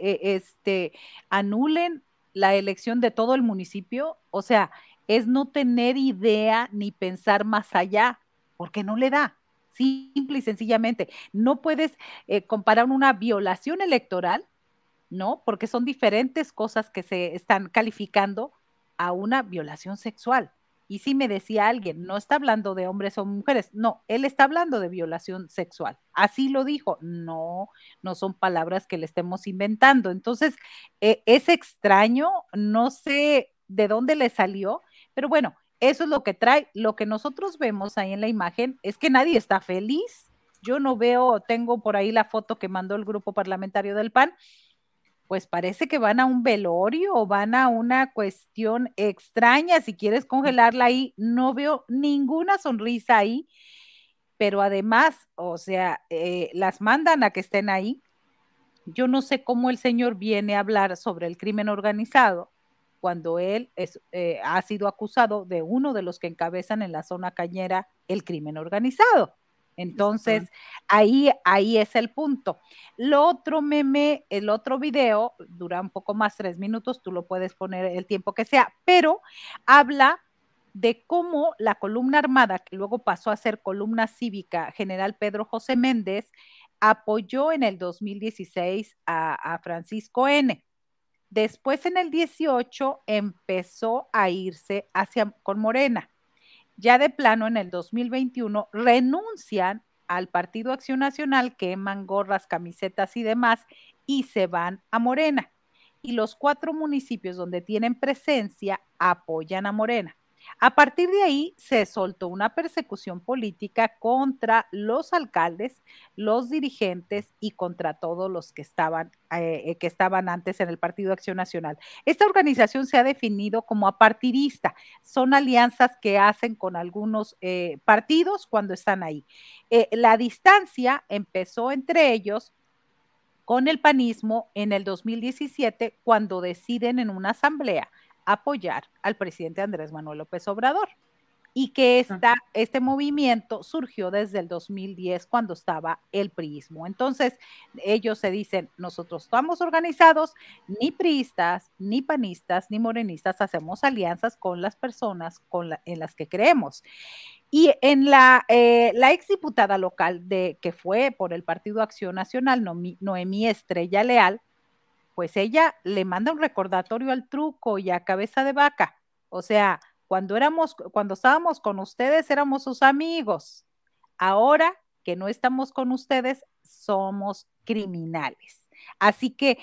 anulen la elección de todo el municipio. O sea, es no tener idea ni pensar más allá, porque no le da. Simple y sencillamente. No puedes comparar una violación electoral, ¿no? Porque son diferentes cosas que se están calificando a una violación sexual. Y si me decía alguien, no está hablando de hombres o mujeres, no, él está hablando de violación sexual. Así lo dijo, no, no son palabras que le estemos inventando. Entonces, es extraño, no sé de dónde le salió, pero bueno, eso es lo que trae. Lo que nosotros vemos ahí en la imagen es que nadie está feliz. Yo no veo, tengo por ahí la foto que mandó el grupo parlamentario del PAN, pues parece que van a un velorio o van a una cuestión extraña. Si quieres congelarla ahí, no veo ninguna sonrisa ahí, pero además, o sea, las mandan a que estén ahí. Yo no sé cómo el señor viene a hablar sobre el crimen organizado cuando él ha sido acusado de uno de los que encabezan en la zona cañera el crimen organizado. Entonces, ahí es el punto. Lo otro meme, el otro video, dura un poco más, 3 minutos, tú lo puedes poner el tiempo que sea, pero habla de cómo la columna armada, que luego pasó a ser columna cívica, general Pedro José Méndez, apoyó en el 2016 a Francisco N. Después, en el 18, empezó a irse con Morena. Ya de plano, en el 2021, renuncian al Partido Acción Nacional, queman gorras, camisetas y demás, y se van a Morena. Y los 4 municipios donde tienen presencia apoyan a Morena. A partir de ahí se soltó una persecución política contra los alcaldes, los dirigentes y contra todos los que estaban antes en el Partido Acción Nacional. Esta organización se ha definido como apartidista. Son alianzas que hacen con algunos partidos cuando están ahí. La distancia empezó entre ellos con el panismo en el 2017, cuando deciden en una asamblea apoyar al presidente Andrés Manuel López Obrador, y que este movimiento surgió desde el 2010 cuando estaba el priismo. Entonces, ellos se dicen, nosotros estamos organizados, ni priistas, ni panistas, ni morenistas, hacemos alianzas con las personas en las que creemos. Y en la exdiputada local que fue por el Partido Acción Nacional, Noemí Estrella Leal, pues ella le manda un recordatorio al Truco y a Cabeza de Vaca. O sea, cuando estábamos con ustedes éramos sus amigos. Ahora que no estamos con ustedes, somos criminales. Así que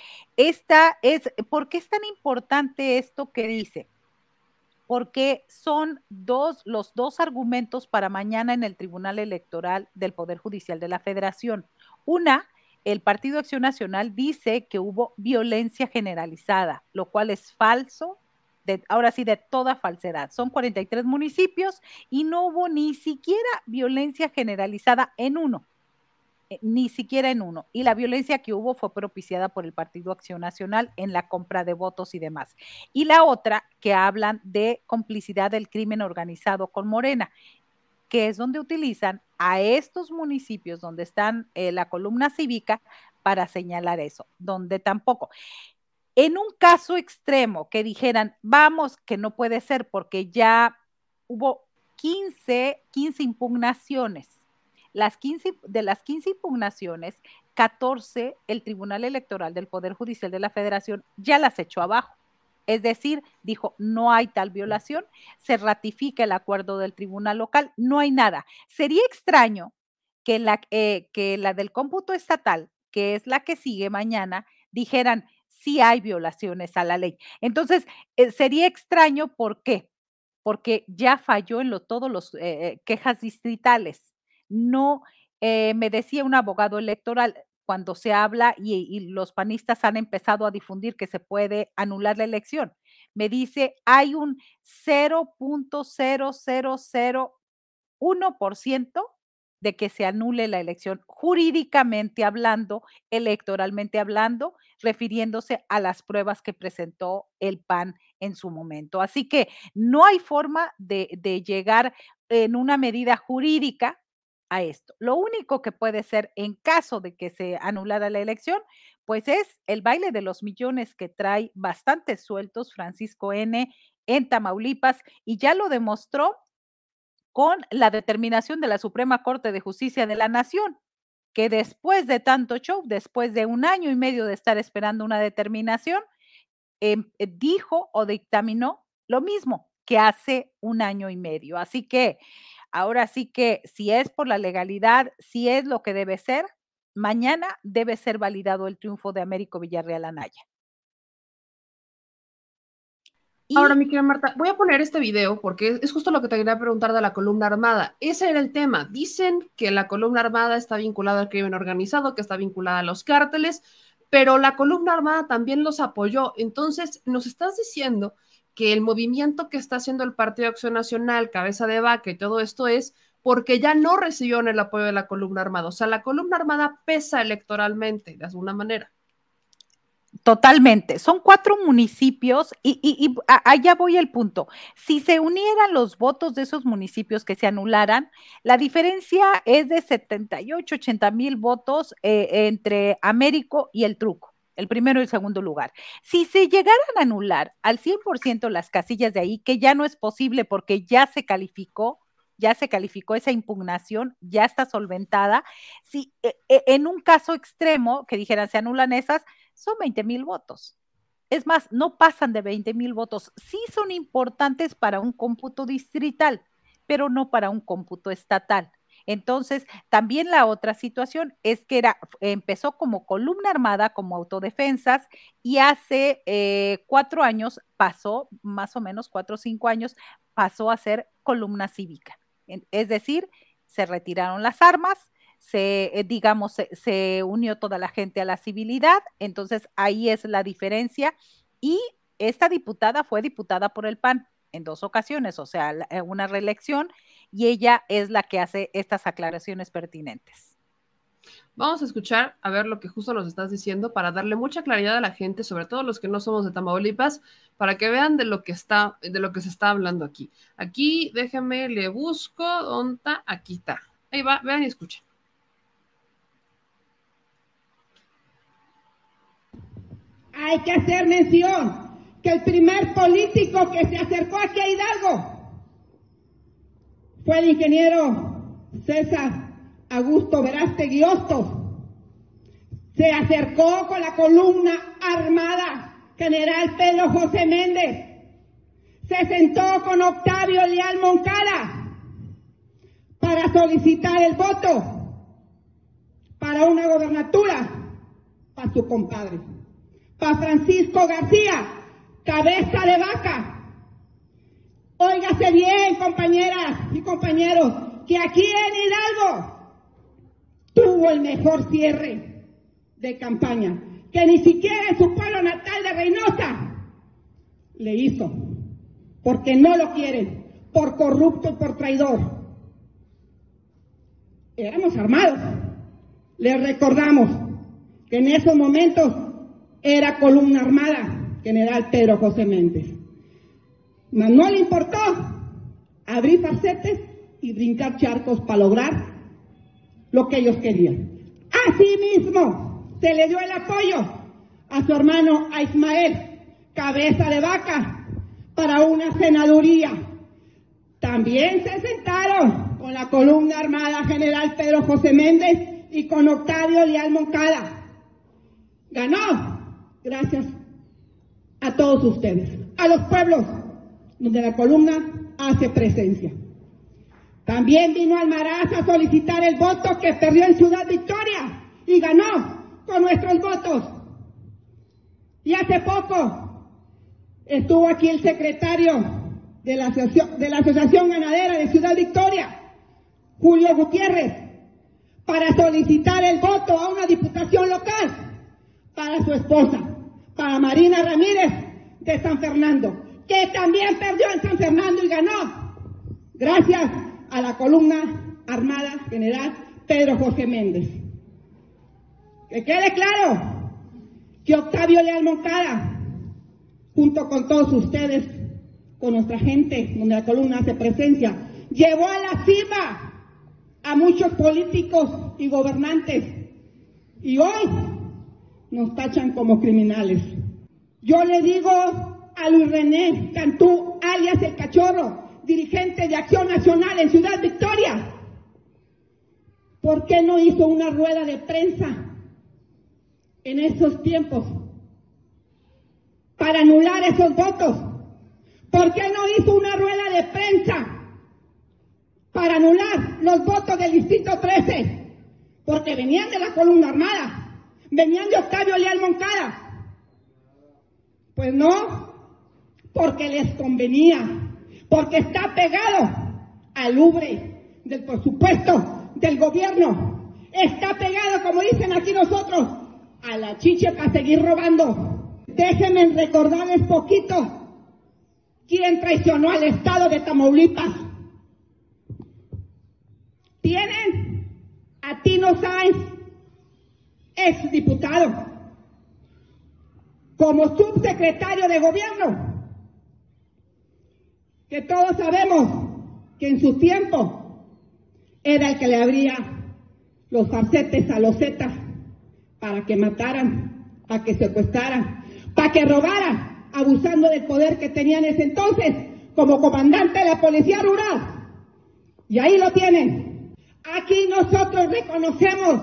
¿por qué es tan importante esto que dice? Porque son los 2 argumentos para mañana en el Tribunal Electoral del Poder Judicial de la Federación. Una, el Partido Acción Nacional dice que hubo violencia generalizada, lo cual es falso, ahora sí, de toda falsedad. Son 43 municipios y no hubo ni siquiera violencia generalizada en uno. Ni siquiera en uno. Y la violencia que hubo fue propiciada por el Partido Acción Nacional en la compra de votos y demás. Y la otra, que hablan de complicidad del crimen organizado con Morena, que es donde utilizan a estos municipios donde están la columna cívica para señalar eso, donde tampoco. En un caso extremo que dijeran, vamos, que no puede ser porque ya hubo 15 impugnaciones. De las 15 impugnaciones, 14 el Tribunal Electoral del Poder Judicial de la Federación ya las echó abajo. Es decir, dijo, no hay tal violación, se ratifica el acuerdo del tribunal local, no hay nada. Sería extraño que la del cómputo estatal, que es la que sigue mañana, dijeran, sí hay violaciones a la ley. Entonces, sería extraño, ¿por qué? Porque ya falló en todos los quejas distritales. No, me decía un abogado electoral, cuando se habla y los panistas han empezado a difundir que se puede anular la elección, me dice, hay un 0.0001% de que se anule la elección, jurídicamente hablando, electoralmente hablando, refiriéndose a las pruebas que presentó el PAN en su momento. Así que no hay forma de llegar en una medida jurídica a esto. Lo único que puede ser en caso de que se anulara la elección, pues es el baile de los millones que trae bastante sueltos Francisco N. en Tamaulipas y ya lo demostró con la determinación de la Suprema Corte de Justicia de la Nación, que después de tanto show, después de 1 año y medio de estar esperando una determinación, dijo o dictaminó lo mismo que hace 1 año y medio. Así que ahora sí que si es por la legalidad, si es lo que debe ser, mañana debe ser validado el triunfo de Américo Villarreal Anaya. Ahora, mi querida Marta, voy a poner este video porque es justo lo que te quería preguntar de la columna armada. Ese era el tema. Dicen que la columna armada está vinculada al crimen organizado, que está vinculada a los cárteles, pero la columna armada también los apoyó. Entonces, nos estás diciendo que el movimiento que está haciendo el Partido Acción Nacional, Cabeza de Vaca y todo esto es porque ya no recibieron el apoyo de la columna armada. O sea, la columna armada pesa electoralmente, de alguna manera. Totalmente. Son 4 municipios y allá voy al punto. Si se unieran los votos de esos municipios que se anularan, la diferencia es de 78, 80 mil votos entre Américo y el Truco, el primero y el segundo lugar. Si se llegaran a anular al 100% las casillas de ahí, que ya no es posible porque ya se calificó esa impugnación, ya está solventada. Si en un caso extremo que dijeran se anulan esas, son 20,000 votos. Es más, no pasan de 20,000 votos. Sí son importantes para un cómputo distrital, pero no para un cómputo estatal. Entonces, también la otra situación es que empezó como columna armada, como autodefensas, y hace 4 años pasó, más o menos 4 o 5 años, pasó a ser columna cívica. Es decir, se retiraron las armas, se unió toda la gente a la civilidad, entonces ahí es la diferencia. Y esta diputada fue diputada por el PAN en 2 ocasiones, o sea, una reelección, y ella es la que hace estas aclaraciones pertinentes. Vamos a escuchar, a ver lo que justo nos estás diciendo, para darle mucha claridad a la gente, sobre todo los que no somos de Tamaulipas, para que vean de lo que se está hablando aquí. Aquí, déjenme, le busco, ¿dónde está? Aquí está. Ahí va, vean y escuchen. Hay que hacer mención que el primer político que se acercó aquí a Hidalgo fue el ingeniero César Augusto Verástegui Hostos. Se acercó con la columna armada general Pedro José Méndez. Se sentó con Octavio Leal Moncada para solicitar el voto para una gobernatura para su compadre, para Francisco García, Cabeza de Vaca. Óigase bien, compañeras y compañeros, que aquí en Hidalgo tuvo el mejor cierre de campaña, que ni siquiera en su pueblo natal de Reynosa le hizo, porque no lo quieren, por corrupto y por traidor. Éramos armados. Les recordamos que en esos momentos era columna armada general Pedro José Méndez. Mas no le importó abrir farcetes y brincar charcos para lograr lo que ellos querían. Asimismo, se le dio el apoyo a su hermano a Ismael, Cabeza de Vaca, para una senaduría. También se sentaron con la columna armada general Pedro José Méndez y con Octavio Leal Moncada. Ganó gracias a todos ustedes, a los pueblos donde la columna hace presencia. También vino Almaraz a solicitar el voto que perdió en Ciudad Victoria y ganó con nuestros votos. Y hace poco estuvo aquí el secretario de la Asociación Ganadera de Ciudad Victoria, Julio Gutiérrez, para solicitar el voto a una diputación local para su esposa, para Marina Ramírez de San Fernando, que también perdió en San Fernando y ganó gracias a la columna armada general Pedro Jorge Méndez. Que quede claro que Octavio Leal Moncada, junto con todos ustedes, con nuestra gente, donde la columna hace presencia, llevó a la cima a muchos políticos y gobernantes, y hoy nos tachan como criminales. Yo le digo a Luis René Cantú, alias El Cachorro, dirigente de Acción Nacional en Ciudad Victoria, ¿por qué no hizo una rueda de prensa en esos tiempos para anular esos votos? ¿Por qué no hizo una rueda de prensa para anular los votos del Distrito 13? Porque venían de la columna armada, venían de Octavio Leal Moncada. Pues no, porque les convenía, porque está pegado al ubre del presupuesto del gobierno, está pegado, como dicen aquí nosotros, a la chicha para seguir robando. Déjenme recordarles poquito quién traicionó al estado de Tamaulipas. Tienen a Tino Sáenz, ex diputado, como subsecretario de gobierno, que todos sabemos que en su tiempo era el que le abría los farcetes a los Zetas para que mataran, para que secuestraran, para que robaran, abusando del poder que tenía en ese entonces como comandante de la Policía Rural. Y ahí lo tienen. Aquí nosotros reconocemos.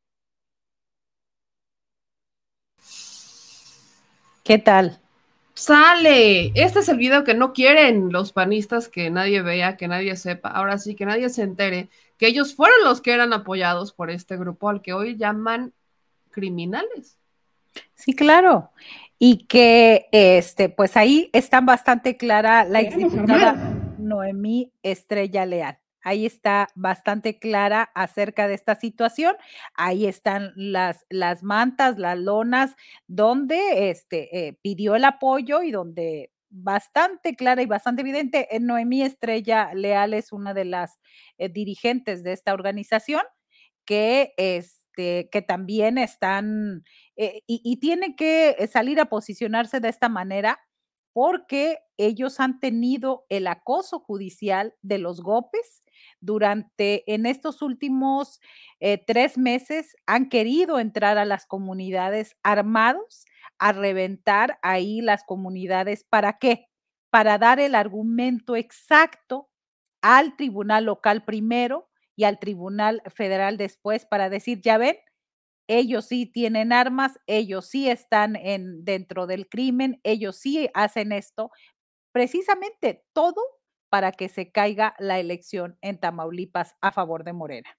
¿Qué tal? Sale. Este es el video que no quieren los panistas que nadie vea, que nadie sepa. Ahora sí, que nadie se entere que ellos fueron los que eran apoyados por este grupo al que hoy llaman criminales. Sí, claro. Y que pues ahí está bastante clara la exdiputada Noemí Estrella Leal. Ahí está bastante clara acerca de esta situación. Ahí están las mantas, las lonas, donde pidió el apoyo y donde bastante clara y bastante evidente. Noemí Estrella Leal es una de las dirigentes de esta organización que que también están y tiene que salir a posicionarse de esta manera porque ellos han tenido el acoso judicial de los GOPES en estos últimos 3 meses han querido entrar a las comunidades armados a reventar ahí las comunidades. ¿Para qué? Para dar el argumento exacto al tribunal local primero y al tribunal federal después para decir, ya ven, ellos sí tienen armas, ellos sí están dentro del crimen, ellos sí hacen esto, precisamente todo para que se caiga la elección en Tamaulipas a favor de Morena.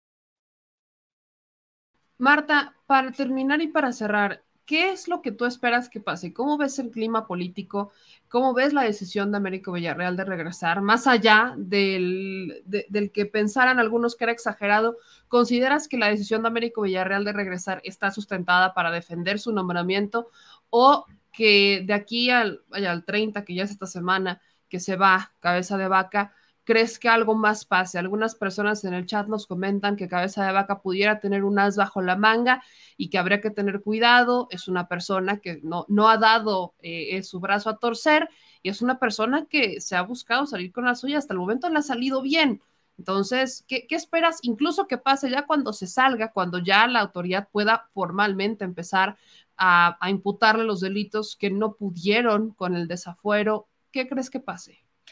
Marta, para terminar y para cerrar, ¿qué es lo que tú esperas que pase? ¿Cómo ves el clima político? ¿Cómo ves la decisión de Américo Villarreal de regresar? Más allá del que pensaran algunos que era exagerado, ¿consideras que la decisión de Américo Villarreal de regresar está sustentada para defender su nombramiento o que de aquí al 30, que ya es esta semana, que se va Cabeza de Vaca, crees que algo más pase? Algunas personas en el chat nos comentan que Cabeza de Vaca pudiera tener un as bajo la manga y que habría que tener cuidado. Es una persona que no ha dado su brazo a torcer y es una persona que se ha buscado salir con la suya. Hasta el momento le ha salido bien. Entonces, ¿qué esperas incluso que pase ya cuando se salga, cuando ya la autoridad pueda formalmente empezar a imputarle los delitos que no pudieron con el desafuero? ¿Qué crees que pase?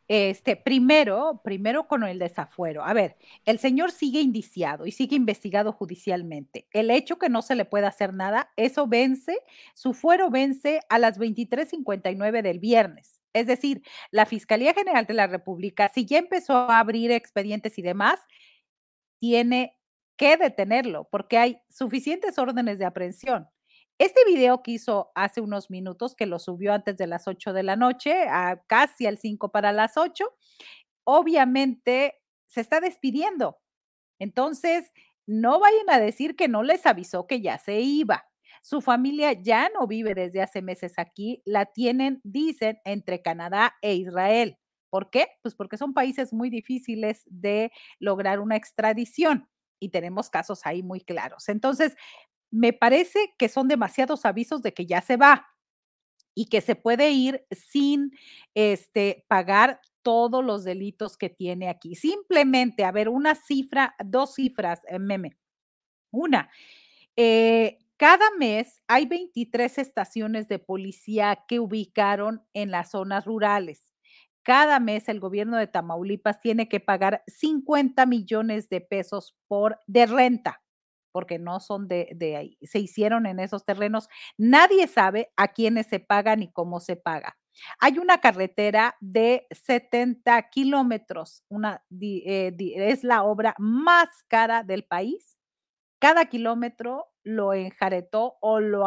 Primero con el desafuero. A ver, el señor sigue indiciado y sigue investigado judicialmente. El hecho que no se le pueda hacer nada, eso vence, su fuero vence a las 23:59 del viernes. Es decir, la Fiscalía General de la República, si ya empezó a abrir expedientes y demás, tiene que detenerlo porque hay suficientes órdenes de aprehensión. Este video que hizo hace unos minutos, que lo subió antes de las 8 de la noche, a casi al 5 para las 8, obviamente se está despidiendo. Entonces, no vayan a decir que no les avisó que ya se iba. Su familia ya no vive desde hace meses aquí, la tienen, dicen, entre Canadá e Israel. ¿Por qué? Pues porque son países muy difíciles de lograr una extradición y tenemos casos ahí muy claros. Entonces, me parece que son demasiados avisos de que ya se va y que se puede ir sin pagar todos los delitos que tiene aquí. Simplemente, a ver, una cifra, dos cifras, meme. Una, cada mes hay 23 estaciones de policía que ubicaron en las zonas rurales. Cada mes el gobierno de Tamaulipas tiene que pagar 50 millones de pesos de renta, porque no son de ahí, se hicieron en esos terrenos. Nadie sabe a quiénes se paga ni cómo se paga. Hay una carretera de 70 kilómetros, es la obra más cara del país. Cada kilómetro lo enjaretó o lo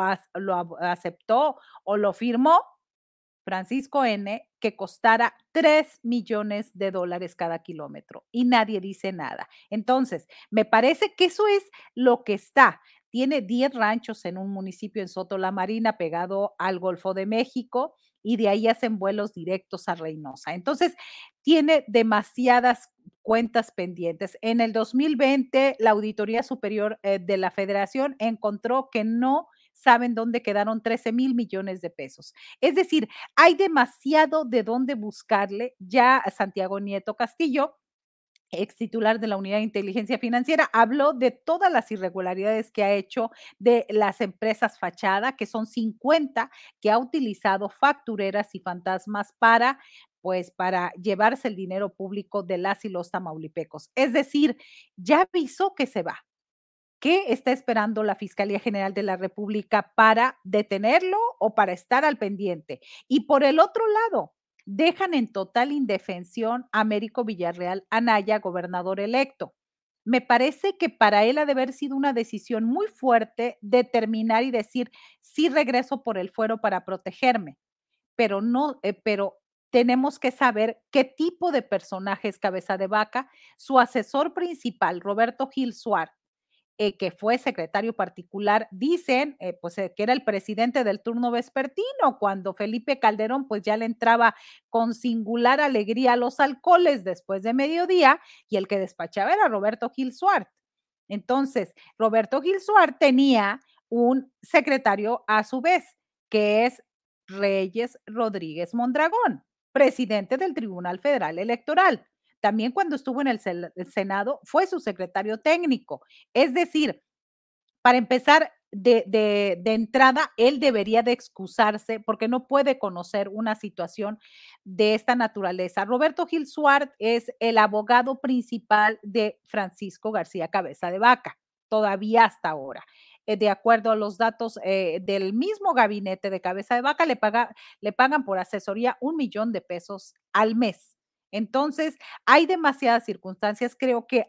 aceptó o lo firmó Francisco N., que costara $3 millones cada kilómetro y nadie dice nada. Entonces, me parece que eso es lo que está. Tiene 10 ranchos en un municipio en Soto La Marina, pegado al Golfo de México, y de ahí hacen vuelos directos a Reynosa. Entonces, tiene demasiadas cuentas pendientes. En el 2020, la Auditoría Superior de la Federación encontró que no saben dónde quedaron 13,000 millones de pesos. Es decir, hay demasiado de dónde buscarle. Ya Santiago Nieto Castillo, ex titular de la Unidad de Inteligencia Financiera, habló de todas las irregularidades que ha hecho de las empresas fachada, que son 50, que ha utilizado factureras y fantasmas para llevarse el dinero público de las y los tamaulipecos. Es decir, ya avisó que se va. ¿Qué está esperando la Fiscalía General de la República para detenerlo o para estar al pendiente? Y por el otro lado, dejan en total indefensión a Américo Villarreal Anaya, gobernador electo. Me parece que para él ha de haber sido una decisión muy fuerte determinar y decir, sí regreso por el fuero para protegerme, pero no, pero tenemos que saber qué tipo de personaje es Cabeza de Vaca. Su asesor principal, Roberto Gil Suárez, que fue secretario particular, dicen, que era el presidente del turno vespertino, cuando Felipe Calderón pues ya le entraba con singular alegría a los alcoholes después de mediodía, y el que despachaba era Roberto Gil Suárez. Entonces, Roberto Gil Suárez tenía un secretario a su vez, que es Reyes Rodríguez Mondragón, presidente del Tribunal Federal Electoral. También cuando estuvo en el Senado fue su secretario técnico. Es decir, para empezar, de entrada, él debería de excusarse porque no puede conocer una situación de esta naturaleza. Roberto Gil Suárez es el abogado principal de Francisco García Cabeza de Vaca, todavía hasta ahora. De acuerdo a los datos del mismo gabinete de Cabeza de Vaca, le pagan por asesoría $1 millón al mes. Entonces, hay demasiadas circunstancias. Creo que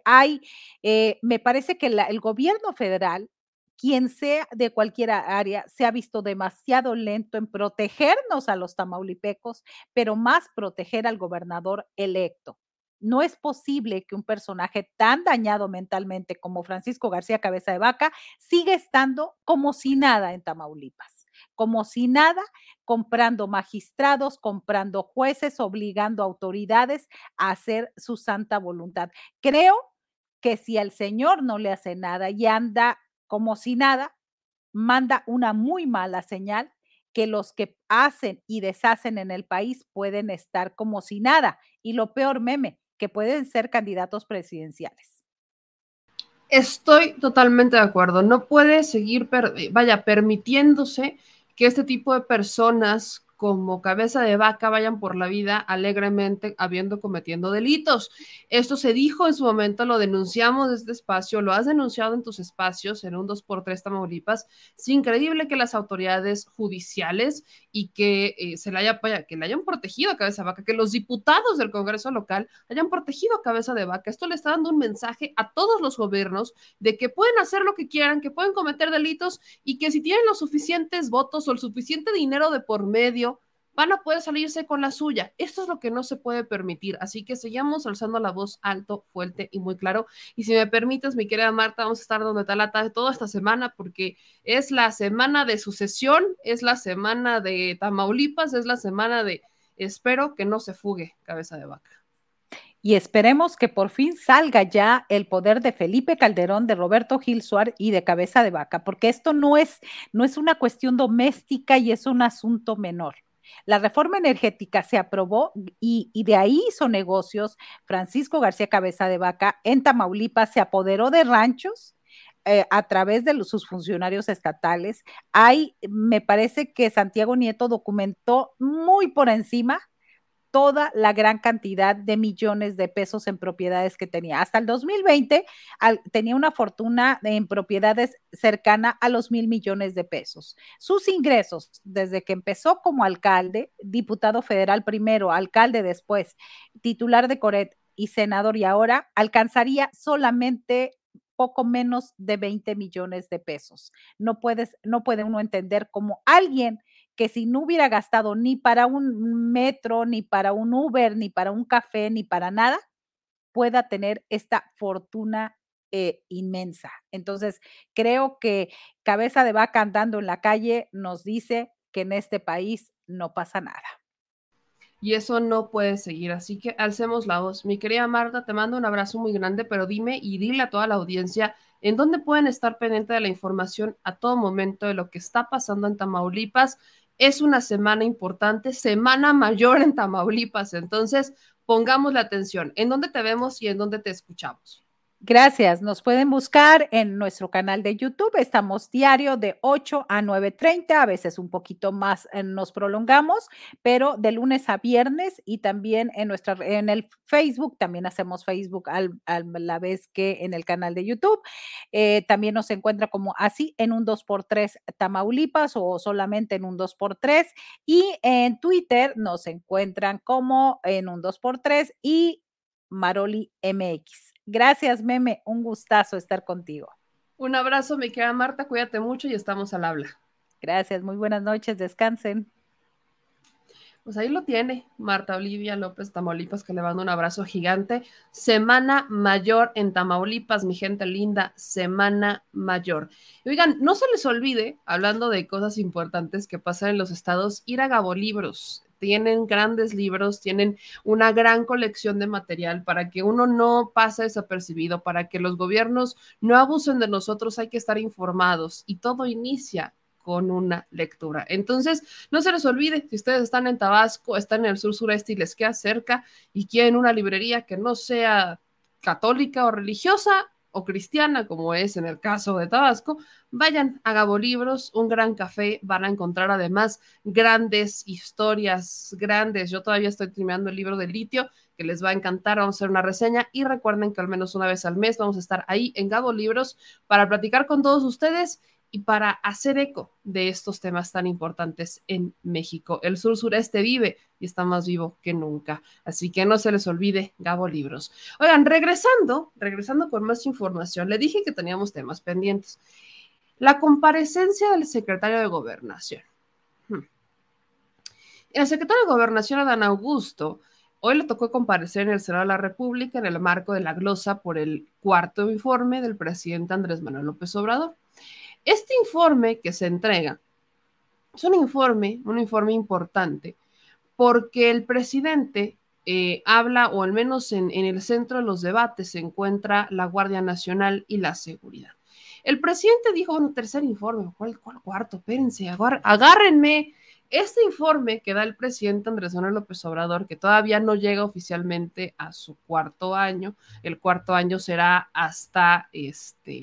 me parece que el gobierno federal, quien sea de cualquier área, se ha visto demasiado lento en protegernos a los tamaulipecos, pero más proteger al gobernador electo. No es posible que un personaje tan dañado mentalmente como Francisco García Cabeza de Vaca siga estando como si nada en Tamaulipas, como si nada, comprando magistrados, comprando jueces, obligando a autoridades a hacer su santa voluntad. Creo que si al señor no le hace nada y anda como si nada, manda una muy mala señal, que los que hacen y deshacen en el país pueden estar como si nada. Y lo peor, meme, que pueden ser candidatos presidenciales. Estoy totalmente de acuerdo. No puede seguir, permitiéndose que este tipo de personas como cabeza de vaca vayan por la vida alegremente cometiendo delitos. Esto se dijo en su momento, lo denunciamos de este espacio, lo has denunciado en tus espacios en un 2x3 Tamaulipas. Es increíble que las autoridades judiciales y que que le hayan protegido a cabeza de vaca, que los diputados del Congreso local hayan protegido a cabeza de vaca. Esto le está dando un mensaje a todos los gobiernos de que pueden hacer lo que quieran, que pueden cometer delitos y que si tienen los suficientes votos o el suficiente dinero de por medio, van a poder salirse con la suya. Esto es lo que no se puede permitir, así que sigamos alzando la voz alto, fuerte y muy claro. Y si me permites, mi querida Marta, vamos a estar donde está la tarde toda esta semana, porque es la semana de sucesión, es la semana de Tamaulipas, es la semana de espero que no se fugue cabeza de vaca. Y esperemos que por fin salga ya el poder de Felipe Calderón, de Roberto Gil Suárez y de cabeza de vaca, porque esto no es una cuestión doméstica y es un asunto menor. La reforma energética se aprobó y de ahí hizo negocios. Francisco García Cabeza de Vaca en Tamaulipas se apoderó de ranchos a través de sus funcionarios estatales. Me parece que Santiago Nieto documentó muy por encima toda la gran cantidad de millones de pesos en propiedades que tenía. Hasta el 2020 tenía una fortuna en propiedades cercana a los 1,000 millones de pesos. Sus ingresos, desde que empezó como alcalde, diputado federal primero, alcalde después, titular de Coret y senador, y ahora alcanzaría solamente poco menos de 20 millones de pesos. No puede uno entender cómo alguien que si no hubiera gastado ni para un metro, ni para un Uber, ni para un café, ni para nada, pueda tener esta fortuna inmensa. Entonces, creo que cabeza de vaca andando en la calle nos dice que en este país no pasa nada. Y eso no puede seguir, así que alcemos la voz. Mi querida Marta, te mando un abrazo muy grande, pero dime y dile a toda la audiencia en dónde pueden estar pendientes de la información a todo momento de lo que está pasando en Tamaulipas. Es una semana importante, semana mayor en Tamaulipas, entonces pongamos la atención. ¿En dónde te vemos y en dónde te escuchamos? Gracias. Nos pueden buscar en nuestro canal de YouTube. Estamos diario de 8 a 9:30, a veces un poquito más nos prolongamos, pero de lunes a viernes, y también en el Facebook, también hacemos Facebook a la vez que en el canal de YouTube. También nos encuentra como así en un 2x3 Tamaulipas o solamente en un 2x3, y en Twitter nos encuentran como en un 2x3 y Maroli MX. Gracias, Meme, un gustazo estar contigo. Un abrazo, mi querida Marta, cuídate mucho y estamos al habla. Gracias, muy buenas noches, descansen. Pues ahí lo tiene Marta Olivia López, Tamaulipas, que le mando un abrazo gigante. Semana mayor en Tamaulipas, mi gente linda, semana mayor. Y oigan, no se les olvide, hablando de cosas importantes que pasan en los estados, ir a Gabolibros. Tienen grandes libros, tienen una gran colección de material para que uno no pase desapercibido, para que los gobiernos no abusen de nosotros, hay que estar informados y todo inicia con una lectura. Entonces, no se les olvide, si ustedes están en Tabasco, están en el sur sureste y les queda cerca y quieren una librería que no sea católica o religiosa o cristiana, como es en el caso de Tabasco, vayan a Gabolibros, un gran café, van a encontrar además grandes historias, grandes. Yo todavía estoy terminando el libro de Litio, que les va a encantar, vamos a hacer una reseña y recuerden que al menos una vez al mes vamos a estar ahí en Gabolibros para platicar con todos ustedes y para hacer eco de estos temas tan importantes en México. El sur sureste vive y está más vivo que nunca. Así que no se les olvide Gabolibros. Oigan, regresando con más información, le dije que teníamos temas pendientes. La comparecencia del secretario de Gobernación. El secretario de Gobernación, Adán Augusto, hoy le tocó comparecer en el Senado de la República en el marco de la glosa por el cuarto informe del presidente Andrés Manuel López Obrador. Este informe que se entrega es un informe importante porque el presidente habla, o al menos en el centro de los debates se encuentra la Guardia Nacional y la seguridad. El presidente dijo, bueno, tercer informe, ¿cuál cuarto? Espérense, agárrenme. Este informe que da el presidente Andrés Manuel López Obrador, que todavía no llega oficialmente a su cuarto año, el cuarto año será hasta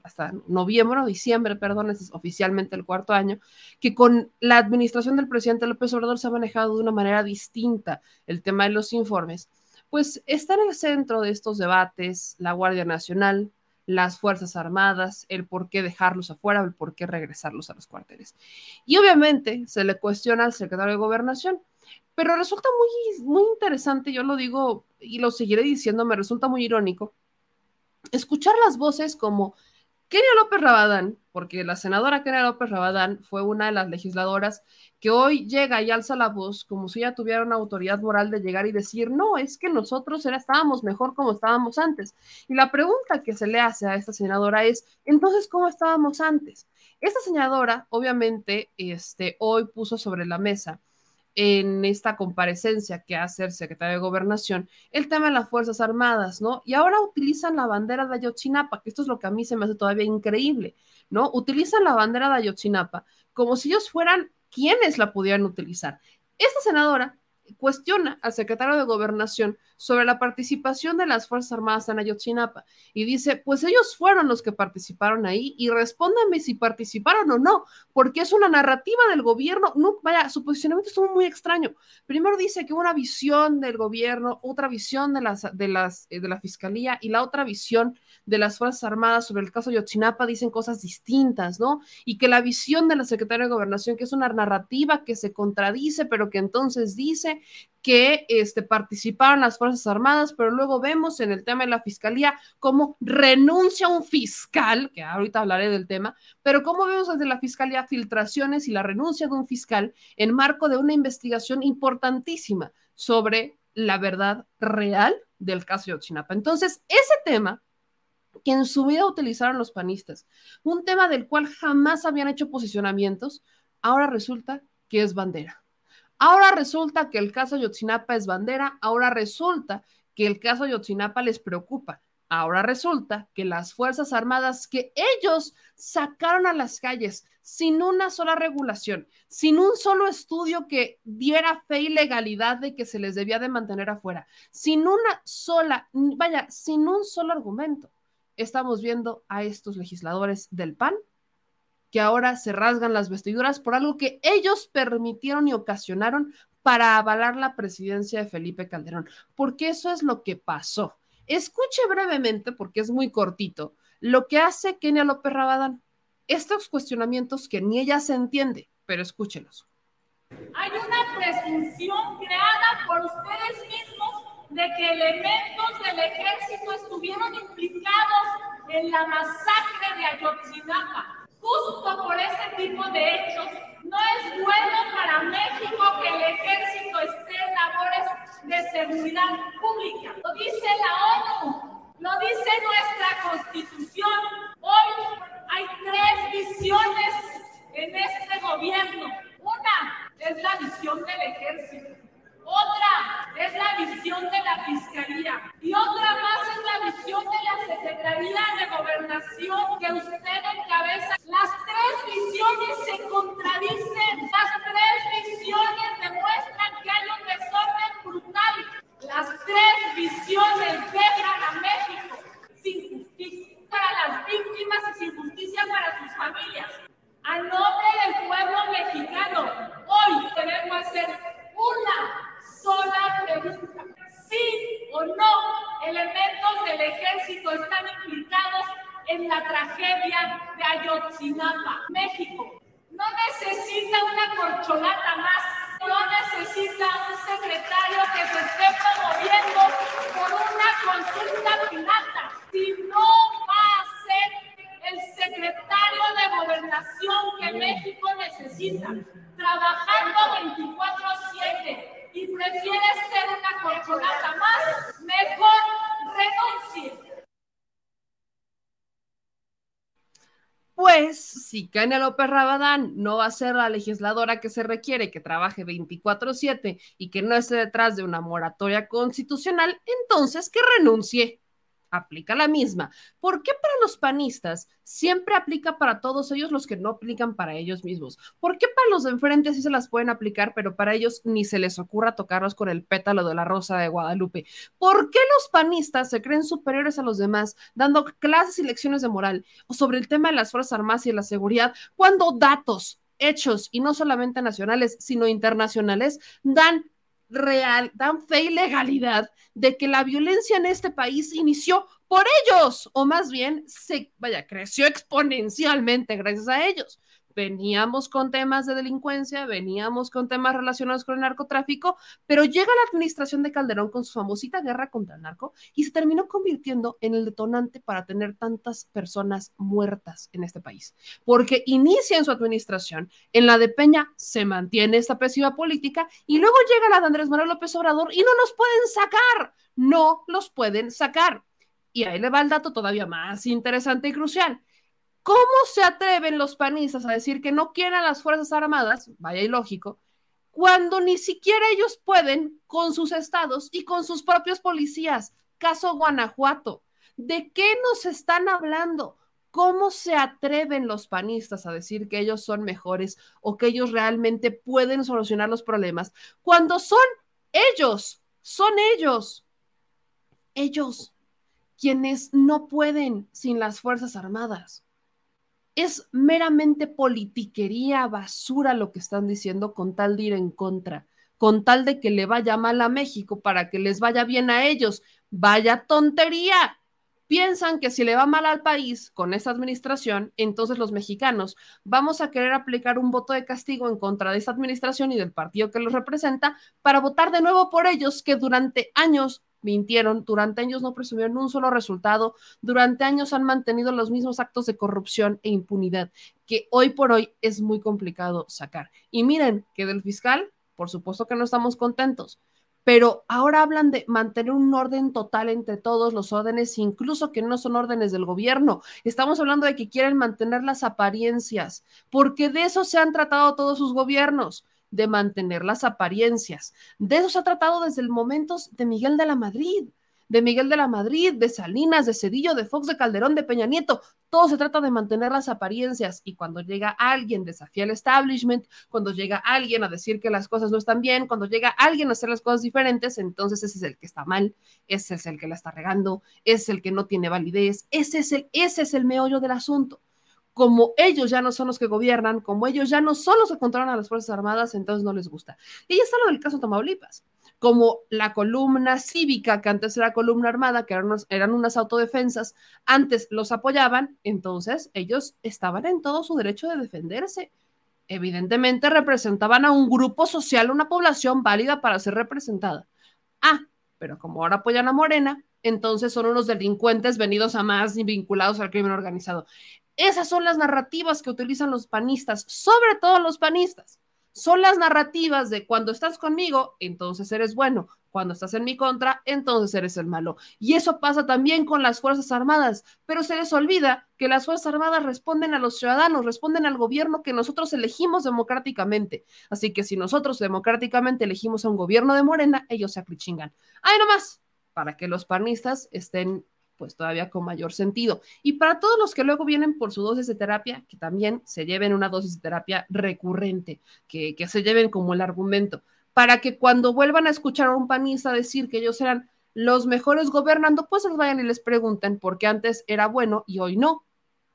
hasta noviembre o diciembre, perdón, es oficialmente el 4.º año, que con la administración del presidente López Obrador se ha manejado de una manera distinta el tema de los informes, pues está en el centro de estos debates la Guardia Nacional, las Fuerzas Armadas, el por qué dejarlos afuera, el por qué regresarlos a los cuarteles. Y obviamente se le cuestiona al secretario de Gobernación, pero resulta muy interesante, yo lo digo y lo seguiré diciendo, me resulta muy irónico, escuchar las voces como Kenia López Rabadán, porque la senadora Kenia López Rabadán fue una de las legisladoras que hoy llega y alza la voz como si ella tuviera una autoridad moral de llegar y decir, no, es que nosotros estábamos mejor como estábamos antes. Y la pregunta que se le hace a esta senadora es, entonces, ¿cómo estábamos antes? Esta senadora, obviamente, hoy puso sobre la mesa en esta comparecencia que hace el secretario de Gobernación, el tema de las Fuerzas Armadas, ¿no? Y ahora utilizan la bandera de Ayotzinapa, que esto es lo que a mí se me hace todavía increíble, ¿no? Utilizan la bandera de Ayotzinapa como si ellos fueran quienes la pudieran utilizar. Esta senadora cuestiona al secretario de Gobernación sobre la participación de las Fuerzas Armadas en Ayotzinapa y dice, pues ellos fueron los que participaron ahí y respóndanme si participaron o no, porque es una narrativa del gobierno. No, vaya, su posicionamiento estuvo muy extraño. Primero dice que una visión del gobierno, otra visión de la Fiscalía y la otra visión de las Fuerzas Armadas sobre el caso Ayotzinapa dicen cosas distintas, ¿no? Y que la visión de la Secretaría de Gobernación, que es una narrativa que se contradice, pero que entonces dice que participaron las Fuerzas Armadas, pero luego vemos en el tema de la Fiscalía cómo renuncia un fiscal, que ahorita hablaré del tema, pero cómo vemos desde la Fiscalía filtraciones y la renuncia de un fiscal en marco de una investigación importantísima sobre la verdad real del caso de Ayotzinapa. Entonces, ese tema que en su vida utilizaron los panistas, un tema del cual jamás habían hecho posicionamientos, ahora resulta que es bandera. Ahora resulta que el caso Ayotzinapa es bandera, ahora resulta que el caso Ayotzinapa les preocupa, ahora resulta que las Fuerzas Armadas que ellos sacaron a las calles sin una sola regulación, sin un solo estudio que diera fe y legalidad de que se les debía de mantener afuera, sin una sola, vaya, sin un solo argumento, estamos viendo a estos legisladores del PAN que ahora se rasgan las vestiduras por algo que ellos permitieron y ocasionaron para avalar la presidencia de Felipe Calderón, porque eso es lo que pasó. Escuche brevemente, porque es muy cortito, lo que hace Kenia López Rabadán. Estos cuestionamientos que ni ella se entiende, pero escúchelos. Hay una presunción creada por ustedes mismos de que elementos del ejército estuvieron implicados en la masacre de Ayotzinapa. Justo por ese tipo de hechos, no es bueno para México que el ejército esté en labores de seguridad pública. Lo dice la ONU, lo dice nuestra Constitución. Hoy hay 3 visiones en este gobierno. Una es la visión del ejército, otra es la visión de la Fiscalía y otra más es la visión de la Secretaría de Gobernación que usted encabeza. Las 3 visiones se contradicen, las 3 visiones demuestran que hay un desorden brutal. Las 3 visiones dejan a México sin justicia para las víctimas y sin justicia para sus familias. A nombre del pueblo mexicano, hoy debemos hacer una sola pregunta. ¿Sí o no elementos del ejército están implicados en la tragedia de Ayotzinapa? México no necesita una corcholata más, no necesita un secretario que se esté promoviendo por una consulta pirata, sino va a ser el secretario de Gobernación que México necesita, trabajando 24/7 y prefiere ser una corcholata más, mejor renuncie. Pues si Kenia López Rabadán no va a ser la legisladora que se requiere, que trabaje 24/7 y que no esté detrás de una moratoria constitucional, entonces que renuncie. aplica la misma. ¿Por qué para los panistas siempre aplica para todos ellos los que no aplican para ellos mismos? ¿Por qué para los de enfrente sí se las pueden aplicar, pero para ellos ni se les ocurra tocarlos con el pétalo de la rosa de Guadalupe? ¿Por qué los panistas se creen superiores a los demás, dando clases y lecciones de moral o sobre el tema de las Fuerzas Armadas y de la seguridad, cuando datos, hechos, y no solamente nacionales, sino internacionales, dan fe y legalidad de que la violencia en este país inició por ellos, o más bien creció exponencialmente gracias a ellos? Veníamos con temas de delincuencia, veníamos con temas relacionados con el narcotráfico, pero llega la administración de Calderón con su famosita guerra contra el narco y se terminó convirtiendo en el detonante para tener tantas personas muertas en este país, porque inicia en su administración, en la de Peña se mantiene esta pésima política y luego llega la de Andrés Manuel López Obrador y no los pueden sacar, no los pueden sacar. Y ahí le va el dato todavía más interesante y crucial. ¿Cómo se atreven los panistas a decir que no quieren a las Fuerzas Armadas? Vaya ilógico, cuando ni siquiera ellos pueden con sus estados y con sus propios policías. Caso Guanajuato. ¿De qué nos están hablando? ¿Cómo se atreven los panistas a decir que ellos son mejores o que ellos realmente pueden solucionar los problemas cuando son ellos quienes no pueden sin las Fuerzas Armadas? Es meramente politiquería, basura lo que están diciendo con tal de ir en contra, con tal de que le vaya mal a México para que les vaya bien a ellos. ¡Vaya tontería! Piensan que si le va mal al país con esta administración, entonces los mexicanos vamos a querer aplicar un voto de castigo en contra de esta administración y del partido que los representa para votar de nuevo por ellos, que durante años mintieron, durante años no presumieron un solo resultado, durante años han mantenido los mismos actos de corrupción e impunidad que hoy por hoy es muy complicado sacar. Y miren que del fiscal, por supuesto que no estamos contentos, pero ahora hablan de mantener un orden total entre todos los órdenes, incluso que no son órdenes del gobierno. Estamos hablando de que quieren mantener las apariencias, porque de eso se han tratado todos sus gobiernos, de mantener las apariencias. De eso se ha tratado desde el momento de Miguel de la Madrid, de Salinas, de Zedillo, de Fox, de Calderón, de Peña Nieto. Todo se trata de mantener las apariencias, y cuando llega alguien desafía el establishment, cuando llega alguien a decir que las cosas no están bien, cuando llega alguien a hacer las cosas diferentes, entonces ese es el que está mal, ese es el que la está regando, ese es el que no tiene validez, ese es el meollo del asunto. Como ellos ya no son los que gobiernan, como ellos ya no son los que controlan a las Fuerzas Armadas, entonces no les gusta. Y ya está lo del caso Tamaulipas, como la columna cívica, que antes era columna armada, que eran unas autodefensas, antes los apoyaban, entonces ellos estaban en todo su derecho de defenderse. Evidentemente representaban a un grupo social, una población válida para ser representada. Pero como ahora apoyan a Morena, entonces son unos delincuentes venidos a más y vinculados al crimen organizado. Esas son las narrativas que utilizan los panistas, sobre todo los panistas. Son las narrativas de cuando estás conmigo, entonces eres bueno. Cuando estás en mi contra, entonces eres el malo. Y eso pasa también con las Fuerzas Armadas, pero se les olvida que las Fuerzas Armadas responden a los ciudadanos, responden al gobierno que nosotros elegimos democráticamente. Así que si nosotros democráticamente elegimos a un gobierno de Morena, ellos se aclichingan. ¡Ay, nomás! Para que los panistas estén pues todavía con mayor sentido. Y para todos los que luego vienen por su dosis de terapia, que también se lleven una dosis de terapia recurrente, que se lleven como el argumento, para que cuando vuelvan a escuchar a un panista decir que ellos eran los mejores gobernando, pues les vayan y les pregunten por qué antes era bueno y hoy no.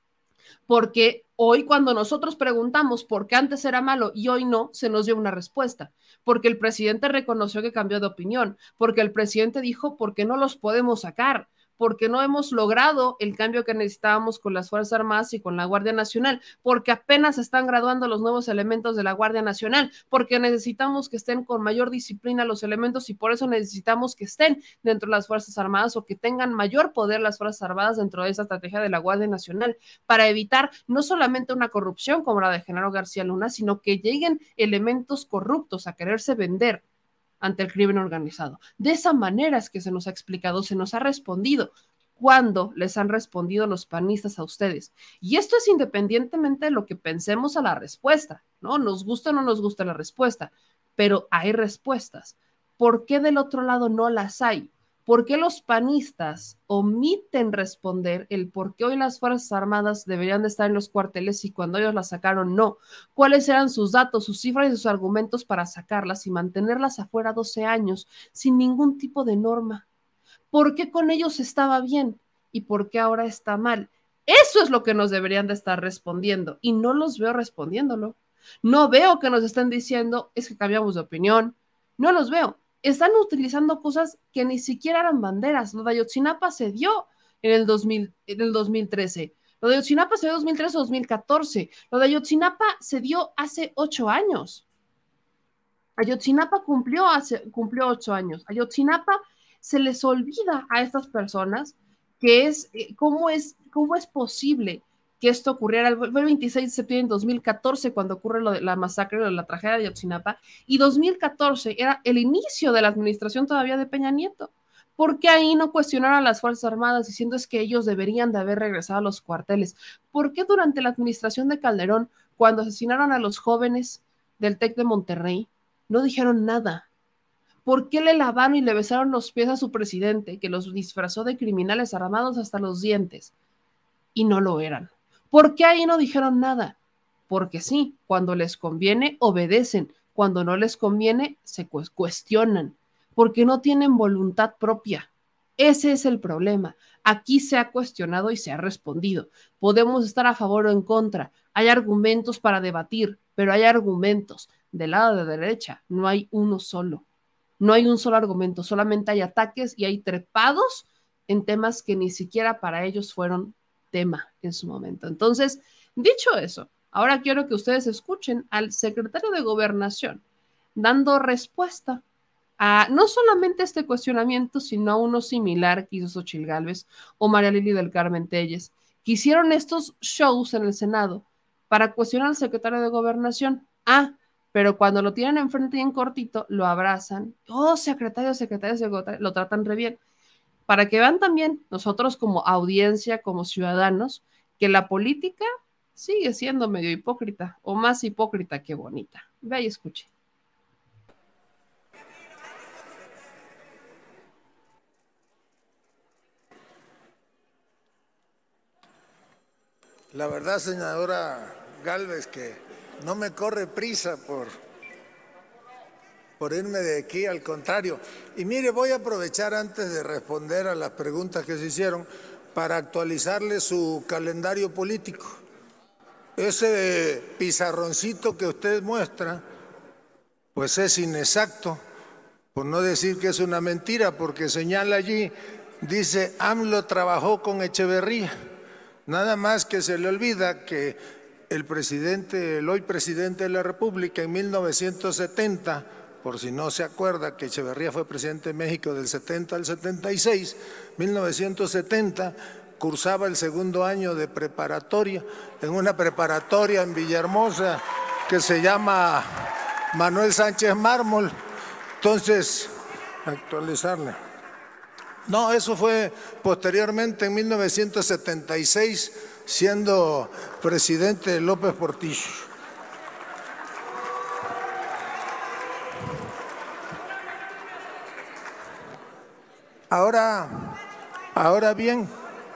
Porque hoy cuando nosotros preguntamos por qué antes era malo y hoy no, se nos dio una respuesta. Porque el presidente reconoció que cambió de opinión, porque el presidente dijo por qué no los podemos sacar, porque no hemos logrado el cambio que necesitábamos con las Fuerzas Armadas y con la Guardia Nacional, porque apenas están graduando los nuevos elementos de la Guardia Nacional, porque necesitamos que estén con mayor disciplina los elementos y por eso necesitamos que estén dentro de las Fuerzas Armadas o que tengan mayor poder las Fuerzas Armadas dentro de esa estrategia de la Guardia Nacional, para evitar no solamente una corrupción como la de Genaro García Luna, sino que lleguen elementos corruptos a quererse vender ante el crimen organizado. De esa manera es que se nos ha explicado, se nos ha respondido. ¿Cuándo les han respondido los panistas a ustedes? Y esto es independientemente de lo que pensemos a la respuesta, ¿no? Nos gusta o no nos gusta la respuesta, pero hay respuestas. ¿Por qué del otro lado no las hay? ¿Por qué los panistas omiten responder el por qué hoy las Fuerzas Armadas deberían de estar en los cuarteles y cuando ellos las sacaron no? ¿Cuáles eran sus datos, sus cifras y sus argumentos para sacarlas y mantenerlas afuera 12 años sin ningún tipo de norma? ¿Por qué con ellos estaba bien y por qué ahora está mal? Eso es lo que nos deberían de estar respondiendo y no los veo respondiéndolo. No veo que nos estén diciendo es que cambiamos de opinión. No los veo. Están utilizando cosas que ni siquiera eran banderas. Lo de Ayotzinapa se dio en el 2013. Lo de Ayotzinapa se dio en 2013 o 2014. Lo de Ayotzinapa se dio hace 8 años. Ayotzinapa cumplió 8 años. Ayotzinapa se les olvida a estas personas que es cómo es posible que esto ocurriera. Fue el 26 de septiembre de 2014 cuando ocurre la masacre de la tragedia de Ayotzinapa, y 2014 era el inicio de la administración todavía de Peña Nieto. ¿Por qué ahí no cuestionaron a las Fuerzas Armadas diciendo es que ellos deberían de haber regresado a los cuarteles? ¿Por qué durante la administración de Calderón, cuando asesinaron a los jóvenes del TEC de Monterrey, no dijeron nada? ¿Por qué le lavaron y le besaron los pies a su presidente, que los disfrazó de criminales armados hasta los dientes? Y no lo eran. ¿Por qué ahí no dijeron nada? Porque sí, cuando les conviene, obedecen. Cuando no les conviene, se cuestionan. Porque no tienen voluntad propia. Ese es el problema. Aquí se ha cuestionado y se ha respondido. Podemos estar a favor o en contra. Hay argumentos para debatir, pero hay argumentos. Del lado de derecha no hay uno solo. No hay un solo argumento, solamente hay ataques y hay trepados en temas que ni siquiera para ellos fueron tema en su momento. Entonces, dicho eso, ahora quiero que ustedes escuchen al secretario de Gobernación dando respuesta a no solamente este cuestionamiento, sino a uno similar que hizo Xochitl Gálvez o María Lili del Carmen Telles, que hicieron estos shows en el Senado para cuestionar al secretario de Gobernación. Pero cuando lo tienen enfrente y en cortito, lo abrazan. Oh, secretario, lo tratan re bien. Para que vean también nosotros como audiencia, como ciudadanos, que la política sigue siendo medio hipócrita, o más hipócrita que bonita. Ve y escuche. La verdad, senadora Gálvez, que no me corre prisa por irme de aquí, al contrario. Y mire, voy a aprovechar antes de responder a las preguntas que se hicieron para actualizarle su calendario político. Ese pizarroncito que usted muestra, pues es inexacto, por no decir que es una mentira, porque señala allí, dice, AMLO trabajó con Echeverría. Nada más que se le olvida que el hoy presidente de la República en 1970, por si no se acuerda que Echeverría fue presidente de México del 70 al 76, 1970 cursaba el segundo año de preparatoria, en una preparatoria en Villahermosa que se llama Manuel Sánchez Mármol. Entonces, actualizarle. No, eso fue posteriormente en 1976, siendo presidente López Portillo. Ahora bien,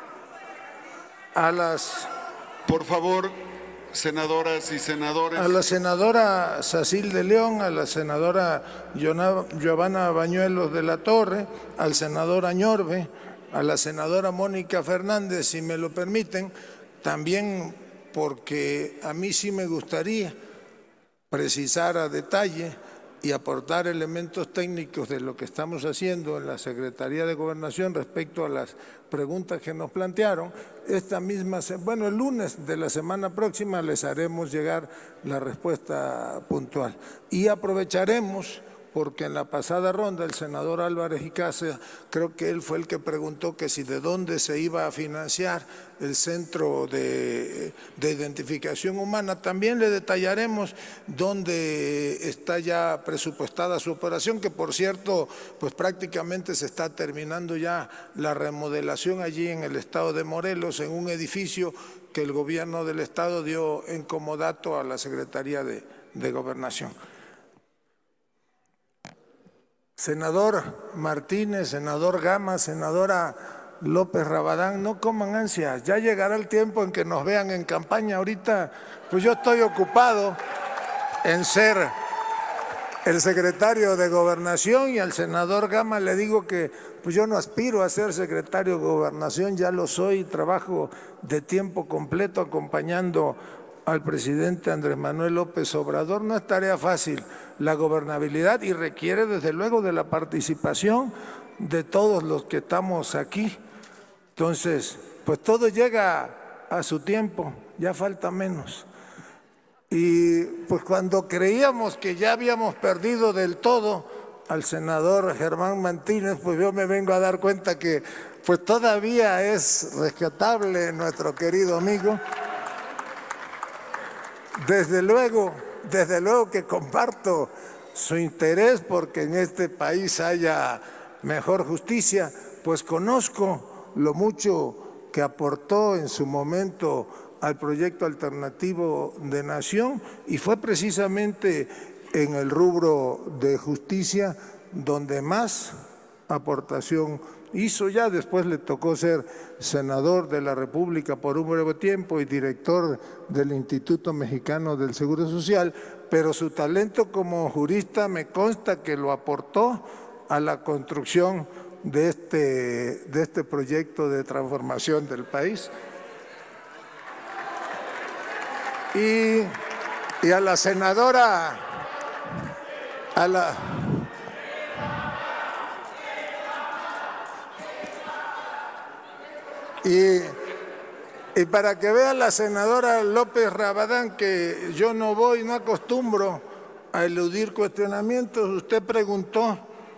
por favor, senadoras y senadores. A la senadora Sacil de León, a la senadora Giovanna Bañuelos de la Torre, al senador Añorbe, a la senadora Mónica Fernández, si me lo permiten, también porque a mí sí me gustaría precisar a detalle y aportar elementos técnicos de lo que estamos haciendo en la Secretaría de Gobernación respecto a las preguntas que nos plantearon. El lunes de la semana próxima les haremos llegar la respuesta puntual. Y aprovecharemos, porque en la pasada ronda el senador Álvarez y Casa, creo que él fue el que preguntó que si de dónde se iba a financiar el Centro de Identificación Humana. También le detallaremos dónde está ya presupuestada su operación, que por cierto, pues prácticamente se está terminando ya la remodelación allí en el estado de Morelos, en un edificio que el gobierno del estado dio en comodato a la Secretaría de Gobernación. senador Martínez, senador Gama, senadora López Rabadán, no coman ansias, ya llegará el tiempo en que nos vean en campaña. Ahorita, pues yo estoy ocupado en ser el secretario de Gobernación, y al senador Gama le digo que pues yo no aspiro a ser secretario de Gobernación, ya lo soy, trabajo de tiempo completo acompañando al presidente Andrés Manuel López Obrador. No es tarea fácil la gobernabilidad y requiere desde luego de la participación de todos los que estamos aquí. Entonces, pues todo llega a su tiempo, ya falta menos. Y pues cuando creíamos que ya habíamos perdido del todo al senador Germán Martínez, pues yo me vengo a dar cuenta que pues todavía es rescatable nuestro querido amigo. Desde luego que comparto su interés porque en este país haya mejor justicia, pues conozco lo mucho que aportó en su momento al proyecto alternativo de nación, y fue precisamente en el rubro de justicia donde más aportación hizo. Ya después le tocó ser senador de la República por un breve tiempo y director del Instituto Mexicano del Seguro Social, pero su talento como jurista me consta que lo aportó a la construcción de este proyecto de transformación del país. Y a la senadora, y para que vea la senadora López Rabadán que yo no acostumbro a eludir cuestionamientos. Usted preguntó,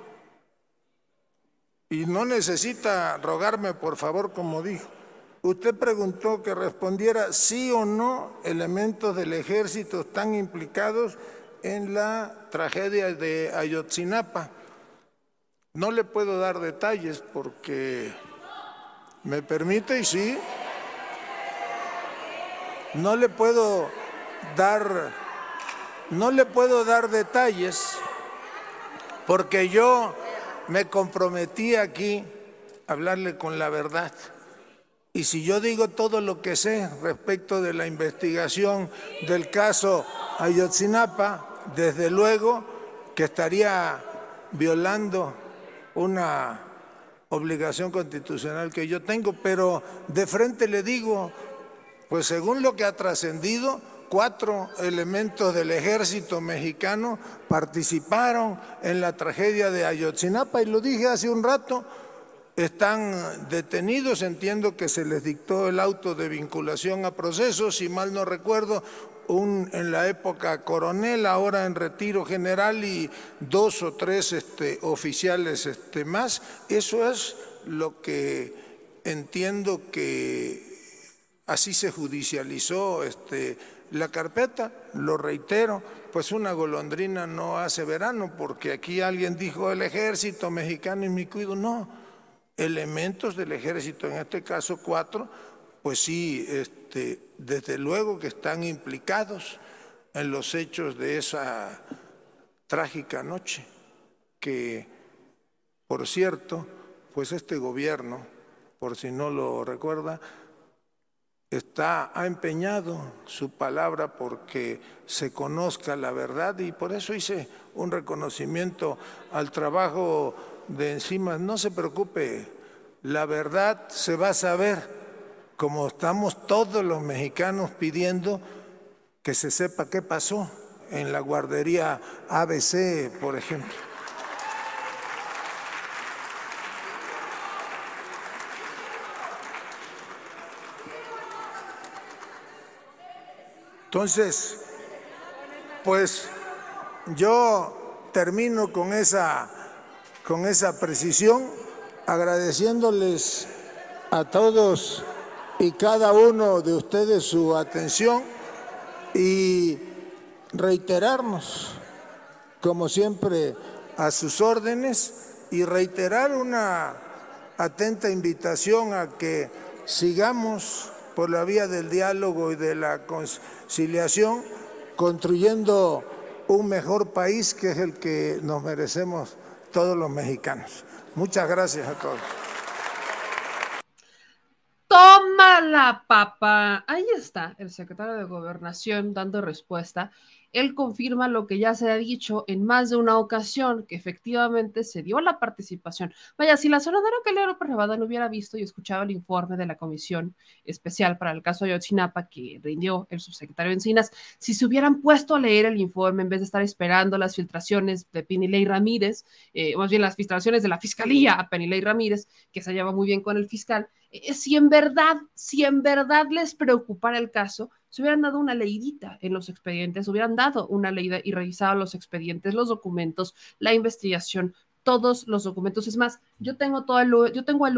y no necesita rogarme por favor como dijo, usted preguntó que respondiera sí o no elementos del ejército están implicados en la tragedia de Ayotzinapa. No le puedo dar detalles porque me permite, y sí, no le puedo dar detalles porque yo me comprometí aquí a hablarle con la verdad. Y si yo digo todo lo que sé respecto de la investigación del caso Ayotzinapa, desde luego que estaría violando una obligación constitucional que yo tengo, pero de frente le digo, pues según lo que ha trascendido, 4 elementos del ejército mexicano participaron en la tragedia de Ayotzinapa, y lo dije hace un rato. Están detenidos, entiendo que se les dictó el auto de vinculación a proceso, si mal no recuerdo, en la época coronel, ahora en retiro general, y 2 o 3 oficiales más. Eso es lo que entiendo que así se judicializó la carpeta. Lo reitero, pues una golondrina no hace verano, porque aquí alguien dijo el ejército mexicano inmiscuido. No. Elementos del ejército, en este caso 4, pues sí, desde luego que están implicados en los hechos de esa trágica noche, que, por cierto, pues este gobierno, por si no lo recuerda, ha empeñado su palabra porque se conozca la verdad, y por eso hice un reconocimiento al trabajo de Encinas. No se preocupe, la verdad se va a saber, como estamos todos los mexicanos pidiendo que se sepa qué pasó en la guardería ABC, por ejemplo. Entonces, pues yo termino con esa precisión, agradeciéndoles a todos y cada uno de ustedes su atención, y reiterarnos, como siempre, a sus órdenes, y reiterar una atenta invitación a que sigamos por la vía del diálogo y de la conciliación, construyendo un mejor país, que es el que nos merecemos todos los mexicanos. Muchas gracias a todos. Tómala, papá. Ahí está el secretario de Gobernación dando respuesta. Él confirma lo que ya se ha dicho en más de una ocasión, que efectivamente se dio la participación. Vaya, si la senadora Kelly López Rabadán hubiera visto y escuchado el informe de la comisión especial para el caso Ayotzinapa que rindió el subsecretario Encinas, si se hubieran puesto a leer el informe en vez de estar esperando las filtraciones de Penilei Ramírez, más bien las filtraciones de la fiscalía a Penilei Ramírez, que se lleva muy bien con el fiscal, si en verdad les preocupara el caso, se hubieran dado una leidita en los expedientes, hubieran dado una leída y revisado los expedientes, los documentos, la investigación, todos los documentos. Es más, yo tengo el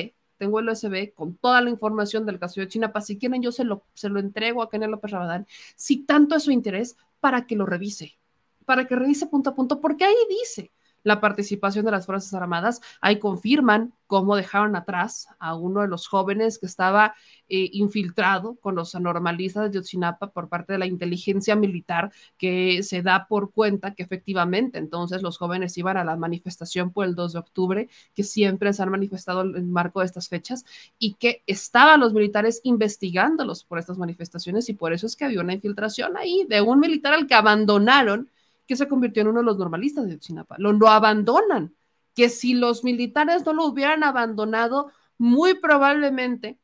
USB con toda la información del caso de Ayotzinapa. Si quieren, yo se lo entrego a Kelly López Rabadán, si tanto es su interés, para que lo revise, para que revise punto a punto, porque ahí dice la participación de las Fuerzas Armadas. Ahí confirman cómo dejaron atrás a uno de los jóvenes que estaba infiltrado con los anormalistas de Ayotzinapa por parte de la inteligencia militar, que se da por cuenta que efectivamente entonces los jóvenes iban a la manifestación por el 2 de octubre, que siempre se han manifestado en el marco de estas fechas, y que estaban los militares investigándolos por estas manifestaciones, y por eso es que había una infiltración ahí de un militar al que abandonaron, que se convirtió en uno de los normalistas de Ayotzinapa. Lo abandonan, que si los militares no lo hubieran abandonado, muy probablemente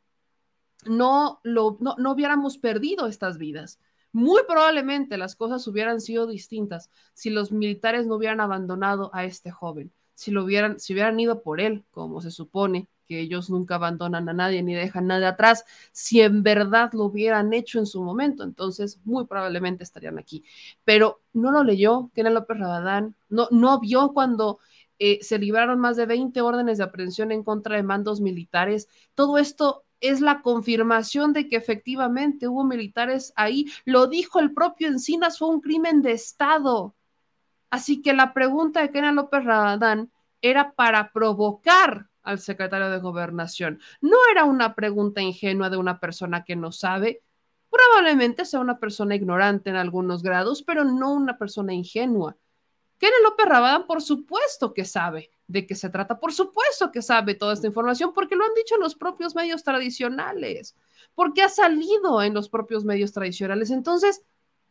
no hubiéramos perdido estas vidas. Muy probablemente las cosas hubieran sido distintas si los militares no hubieran abandonado a este joven, si hubieran ido por él, como se supone que ellos nunca abandonan a nadie ni dejan nada atrás. Si en verdad lo hubieran hecho en su momento, entonces muy probablemente estarían aquí. Pero no lo leyó Kelly López Rabadán, no vio cuando se libraron más de 20 órdenes de aprehensión en contra de mandos militares. Todo esto es la confirmación de que efectivamente hubo militares ahí. Lo dijo el propio Encinas, fue un crimen de Estado. Así que la pregunta de Kelly López Rabadán era para provocar al secretario de Gobernación. No era una pregunta ingenua de una persona que no sabe. Probablemente sea una persona ignorante en algunos grados, pero no una persona ingenua. Kelly López Rabadán, por supuesto que sabe de qué se trata, por supuesto que sabe toda esta información, porque lo han dicho los propios medios tradicionales, porque ha salido en los propios medios tradicionales. Entonces,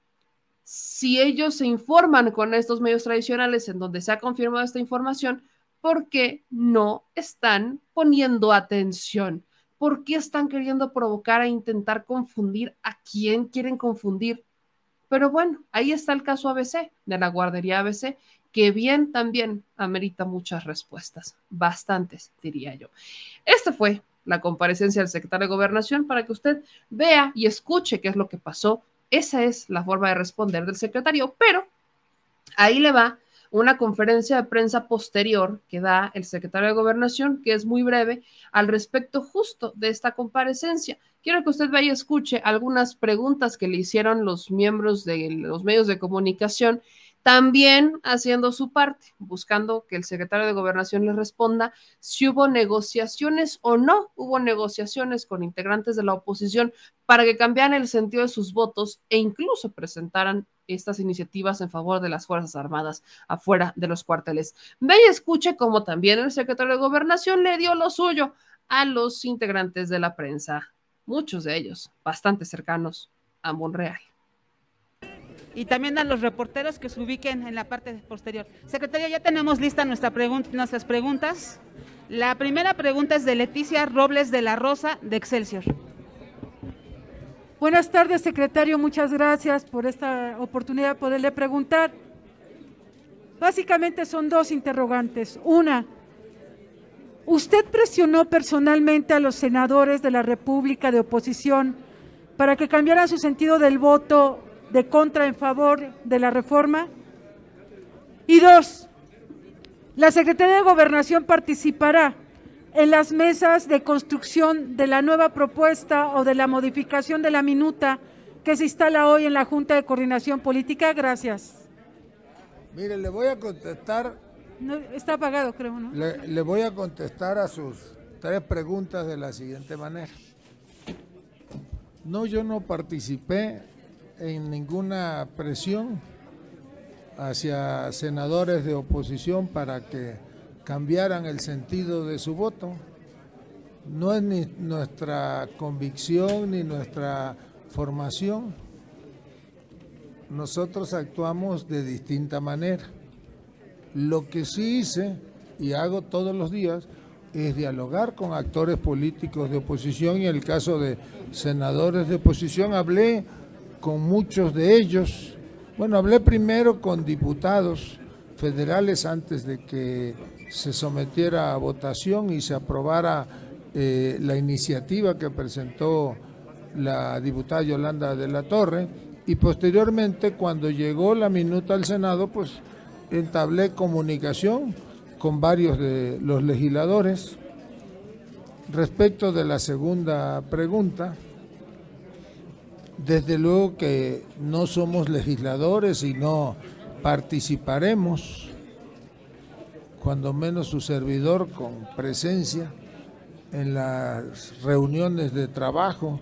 si ellos se informan con estos medios tradicionales en donde se ha confirmado esta información, ¿por qué no están poniendo atención? ¿Por qué están queriendo provocar e intentar confundir a quién quieren confundir? Pero bueno, ahí está el caso ABC, de la guardería ABC, que bien también amerita muchas respuestas, bastantes, diría yo. Esta fue la comparecencia del secretario de Gobernación para que usted vea y escuche qué es lo que pasó. Esa es la forma de responder del secretario, pero ahí le va una conferencia de prensa posterior que da el secretario de Gobernación, que es muy breve, al respecto justo de esta comparecencia. Quiero que usted vaya y escuche algunas preguntas que le hicieron los miembros de los medios de comunicación, también haciendo su parte, buscando que el secretario de Gobernación les responda si hubo negociaciones o no hubo negociaciones con integrantes de la oposición para que cambiaran el sentido de sus votos e incluso presentaran estas iniciativas en favor de las Fuerzas Armadas afuera de los cuarteles. Ve y escuche cómo también el secretario de Gobernación le dio lo suyo a los integrantes de la prensa, muchos de ellos bastante cercanos a Monreal. Y también a los reporteros que se ubiquen en la parte posterior. Secretaria, ya tenemos lista nuestras preguntas. La primera pregunta es de Leticia Robles de la Rosa, de Excelsior. Buenas tardes, secretario. Muchas gracias por esta oportunidad de poderle preguntar. Básicamente son dos interrogantes. Una, ¿usted presionó personalmente a los senadores de la República de oposición para que cambiaran su sentido del voto de contra en favor de la reforma? Y dos, ¿la Secretaría de Gobernación participará en las mesas de construcción de la nueva propuesta o de la modificación de la minuta que se instala hoy en la Junta de Coordinación Política? Gracias. Mire, le voy a contestar. No, está apagado, creo, ¿no? Le voy a contestar a sus tres preguntas de la siguiente manera. No, yo no participé en ninguna presión hacia senadores de oposición para que cambiaran el sentido de su voto. No es ni nuestra convicción ni nuestra formación. Nosotros actuamos de distinta manera. Lo que sí hice y hago todos los días es dialogar con actores políticos de oposición, y en el caso de senadores de oposición hablé con muchos de ellos. Bueno, hablé primero con diputados federales antes de que se sometiera a votación y se aprobara la iniciativa que presentó la diputada Yolanda de la Torre, y posteriormente, cuando llegó la minuta al Senado, pues entablé comunicación con varios de los legisladores. Respecto de la segunda pregunta, desde luego que no somos legisladores y no participaremos, cuando menos su servidor, con presencia en las reuniones de trabajo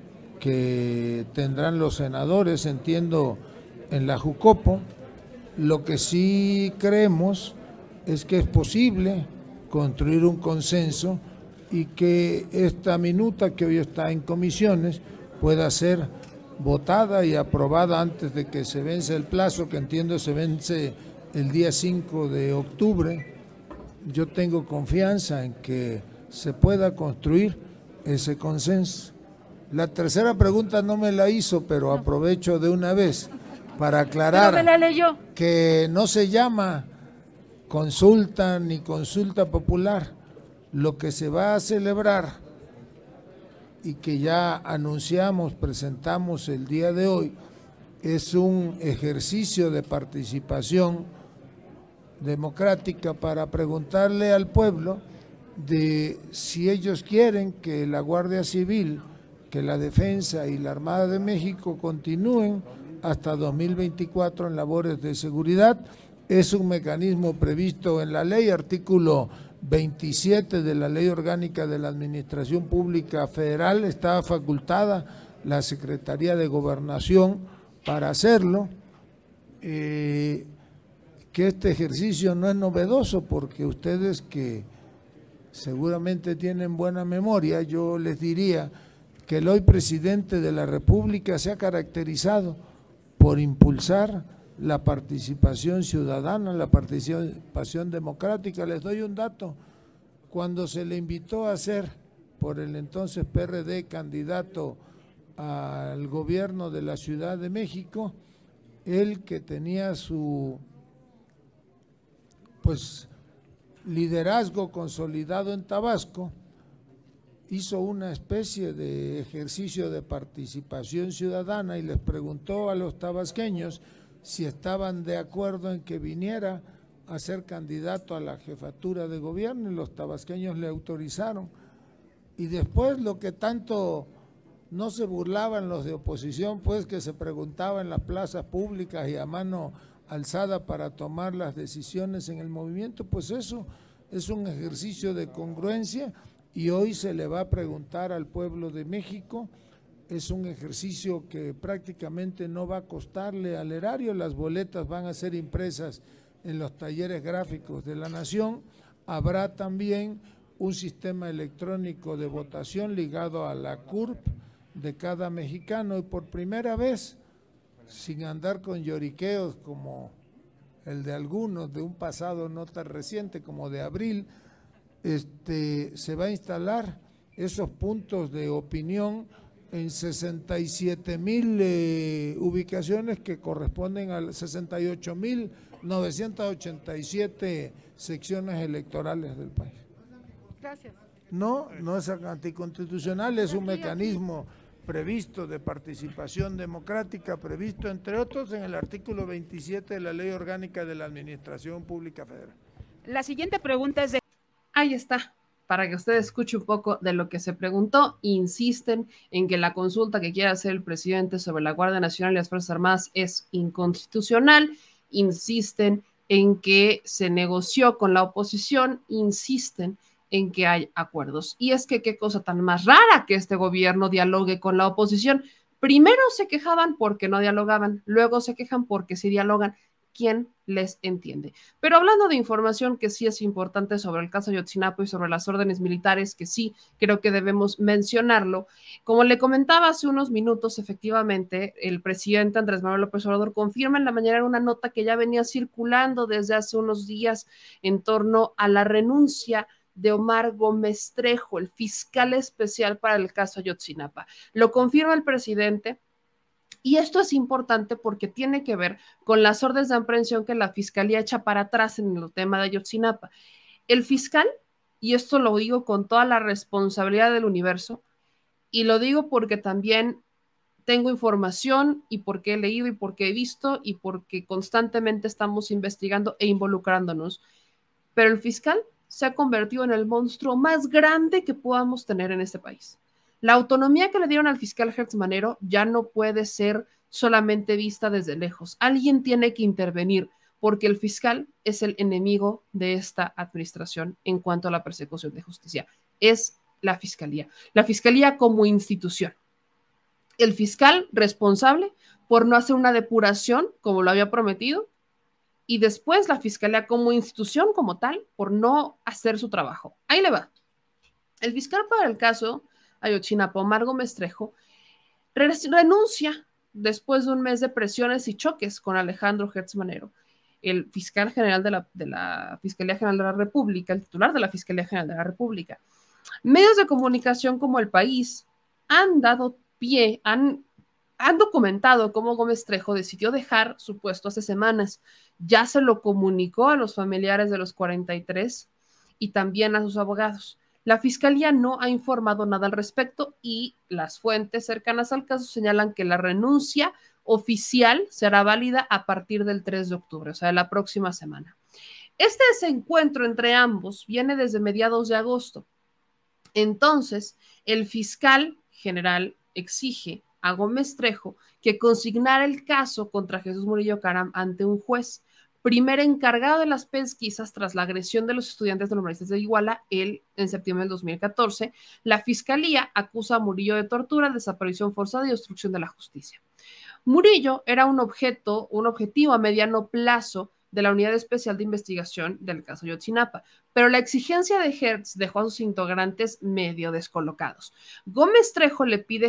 que tendrán los senadores, entiendo, en la Jucopo. Lo que sí creemos es que es posible construir un consenso y que esta minuta que hoy está en comisiones pueda ser votada y aprobada antes de que se vence el plazo, que entiendo se vence el día 5 de octubre. Yo tengo confianza en que se pueda construir ese consenso. La tercera pregunta no me la hizo, pero aprovecho de una vez para aclarar que no se llama consulta ni consulta popular. Lo que se va a celebrar y que ya anunciamos, presentamos el día de hoy, es un ejercicio de participación democrática para preguntarle al pueblo de si ellos quieren que la Guardia Civil, que la Defensa y la Armada de México continúen hasta 2024 en labores de seguridad. Es un mecanismo previsto en la ley, artículo 27 de la Ley Orgánica de la Administración Pública Federal. Está facultada la Secretaría de Gobernación para hacerlo. Que este ejercicio no es novedoso, porque ustedes que seguramente tienen buena memoria, yo les diría que el hoy presidente de la República se ha caracterizado por impulsar la participación ciudadana, la participación democrática. Les doy un dato: cuando se le invitó a ser por el entonces PRD candidato al gobierno de la Ciudad de México, él, que tenía su liderazgo consolidado en Tabasco, hizo una especie de ejercicio de participación ciudadana y les preguntó a los tabasqueños si estaban de acuerdo en que viniera a ser candidato a la jefatura de gobierno, y los tabasqueños le autorizaron. Y después, lo que tanto no se burlaban los de oposición, pues, que se preguntaba en las plazas públicas y a mano alzada para tomar las decisiones en el movimiento, pues eso es un ejercicio de congruencia, y hoy se le va a preguntar al pueblo de México. Es un ejercicio que prácticamente no va a costarle al erario. Las boletas van a ser impresas en los talleres gráficos de la Nación. Habrá también un sistema electrónico de votación ligado a la CURP de cada mexicano, y por primera vez, sin andar con lloriqueos como el de algunos de un pasado no tan reciente como de abril, se va a instalar esos puntos de opinión en 67,000 ubicaciones que corresponden a 68,987 secciones electorales del país. Gracias. No es anticonstitucional, es un mecanismo previsto de participación democrática, previsto entre otros en el artículo 27 de la Ley Orgánica de la Administración Pública Federal. La siguiente pregunta es de... Ahí está, para que usted escuche un poco de lo que se preguntó. Insisten en que la consulta que quiere hacer el presidente sobre la Guardia Nacional y las Fuerzas Armadas es inconstitucional. Insisten en que se negoció con la oposición. Insisten en que hay acuerdos. Y es que qué cosa tan más rara que este gobierno dialogue con la oposición. Primero se quejaban porque no dialogaban, luego se quejan porque sí dialogan. quién les entiende. Pero hablando de información que sí es importante sobre el caso Ayotzinapa y sobre las órdenes militares, que sí creo que debemos mencionarlo, como le comentaba hace unos minutos, efectivamente, el presidente Andrés Manuel López Obrador confirma en la mañana una nota que ya venía circulando desde hace unos días en torno a la renuncia de Omar Gómez Trejo, el fiscal especial para el caso Ayotzinapa. Lo confirma el presidente. Y esto es importante porque tiene que ver con las órdenes de aprehensión que la Fiscalía echa para atrás en el tema de Ayotzinapa. El fiscal, y esto lo digo con toda la responsabilidad del universo, y lo digo porque también tengo información y porque he leído y porque he visto y porque constantemente estamos investigando e involucrándonos, pero el fiscal se ha convertido en el monstruo más grande que podamos tener en este país. La autonomía que le dieron al fiscal Hertz Manero ya no puede ser solamente vista desde lejos. Alguien tiene que intervenir porque el fiscal es el enemigo de esta administración en cuanto a la persecución de justicia. Es la fiscalía. La fiscalía como institución. El fiscal responsable por no hacer una depuración como lo había prometido y después la fiscalía como institución como tal por no hacer su trabajo. Ahí le va. El fiscal para el caso Ayotzinapa, Omar Gómez Trejo, renuncia después de un mes de presiones y choques con Alejandro Hertz Manero, el fiscal general de la Fiscalía General de la República, el titular de la Fiscalía General de la República. Medios de comunicación como El País han dado pie, han documentado cómo Gómez Trejo decidió dejar su puesto hace semanas. Ya se lo comunicó a los familiares de los 43 y también a sus abogados. La Fiscalía no ha informado nada al respecto y las fuentes cercanas al caso señalan que la renuncia oficial será válida a partir del 3 de octubre, o sea, de la próxima semana. Este desencuentro entre ambos viene desde mediados de agosto. Entonces, el fiscal general exige a Gómez Trejo que consignara el caso contra Jesús Murillo Caram ante un juez, primer encargado de las pesquisas tras la agresión de los estudiantes de normalistas de Iguala en septiembre del 2014. La Fiscalía acusa a Murillo de tortura, desaparición forzada y obstrucción de la justicia. Murillo era un objetivo a mediano plazo de la Unidad Especial de Investigación del caso Ayotzinapa, pero la exigencia de Hertz dejó a sus integrantes medio descolocados. Gómez Trejo le pide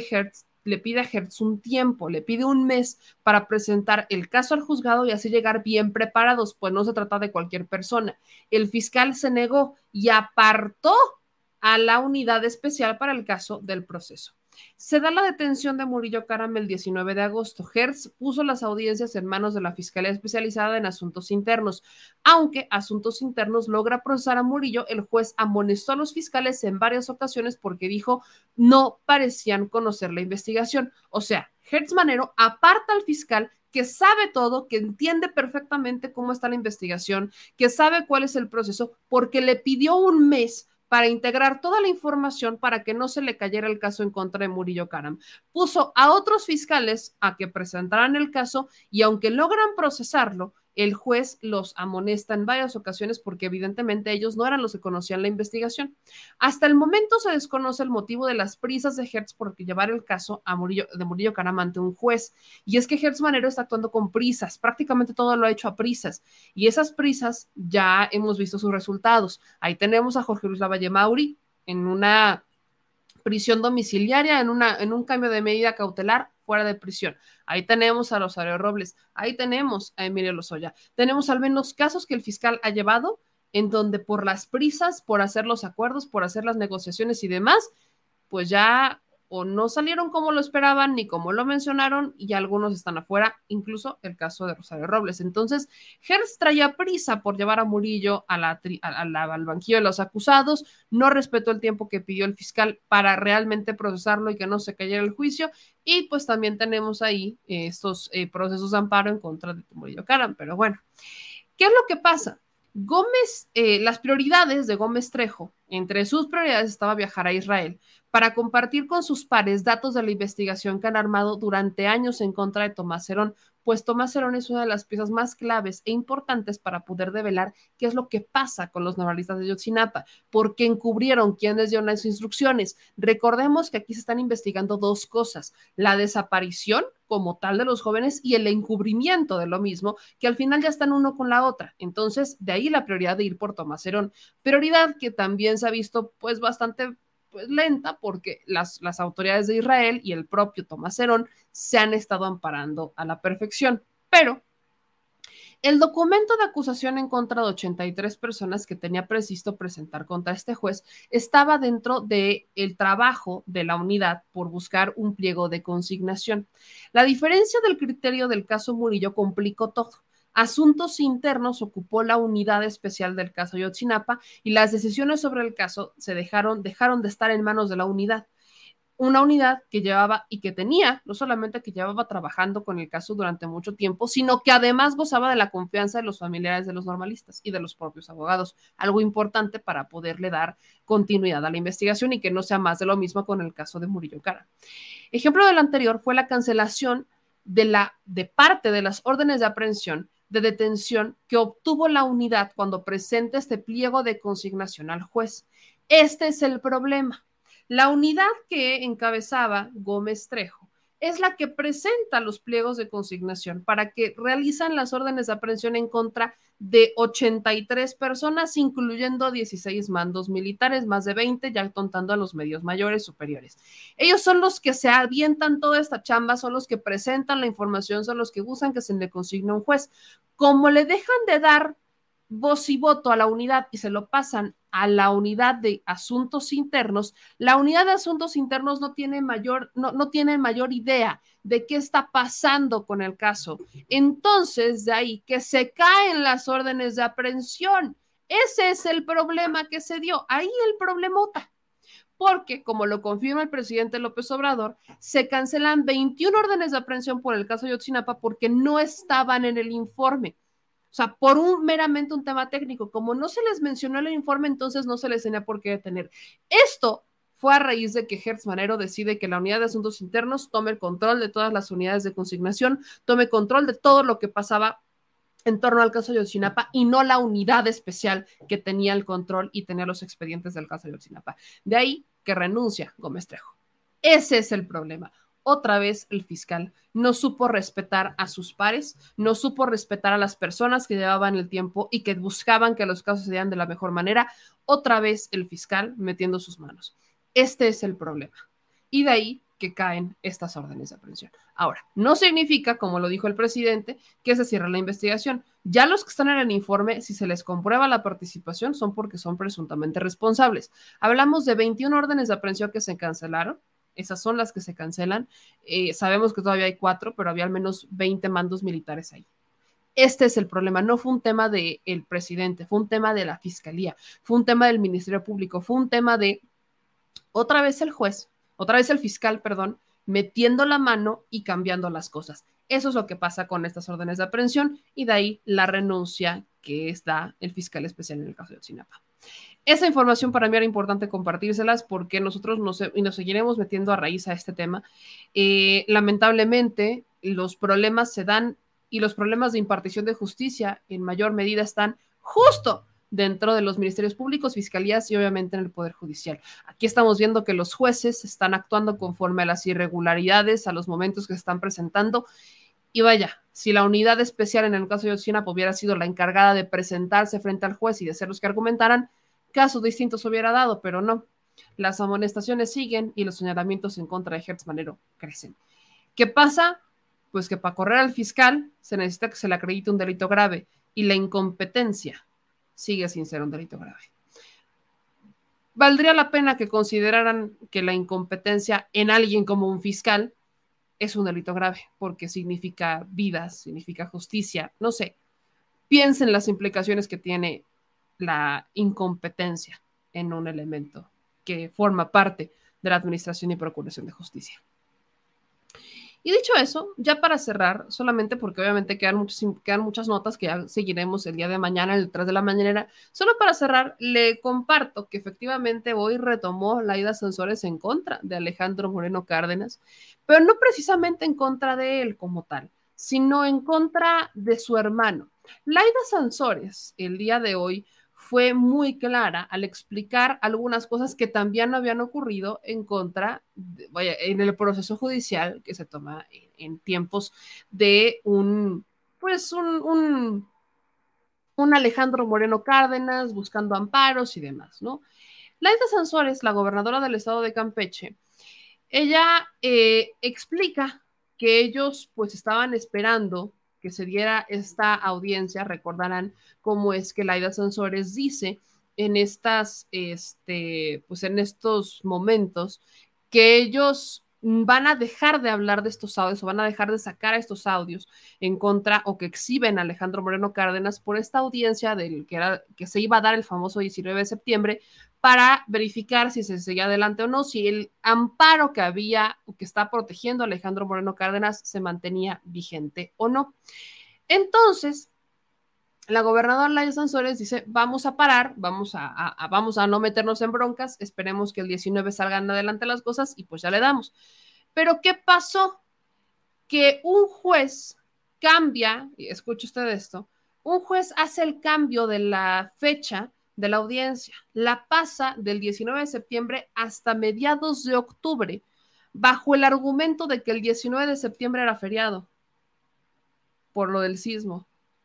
a Hertz un tiempo, le pide un mes para presentar el caso al juzgado y así llegar bien preparados, pues no se trata de cualquier persona. El fiscal se negó y apartó a la unidad especial para el caso del proceso. Se da la detención de Murillo Caram el 19 de agosto. Hertz puso las audiencias en manos de la Fiscalía Especializada en Asuntos Internos. Aunque Asuntos Internos logra procesar a Murillo, el juez amonestó a los fiscales en varias ocasiones porque dijo no parecían conocer la investigación. O sea, Hertz Manero aparta al fiscal que sabe todo, que entiende perfectamente cómo está la investigación, que sabe cuál es el proceso, porque le pidió un mes para integrar toda la información para que no se le cayera el caso en contra de Murillo Caram. Puso a otros fiscales a que presentaran el caso y aunque logran procesarlo, el juez los amonesta en varias ocasiones porque evidentemente ellos no eran los que conocían la investigación. Hasta el momento se desconoce el motivo de las prisas de Hertz por llevar el caso de Murillo Caram ante un juez. Y es que Hertz Manero está actuando con prisas, prácticamente todo lo ha hecho a prisas. Y esas prisas ya hemos visto sus resultados. Ahí tenemos a Jorge Luis Lavalle Mauri en una prisión domiciliaria, en un cambio de medida cautelar fuera de prisión. Ahí tenemos a Rosario Robles, ahí tenemos a Emilio Lozoya. Tenemos al menos casos que el fiscal ha llevado en donde por las prisas, por hacer los acuerdos, por hacer las negociaciones y demás, pues ya o no salieron como lo esperaban ni como lo mencionaron y algunos están afuera, incluso el caso de Rosario Robles. Entonces, Hertz traía prisa por llevar a Murillo al banquillo de los acusados, no respetó el tiempo que pidió el fiscal para realmente procesarlo y que no se cayera el juicio, y pues también tenemos ahí estos procesos de amparo en contra de Murillo Caram. Pero bueno, ¿qué es lo que pasa? Las prioridades de Gómez Trejo, entre sus prioridades estaba viajar a Israel para compartir con sus pares datos de la investigación que han armado durante años en contra de Tomás Herón, pues Tomás Herón es una de las piezas más claves e importantes para poder develar qué es lo que pasa con los normalistas de Ayotzinapa, por qué encubrieron, quiénes dieron las instrucciones. Recordemos que aquí se están investigando dos cosas: la desaparición como tal de los jóvenes y el encubrimiento de lo mismo, que al final ya están uno con la otra. Entonces, de ahí la prioridad de ir por Tomás Herón. Prioridad que también se ha visto pues bastante lenta, porque las autoridades de Israel y el propio Tomás Herón se han estado amparando a la perfección. Pero el documento de acusación en contra de 83 personas que tenía previsto presentar contra este juez estaba dentro del trabajo de la unidad por buscar un pliego de consignación. La diferencia del criterio del caso Murillo complicó todo. Asuntos Internos ocupó la unidad especial del caso Ayotzinapa y las decisiones sobre el caso se dejaron de estar en manos de la unidad. Una unidad que llevaba y que tenía, no solamente que llevaba trabajando con el caso durante mucho tiempo, sino que además gozaba de la confianza de los familiares de los normalistas y de los propios abogados, algo importante para poderle dar continuidad a la investigación y que no sea más de lo mismo con el caso de Murillo Karam. Ejemplo del anterior fue la cancelación de parte de las órdenes de aprehensión de detención que obtuvo la unidad cuando presenta este pliego de consignación al juez. Este es el problema. La unidad que encabezaba Gómez Trejo es la que presenta los pliegos de consignación para que realizan las órdenes de aprehensión en contra de 83 personas, incluyendo 16 mandos militares, más de 20, ya contando a los medios mayores superiores. Ellos son los que se avientan toda esta chamba, son los que presentan la información, son los que buscan que se le consigne un juez. Como le dejan de dar voz y voto a la unidad y se lo pasan a la unidad de asuntos internos, la unidad de asuntos internos no tiene mayor idea de qué está pasando con el caso. Entonces, de ahí que se caen las órdenes de aprehensión. Ese es el problema que se dio. Ahí el problemota. Porque, como lo confirma el presidente López Obrador, se cancelan 21 órdenes de aprehensión por el caso Ayotzinapa porque no estaban en el informe. O sea, por meramente un tema técnico. Como no se les mencionó en el informe, entonces no se les tenía por qué detener. Esto fue a raíz de que Hertz Manero decide que la unidad de asuntos internos tome el control de todas las unidades de consignación, tome control de todo lo que pasaba en torno al caso Ayotzinapa y no la unidad especial que tenía el control y tenía los expedientes del caso Ayotzinapa. De ahí que renuncia Gómez Trejo. Ese es el problema. Otra vez el fiscal no supo respetar a sus pares, no supo respetar a las personas que llevaban el tiempo y que buscaban que los casos se dieran de la mejor manera. Otra vez el fiscal metiendo sus manos. Este es el problema. Y de ahí que caen estas órdenes de aprehensión. Ahora, no significa, como lo dijo el presidente, que se cierre la investigación. Ya los que están en el informe, si se les comprueba la participación, son porque son presuntamente responsables. Hablamos de 21 órdenes de aprehensión que se cancelaron. Esas son las que se cancelan. Sabemos que todavía hay 4, pero había al menos 20 mandos militares ahí. Este es el problema. No fue un tema del presidente, fue un tema de la fiscalía, fue un tema del Ministerio Público, fue un tema de otra vez el fiscal, metiendo la mano y cambiando las cosas. Eso es lo que pasa con estas órdenes de aprehensión y de ahí la renuncia que da el fiscal especial en el caso de Ayotzinapa. Esa información para mí era importante compartírselas porque nosotros nos seguiremos metiendo a raíz a este tema. Lamentablemente, los problemas se dan y los problemas de impartición de justicia en mayor medida están justo dentro de los ministerios públicos, fiscalías y obviamente en el Poder Judicial. Aquí estamos viendo que los jueces están actuando conforme a las irregularidades, a los momentos que se están presentando. Y vaya, si la unidad especial en el caso de Ayotzinapa hubiera sido la encargada de presentarse frente al juez y de ser los que argumentaran, casos distintos hubiera dado, pero no. Las amonestaciones siguen y los señalamientos en contra de Hertz Manero crecen. ¿Qué pasa? Pues que para correr al fiscal se necesita que se le acredite un delito grave y la incompetencia sigue sin ser un delito grave. Valdría la pena que consideraran que la incompetencia en alguien como un fiscal es un delito grave, porque significa vidas, significa justicia, no sé. Piensen las implicaciones que tiene la incompetencia en un elemento que forma parte de la administración y procuración de justicia. Y dicho eso, ya para cerrar, solamente porque obviamente quedan muchas notas que ya seguiremos el día de mañana, el detrás de la mañanera, solo para cerrar, le comparto que efectivamente hoy retomó Laida Sansores en contra de Alejandro Moreno Cárdenas, pero no precisamente en contra de él como tal, sino en contra de su hermano. Laida Sansores, el día de hoy, fue muy clara al explicar algunas cosas que también habían ocurrido en contra, en el proceso judicial que se toma en tiempos de un Alejandro Moreno Cárdenas buscando amparos y demás, ¿no? Laida Sansores, la gobernadora del estado de Campeche, ella explica que ellos pues estaban esperando que se diera esta audiencia. Recordarán cómo es que Laida Sansores dice en en estos momentos que ellos van a dejar de hablar de estos audios o van a dejar de sacar estos audios en contra o que exhiben a Alejandro Moreno Cárdenas por esta audiencia que se iba a dar el famoso 19 de septiembre para verificar si se seguía adelante o no, si el amparo que había o que está protegiendo a Alejandro Moreno Cárdenas se mantenía vigente o no. Entonces, la gobernadora Laida Sansores dice, vamos a parar, vamos a no meternos en broncas, esperemos que el 19 salgan adelante las cosas y pues ya le damos. Pero ¿qué pasó? Que un juez cambia, y escuche usted esto, un juez hace el cambio de la fecha de la audiencia, la pasa del 19 de septiembre hasta mediados de octubre, bajo el argumento de que el 19 de septiembre era feriado, por lo del sismo.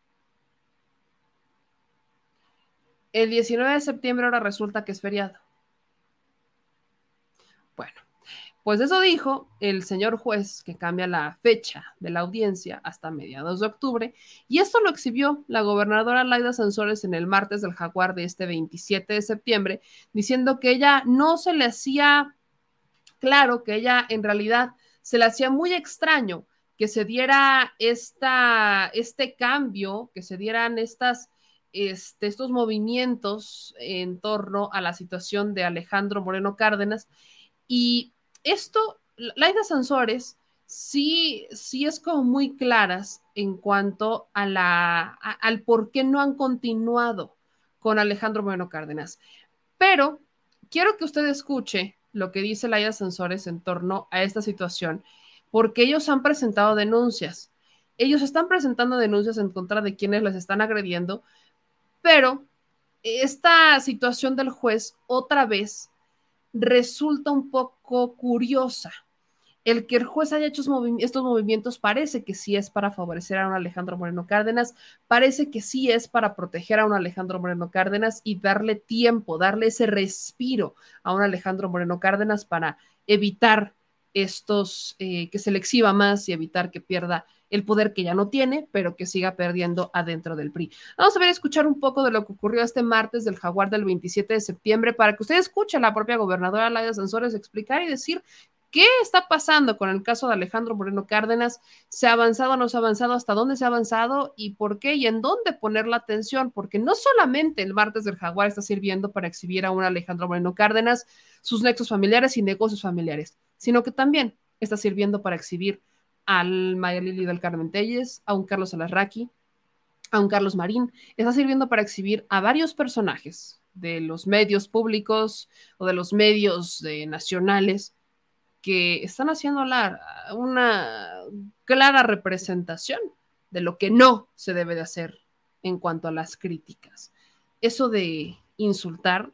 El 19 de septiembre ahora resulta que es feriado. Bueno, pues eso dijo el señor juez que cambia la fecha de la audiencia hasta mediados de octubre, y esto lo exhibió la gobernadora Laida Sansores en el martes del Jaguar de este 27 de septiembre, diciendo que ella no se le hacía claro, que ella en realidad se le hacía muy extraño que se diera este cambio, que se dieran estos movimientos en torno a la situación de Alejandro Moreno Cárdenas. Y esto, Laida Sansores sí es como muy claras en cuanto al por qué no han continuado con Alejandro Moreno Cárdenas. Pero quiero que usted escuche lo que dice Laida Sansores en torno a esta situación, porque ellos han presentado denuncias. Ellos están presentando denuncias en contra de quienes les están agrediendo, pero esta situación del juez otra vez resulta un poco curiosa. El que el juez haya hecho estos movimientos parece que sí es para favorecer a un Alejandro Moreno Cárdenas, parece que sí es para proteger a un Alejandro Moreno Cárdenas y darle tiempo, darle ese respiro a un Alejandro Moreno Cárdenas para evitar que se le exhiba más y evitar que pierda el poder que ya no tiene, pero que siga perdiendo adentro del PRI. Vamos a ver, escuchar un poco de lo que ocurrió este martes del Jaguar del 27 de septiembre para que usted escuche a la propia gobernadora Laida Sansores explicar y decir qué está pasando con el caso de Alejandro Moreno Cárdenas, se ha avanzado, no se ha avanzado, hasta dónde se ha avanzado y por qué y en dónde poner la atención, porque no solamente el martes del Jaguar está sirviendo para exhibir a un Alejandro Moreno Cárdenas, sus nexos familiares y negocios familiares, sino que también está sirviendo para exhibir al Maya Lili del Carmen Telles, a un Carlos Alarraqui, a un Carlos Marín, está sirviendo para exhibir a varios personajes de los medios públicos o de los medios nacionales que están haciendo una clara representación de lo que no se debe de hacer en cuanto a las críticas. Eso de insultar,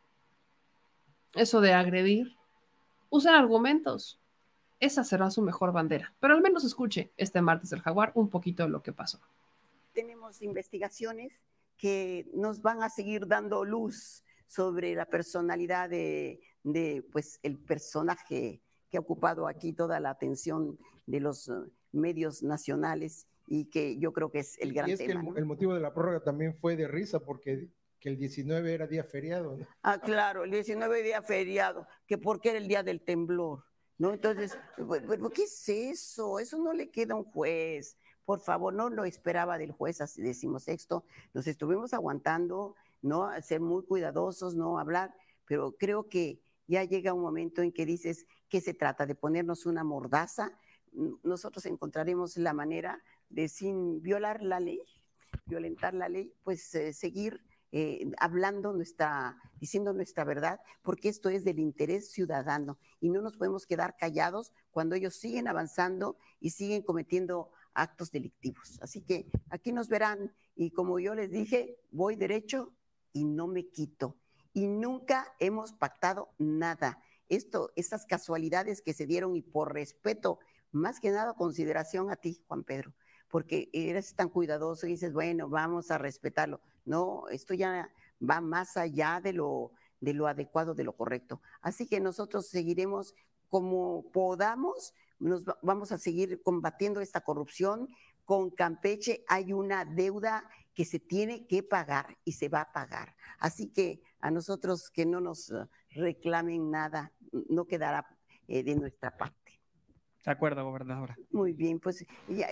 eso de agredir, usen argumentos. Esa será su mejor bandera. Pero al menos escuche este martes del Jaguar un poquito de lo que pasó. Tenemos investigaciones que nos van a seguir dando luz sobre la personalidad de pues, el personaje que ha ocupado aquí toda la atención de los medios nacionales y que yo creo que es el gran tema. Que el motivo de la prórroga también fue de risa porque que el 19 era día feriado, ¿no? Ah, claro, el 19 día feriado, que porque era el día del temblor, ¿no? Entonces, ¿qué es eso? Eso no le queda a un juez. Por favor, no lo esperaba del juez así decimosexto. Nos estuvimos aguantando, ¿no? Ser muy cuidadosos, no hablar, pero creo que ya llega un momento en que dices, ¿qué se trata? ¿De ponernos una mordaza? Nosotros encontraremos la manera de, sin violar la ley, violentar la ley, pues seguir hablando diciendo nuestra verdad, porque esto es del interés ciudadano y no nos podemos quedar callados cuando ellos siguen avanzando y siguen cometiendo actos delictivos. Así que aquí nos verán y como yo les dije, voy derecho y no me quito. Y nunca hemos pactado nada. Esas casualidades que se dieron y por respeto, más que nada consideración a ti, Juan Pedro, porque eres tan cuidadoso y dices, bueno, vamos a respetarlo. No, esto ya va más allá de lo adecuado, de lo correcto. Así que nosotros seguiremos como podamos, vamos a seguir combatiendo esta corrupción. Con Campeche hay una deuda que se tiene que pagar y se va a pagar. Así que a nosotros que no nos reclamen nada, no quedará de nuestra parte. De acuerdo, gobernadora. Muy bien, pues.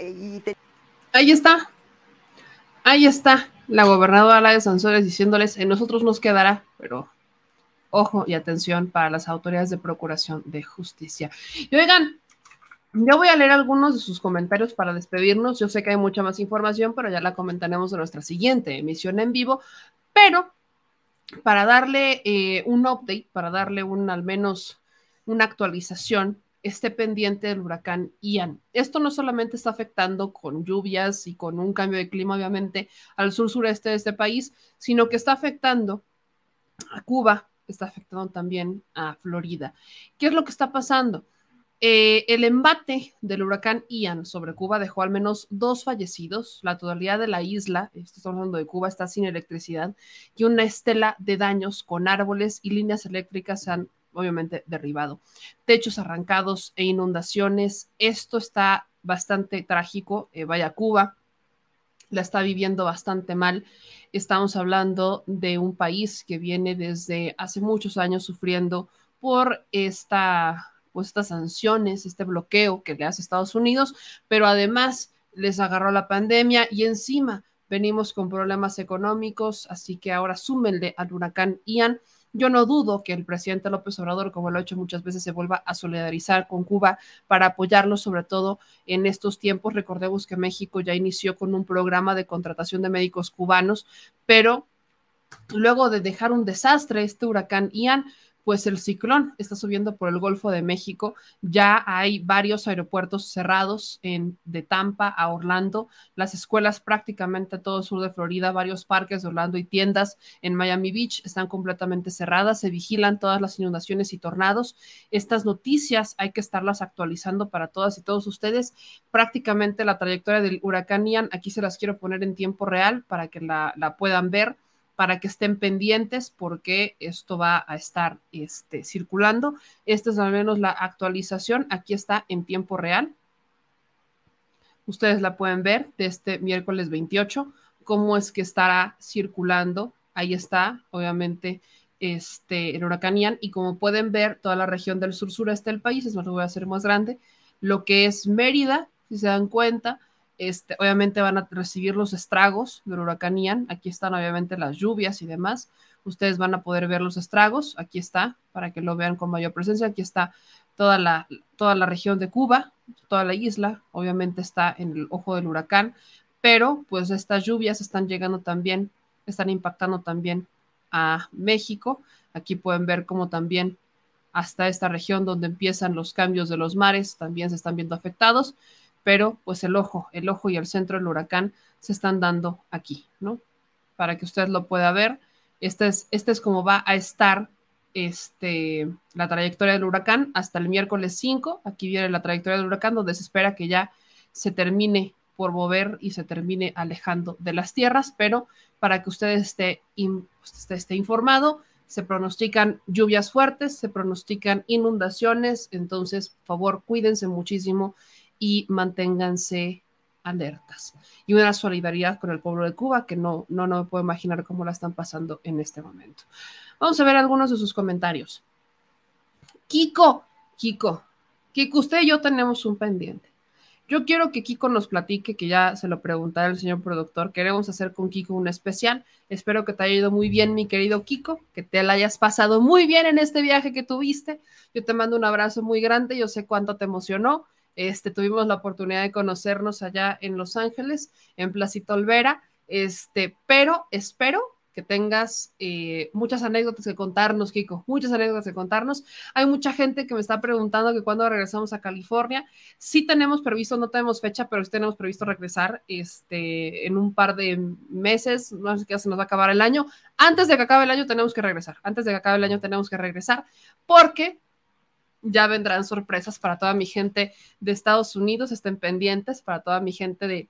Ahí está la gobernadora Laida Sansores diciéndoles, en nosotros nos quedará, pero ojo y atención para las autoridades de Procuración de Justicia. Y oigan, yo voy a leer algunos de sus comentarios para despedirnos. Yo sé que hay mucha más información, pero ya la comentaremos en nuestra siguiente emisión en vivo. Pero para darle un update, para darle al menos una actualización, esté pendiente del huracán Ian. Esto no solamente está afectando con lluvias y con un cambio de clima, obviamente, al sur-sureste de este país, sino que está afectando a Cuba, está afectando también a Florida. ¿Qué es lo que está pasando? El embate del huracán Ian sobre Cuba dejó al menos 2 fallecidos. La totalidad de la isla, estamos hablando de Cuba, está sin electricidad y una estela de daños con árboles y líneas eléctricas se han obviamente derribado. Techos arrancados e inundaciones. Esto está bastante trágico. Vaya, Cuba la está viviendo bastante mal. Estamos hablando de un país que viene desde hace muchos años sufriendo por estas sanciones, este bloqueo que le hace Estados Unidos, pero además les agarró la pandemia y encima venimos con problemas económicos, así que ahora súmenle al huracán Ian. Yo no dudo que el presidente López Obrador, como lo ha hecho muchas veces, se vuelva a solidarizar con Cuba para apoyarlo, sobre todo en estos tiempos. Recordemos que México ya inició con un programa de contratación de médicos cubanos, pero luego de dejar un desastre este huracán Ian, pues el ciclón está subiendo por el Golfo de México. Ya hay varios aeropuertos cerrados de Tampa a Orlando, las escuelas prácticamente todo el sur de Florida, varios parques de Orlando y tiendas en Miami Beach están completamente cerradas, se vigilan todas las inundaciones y tornados. Estas noticias hay que estarlas actualizando para todas y todos ustedes. Prácticamente la trayectoria del huracán Ian, aquí se las quiero poner en tiempo real para que la puedan ver, para que estén pendientes porque esto va a estar circulando. Esta es al menos la actualización. Aquí está en tiempo real. Ustedes la pueden ver de este miércoles 28, cómo es que estará circulando. Ahí está, obviamente, el huracán Ian. Y como pueden ver, toda la región del sur-sureste del país, es más, lo voy a hacer más grande, lo que es Mérida, si se dan cuenta, obviamente van a recibir los estragos del huracán Ian. Aquí están obviamente las lluvias y demás. Ustedes van a poder ver los estragos. Aquí está, para que lo vean con mayor presencia. Aquí está toda la región de Cuba, toda la isla. Obviamente está en el ojo del huracán, pero pues estas lluvias están llegando también, están impactando también a México. Aquí pueden ver cómo también hasta esta región donde empiezan los cambios de los mares también se están viendo afectados. Pero pues el ojo y el centro del huracán se están dando aquí, ¿no? Para que usted lo pueda ver. Este es como va a estar la trayectoria del huracán hasta el miércoles 5. Aquí viene la trayectoria del huracán donde se espera que ya se termine por mover y se termine alejando de las tierras, pero para que usted esté informado, se pronostican lluvias fuertes, se pronostican inundaciones, entonces, por favor, cuídense muchísimo y manténganse alertas. Y una solidaridad con el pueblo de Cuba, que no me puedo imaginar cómo la están pasando en este momento. Vamos a ver algunos de sus comentarios. Kiko, usted y yo tenemos un pendiente. Yo quiero que Kiko nos platique, que ya se lo preguntará el señor productor. Queremos hacer con Kiko un especial. Espero que te haya ido muy bien, mi querido Kiko, que te la hayas pasado muy bien en este viaje que tuviste. Yo te mando un abrazo muy grande. Yo sé cuánto te emocionó. Tuvimos la oportunidad de conocernos allá en Los Ángeles, en Placita Olvera, pero espero que tengas muchas anécdotas que contarnos, Kiko, muchas anécdotas que contarnos. Hay mucha gente que me está preguntando que cuándo regresamos a California. Sí tenemos previsto, no tenemos fecha, pero sí tenemos previsto regresar en un par de meses, no sé qué, se nos va a acabar el año. Antes de que acabe el año tenemos que regresar, porque ya vendrán sorpresas para toda mi gente de Estados Unidos, estén pendientes, para toda mi gente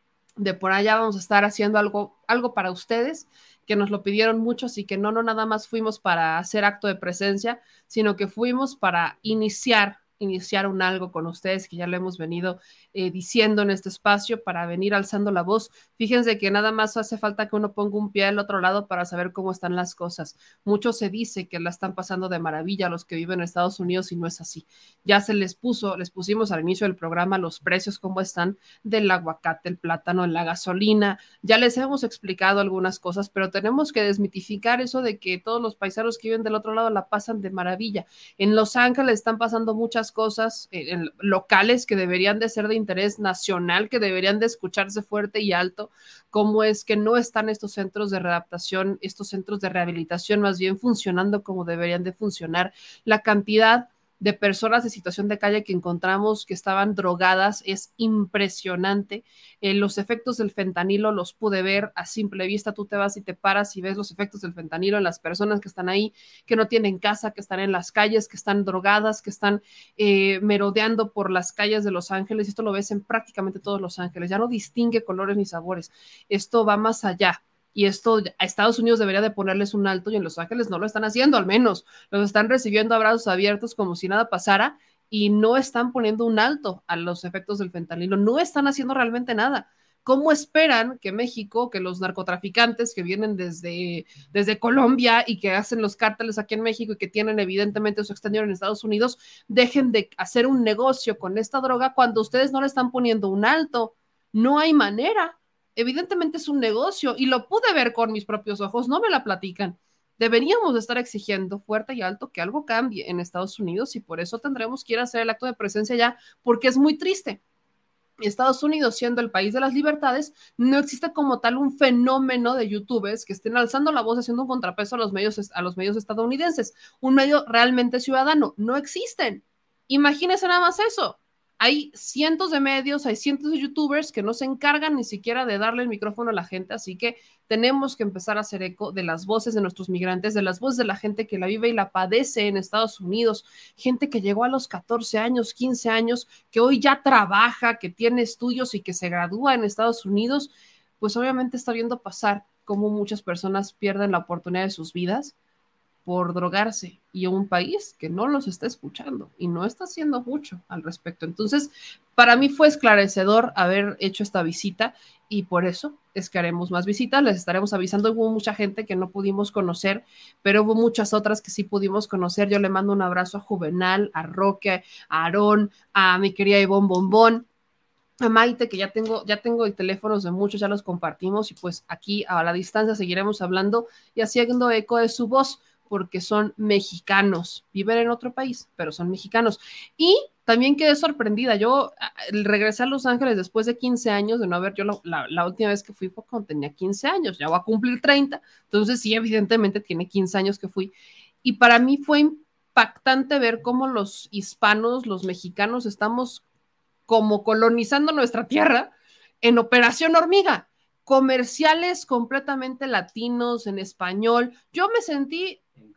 de por allá. Vamos a estar haciendo algo para ustedes, que nos lo pidieron muchos y que no nada más fuimos para hacer acto de presencia, sino que fuimos para iniciar un algo con ustedes, que ya lo hemos venido diciendo en este espacio, para venir alzando la voz. Fíjense que nada más hace falta que uno ponga un pie al otro lado para saber cómo están las cosas. Mucho se dice que la están pasando de maravilla a los que viven en Estados Unidos y no es así. Ya les pusimos al inicio del programa los precios, cómo están del aguacate, el plátano, la gasolina. Ya les hemos explicado algunas cosas, pero tenemos que desmitificar eso de que todos los paisanos que viven del otro lado la pasan de maravilla. En Los Ángeles están pasando muchas cosas locales que deberían de ser de interés nacional, que deberían de escucharse fuerte y alto, como es que no están estos centros de readaptación, estos centros de rehabilitación más bien funcionando como deberían de funcionar. La cantidad de personas de situación de calle que encontramos que estaban drogadas es impresionante. Los efectos del fentanilo los pude ver a simple vista. Tú te vas y te paras y ves los efectos del fentanilo en las personas que están ahí, que no tienen casa, que están en las calles, que están drogadas, que están merodeando por las calles de Los Ángeles. Esto lo ves en prácticamente todos Los Ángeles. Ya no distingue colores ni sabores. Esto va más allá. Y esto a Estados Unidos debería de ponerles un alto, y en Los Ángeles no lo están haciendo, al menos los están recibiendo a brazos abiertos como si nada pasara, y no están poniendo un alto a los efectos del fentanilo, no están haciendo realmente nada. ¿Cómo esperan que México, que los narcotraficantes que vienen desde Colombia y que hacen los cárteles aquí en México y que tienen evidentemente su extensión en Estados Unidos, dejen de hacer un negocio con esta droga cuando ustedes no le están poniendo un alto? No hay manera. Evidentemente es un negocio y lo pude ver con mis propios ojos, no me la platican. Deberíamos de estar exigiendo fuerte y alto que algo cambie en Estados Unidos, y por eso tendremos que ir a hacer el acto de presencia ya, porque es muy triste. Estados Unidos, siendo el país de las libertades, no existe como tal un fenómeno de youtubers que estén alzando la voz, haciendo un contrapeso a los medios estadounidenses, un medio realmente ciudadano. No existen. Imagínense nada más eso. Hay cientos de medios, hay cientos de youtubers que no se encargan ni siquiera de darle el micrófono a la gente, así que tenemos que empezar a hacer eco de las voces de nuestros migrantes, de las voces de la gente que la vive y la padece en Estados Unidos, gente que llegó a los 14 años, 15 años, que hoy ya trabaja, que tiene estudios y que se gradúa en Estados Unidos. Pues obviamente está viendo pasar cómo muchas personas pierden la oportunidad de sus vidas por drogarse, y un país que no los está escuchando y no está haciendo mucho al respecto. Entonces, para mí fue esclarecedor haber hecho esta visita, y por eso es que haremos más visitas, les estaremos avisando. Hubo mucha gente que no pudimos conocer, pero hubo muchas otras que sí pudimos conocer. Yo le mando un abrazo a Juvenal, a Roque, a Aarón, a mi querida Ivonne Bombón, a Maite, que ya tengo teléfonos de muchos, ya los compartimos, y pues aquí a la distancia seguiremos hablando y haciendo eco de su voz, porque son mexicanos, viven en otro país, pero son mexicanos. Y también quedé sorprendida. Yo regresé a Los Ángeles después de 15 años de no haber, yo la última vez que fui fue cuando tenía 15 años, ya voy a cumplir 30, entonces sí, evidentemente tiene 15 años que fui. Y para mí fue impactante ver cómo los hispanos, los mexicanos, estamos como colonizando nuestra tierra en Operación Hormiga. Comerciales completamente latinos, en español. Yo me sentí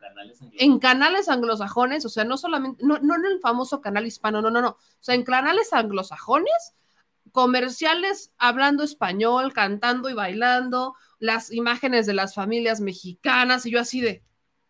en canales anglosajones, o sea, no solamente, no en el famoso canal hispano, no, o sea, en canales anglosajones, comerciales hablando español, cantando y bailando, las imágenes de las familias mexicanas, y yo así de,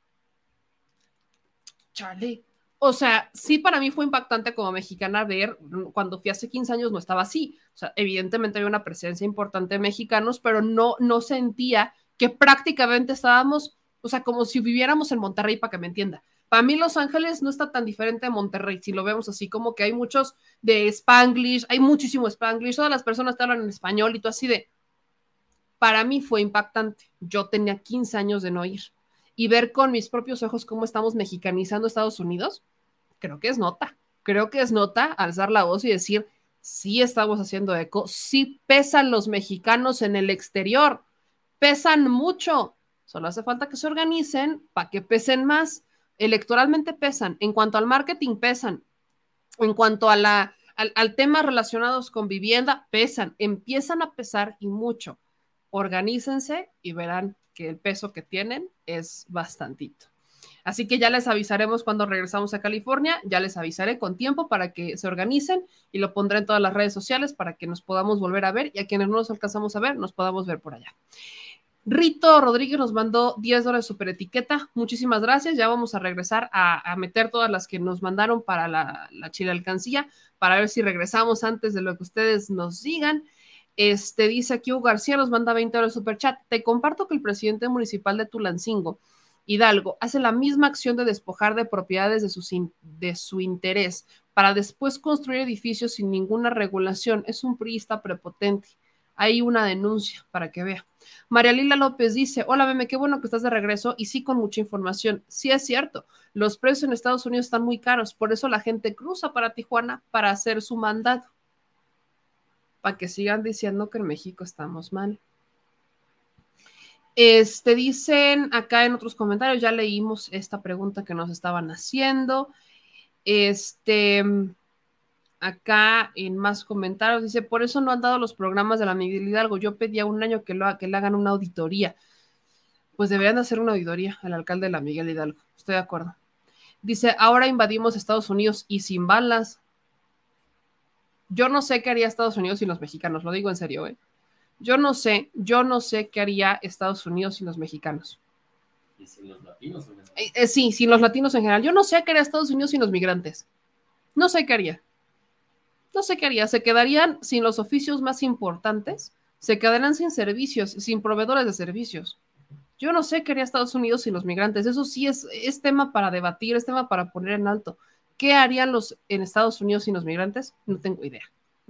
chale. O sea, sí, para mí fue impactante como mexicana ver, cuando fui hace 15 años no estaba así. O sea, evidentemente había una presencia importante de mexicanos, pero no sentía que prácticamente estábamos, o sea, como si viviéramos en Monterrey, para que me entienda. Para mí Los Ángeles no está tan diferente de Monterrey, si lo vemos así, como que hay muchos de Spanglish, hay muchísimo Spanglish, todas las personas te hablan en español, y tú así de, para mí fue impactante. Yo tenía 15 años de no ir, y ver con mis propios ojos cómo estamos mexicanizando Estados Unidos, creo que es nota alzar la voz y decir, sí estamos haciendo eco, sí pesan los mexicanos en el exterior, pesan mucho, Solo hace falta que se organicen para que pesen más. Electoralmente pesan, en cuanto al marketing pesan, en cuanto a al tema relacionados con vivienda pesan, empiezan a pesar y mucho. Organícense y verán que el peso que tienen es bastantito. Así que ya les avisaremos cuando regresamos a California, ya les avisaré con tiempo para que se organicen y lo pondré en todas las redes sociales para que nos podamos volver a ver y a quienes no nos alcanzamos a ver, nos podamos ver por allá. Rito Rodríguez nos mandó $10 super etiqueta, muchísimas gracias, ya vamos a regresar a meter todas las que nos mandaron para la Chile Alcancía, para ver si regresamos antes de lo que ustedes nos digan. Dice aquí Hugo García, nos manda $20 super chat, te comparto que el presidente municipal de Tulancingo, Hidalgo, hace la misma acción de despojar de propiedades de su interés para después construir edificios sin ninguna regulación. Es un priista prepotente. Hay una denuncia para que vea. María Lila López dice, hola Meme, qué bueno que estás de regreso y sí con mucha información. Sí es cierto, los precios en Estados Unidos están muy caros, por eso la gente cruza para Tijuana para hacer su mandado. Para que sigan diciendo que en México estamos mal. Dicen acá en otros comentarios, ya leímos esta pregunta que nos estaban haciendo. Acá en más comentarios dice, por eso no han dado los programas de la Miguel Hidalgo. Yo pedía un año que le hagan una auditoría. Pues deberían hacer una auditoría al alcalde de la Miguel Hidalgo. Estoy de acuerdo. Dice, ahora invadimos Estados Unidos y sin balas. Yo no sé qué haría Estados Unidos sin los mexicanos, lo digo en serio, ¿eh? Yo no sé qué haría Estados Unidos sin los mexicanos. ¿Y sin los latinos? Sí, sin los latinos en general. Yo no sé qué haría Estados Unidos sin los migrantes. No sé qué haría. Se quedarían sin los oficios más importantes, se quedarían sin servicios, sin proveedores de servicios. Yo no sé qué haría Estados Unidos sin los migrantes. Eso sí es tema para debatir, es tema para poner en alto. ¿Qué harían en Estados Unidos sin los migrantes? No tengo idea.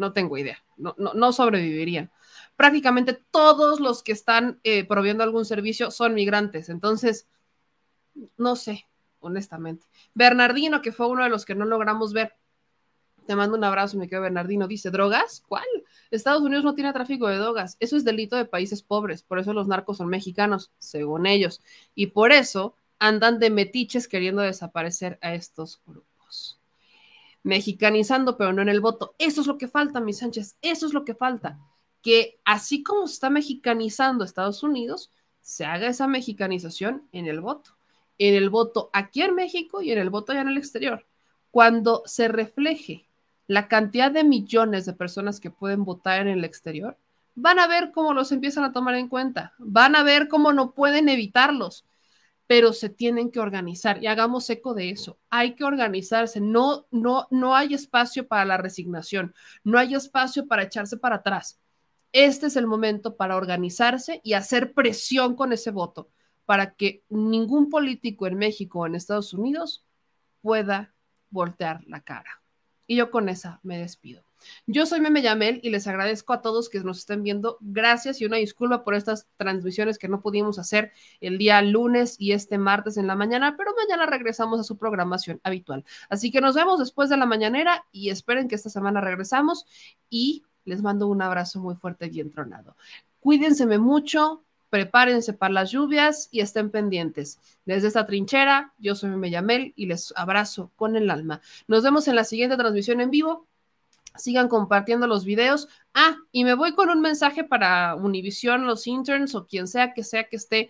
No sobrevivirían. Prácticamente todos los que están proveyendo algún servicio son migrantes. Entonces, no sé, honestamente. Bernardino, que fue uno de los que no logramos ver. Te mando un abrazo, mi querido Bernardino. Dice, ¿drogas? ¿Cuál? Estados Unidos no tiene tráfico de drogas. Eso es delito de países pobres. Por eso los narcos son mexicanos, según ellos. Y por eso andan de metiches queriendo desaparecer a estos grupos. Mexicanizando, pero no en el voto. Eso es lo que falta, mi Sánchez. Eso es lo que falta. Que así como se está mexicanizando Estados Unidos, se haga esa mexicanización en el voto. En el voto aquí en México y en el voto allá en el exterior. Cuando se refleje la cantidad de millones de personas que pueden votar en el exterior, van a ver cómo los empiezan a tomar en cuenta. Van a ver cómo no pueden evitarlos. Pero se tienen que organizar y hagamos eco de eso. Hay que organizarse. No hay espacio para la resignación. No hay espacio para echarse para atrás. Este es el momento para organizarse y hacer presión con ese voto para que ningún político en México o en Estados Unidos pueda voltear la cara. Y yo con esa me despido. Yo soy Meme Yamel y les agradezco a todos que nos estén viendo. Gracias y una disculpa por estas transmisiones que no pudimos hacer el día lunes y este martes en la mañana, pero mañana regresamos a su programación habitual. Así que nos vemos después de la mañanera y esperen que esta semana regresamos y les mando un abrazo muy fuerte y entronado. Cuídense mucho, prepárense para las lluvias y estén pendientes. Desde esta trinchera, yo soy Meme Yamel y les abrazo con el alma. Nos vemos en la siguiente transmisión en vivo. Sigan compartiendo los videos. Y me voy con un mensaje para Univision, los interns o quien sea que esté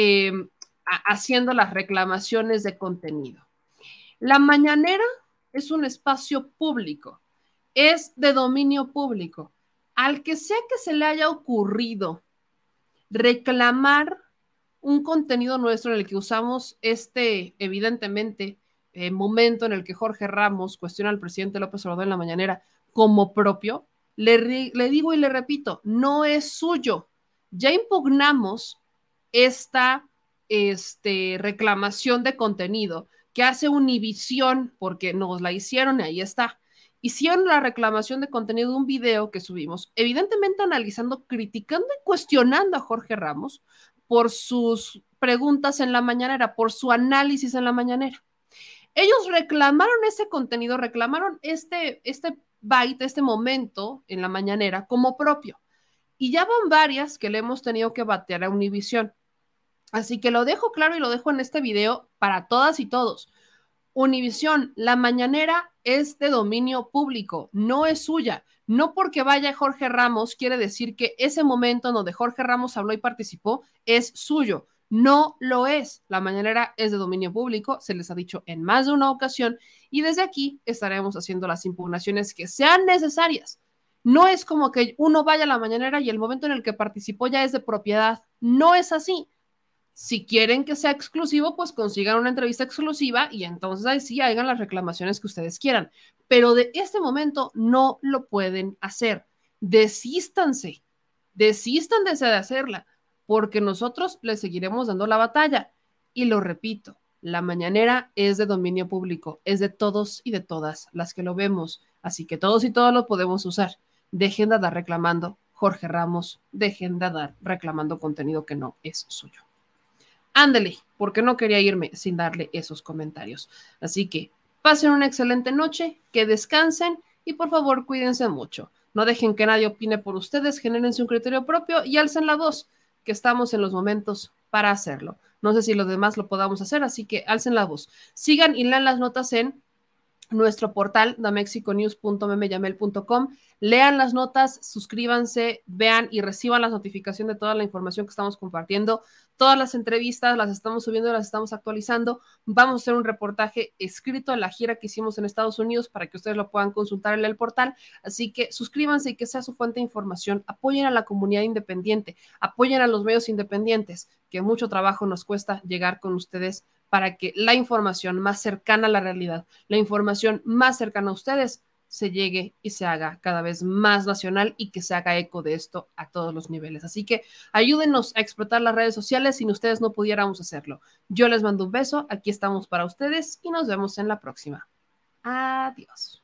haciendo las reclamaciones de contenido. La mañanera es un espacio público, es de dominio público. Al que sea que se le haya ocurrido reclamar un contenido nuestro en el que usamos evidentemente, momento en el que Jorge Ramos cuestiona al presidente López Obrador en la mañanera como propio, le digo y le repito, no es suyo. Ya impugnamos esta reclamación de contenido que hace Univision porque nos la hicieron y ahí está. Hicieron la reclamación de contenido de un video que subimos, evidentemente analizando, criticando y cuestionando a Jorge Ramos por sus preguntas en la mañanera, por su análisis en la mañanera. Ellos reclamaron ese contenido, reclamaron este byte, este momento en la mañanera como propio. Y ya van varias que le hemos tenido que batear a Univision. Así que lo dejo claro y lo dejo en este video para todas y todos. Univisión, la mañanera es de dominio público, no es suya. No porque vaya Jorge Ramos quiere decir que ese momento donde Jorge Ramos habló y participó es suyo. No lo es. La mañanera es de dominio público, se les ha dicho en más de una ocasión, y desde aquí estaremos haciendo las impugnaciones que sean necesarias. No es como que uno vaya a la mañanera y el momento en el que participó ya es de propiedad. No es así. Si quieren que sea exclusivo, pues consigan una entrevista exclusiva y entonces ahí sí hagan las reclamaciones que ustedes quieran. Pero de este momento no lo pueden hacer. Desístanse de hacerla, porque nosotros les seguiremos dando la batalla. Y lo repito, la mañanera es de dominio público, es de todos y de todas las que lo vemos. Así que todos y todas lo podemos usar. Dejen de andar reclamando Jorge Ramos, dejen de andar reclamando contenido que no es suyo. Ándele, porque no quería irme sin darle esos comentarios. Así que pasen una excelente noche, que descansen y por favor cuídense mucho. No dejen que nadie opine por ustedes, genérense un criterio propio y alcen la voz, que estamos en los momentos para hacerlo. No sé si los demás lo podamos hacer, así que alcen la voz. Sigan y lean las notas en nuestro portal damexiconews.memeyamel.com. Lean las notas, suscríbanse, vean y reciban la notificación de toda la información que estamos compartiendo. Todas las entrevistas las estamos subiendo, las estamos actualizando. Vamos a hacer un reportaje escrito de la gira que hicimos en Estados Unidos para que ustedes lo puedan consultar en el portal. Así que suscríbanse y que sea su fuente de información. Apoyen a la comunidad independiente, apoyen a los medios independientes, que mucho trabajo nos cuesta llegar con ustedes para que la información más cercana a la realidad, la información más cercana a ustedes, se llegue y se haga cada vez más nacional y que se haga eco de esto a todos los niveles. Así que ayúdenos a explotar las redes sociales sin ustedes no pudiéramos hacerlo. Yo les mando un beso, aquí estamos para ustedes y nos vemos en la próxima. Adiós.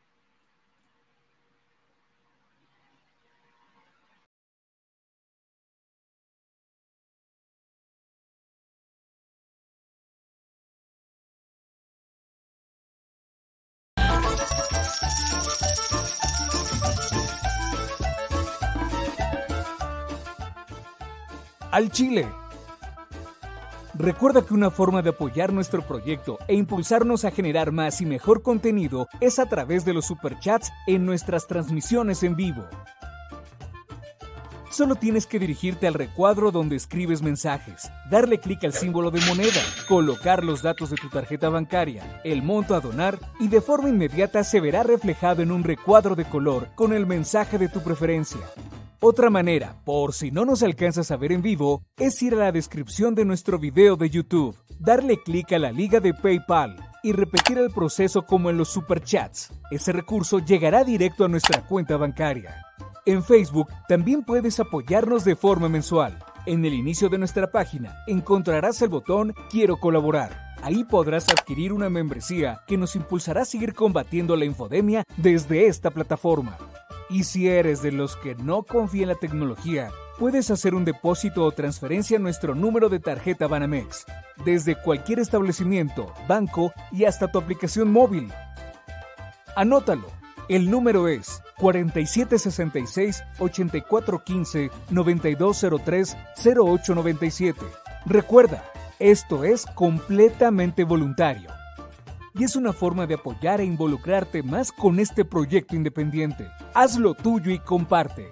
Al Chile. Recuerda que una forma de apoyar nuestro proyecto e impulsarnos a generar más y mejor contenido es a través de los superchats en nuestras transmisiones en vivo. Solo tienes que dirigirte al recuadro donde escribes mensajes, darle clic al símbolo de moneda, colocar los datos de tu tarjeta bancaria, el monto a donar y de forma inmediata se verá reflejado en un recuadro de color con el mensaje de tu preferencia. Otra manera, por si no nos alcanzas a ver en vivo, es ir a la descripción de nuestro video de YouTube, darle clic a la liga de PayPal y repetir el proceso como en los superchats. Ese recurso llegará directo a nuestra cuenta bancaria. En Facebook también puedes apoyarnos de forma mensual. En el inicio de nuestra página encontrarás el botón Quiero colaborar. Ahí podrás adquirir una membresía que nos impulsará a seguir combatiendo la infodemia desde esta plataforma. Y si eres de los que no confía en la tecnología, puedes hacer un depósito o transferencia a nuestro número de tarjeta Banamex, desde cualquier establecimiento, banco y hasta tu aplicación móvil. Anótalo, el número es 4766-8415-9203-0897. Recuerda, esto es completamente voluntario. Y es una forma de apoyar e involucrarte más con este proyecto independiente. Hazlo tuyo y comparte.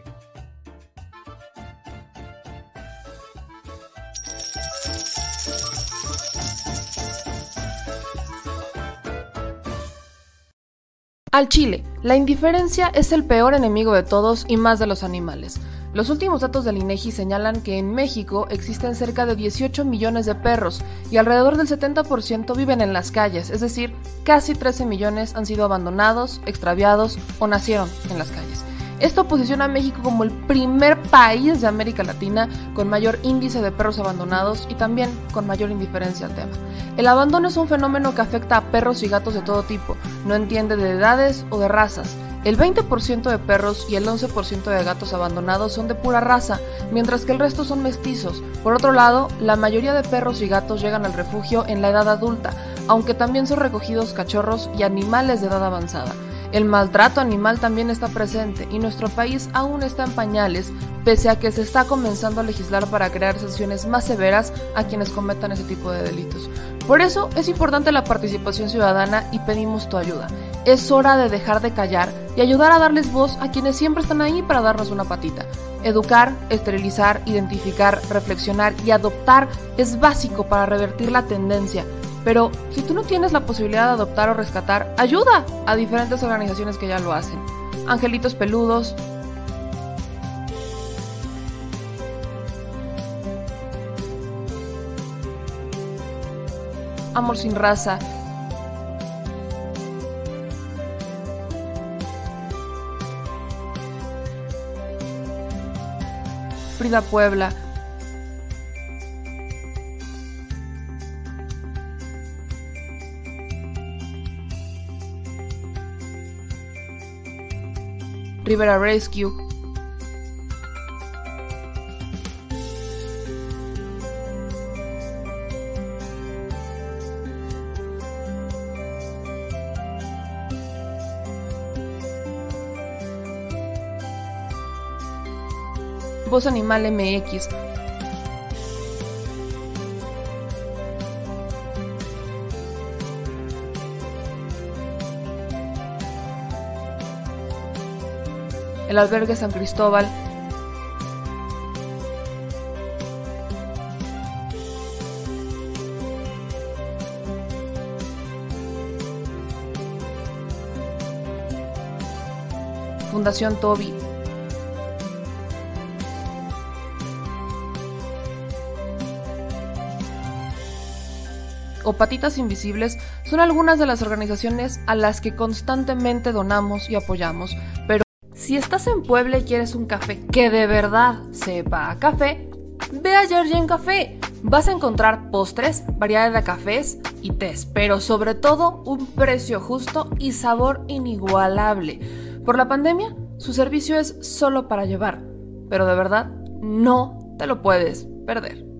Al Chile, la indiferencia es el peor enemigo de todos y más de los animales. Los últimos datos del INEGI señalan que en México existen cerca de 18 millones de perros y alrededor del 70% viven en las calles, es decir, casi 13 millones han sido abandonados, extraviados o nacieron en las calles. Esto posiciona a México como el primer país de América Latina con mayor índice de perros abandonados y también con mayor indiferencia al tema. El abandono es un fenómeno que afecta a perros y gatos de todo tipo, no entiende de edades o de razas. El 20% de perros y el 11% de gatos abandonados son de pura raza, mientras que el resto son mestizos. Por otro lado, la mayoría de perros y gatos llegan al refugio en la edad adulta, aunque también son recogidos cachorros y animales de edad avanzada. El maltrato animal también está presente y nuestro país aún está en pañales, pese a que se está comenzando a legislar para crear sanciones más severas a quienes cometan ese tipo de delitos. Por eso es importante la participación ciudadana y pedimos tu ayuda. Es hora de dejar de callar y ayudar a darles voz a quienes siempre están ahí para darnos una patita. Educar, esterilizar, identificar, reflexionar y adoptar es básico para revertir la tendencia. Pero si tú no tienes la posibilidad de adoptar o rescatar, ayuda a diferentes organizaciones que ya lo hacen. Angelitos Peludos, Amor Sin Raza, Frida Puebla, Rivera Rescue, Voz Animal MX, el Albergue San Cristóbal, Fundación Toby, o Patitas Invisibles son algunas de las organizaciones a las que constantemente donamos y apoyamos. Pero si estás en Puebla y quieres un café que de verdad sepa a café, ve a Yerjen Café. Vas a encontrar postres, variedad de cafés y tés, pero sobre todo un precio justo y sabor inigualable. Por la pandemia, su servicio es solo para llevar, pero de verdad no te lo puedes perder.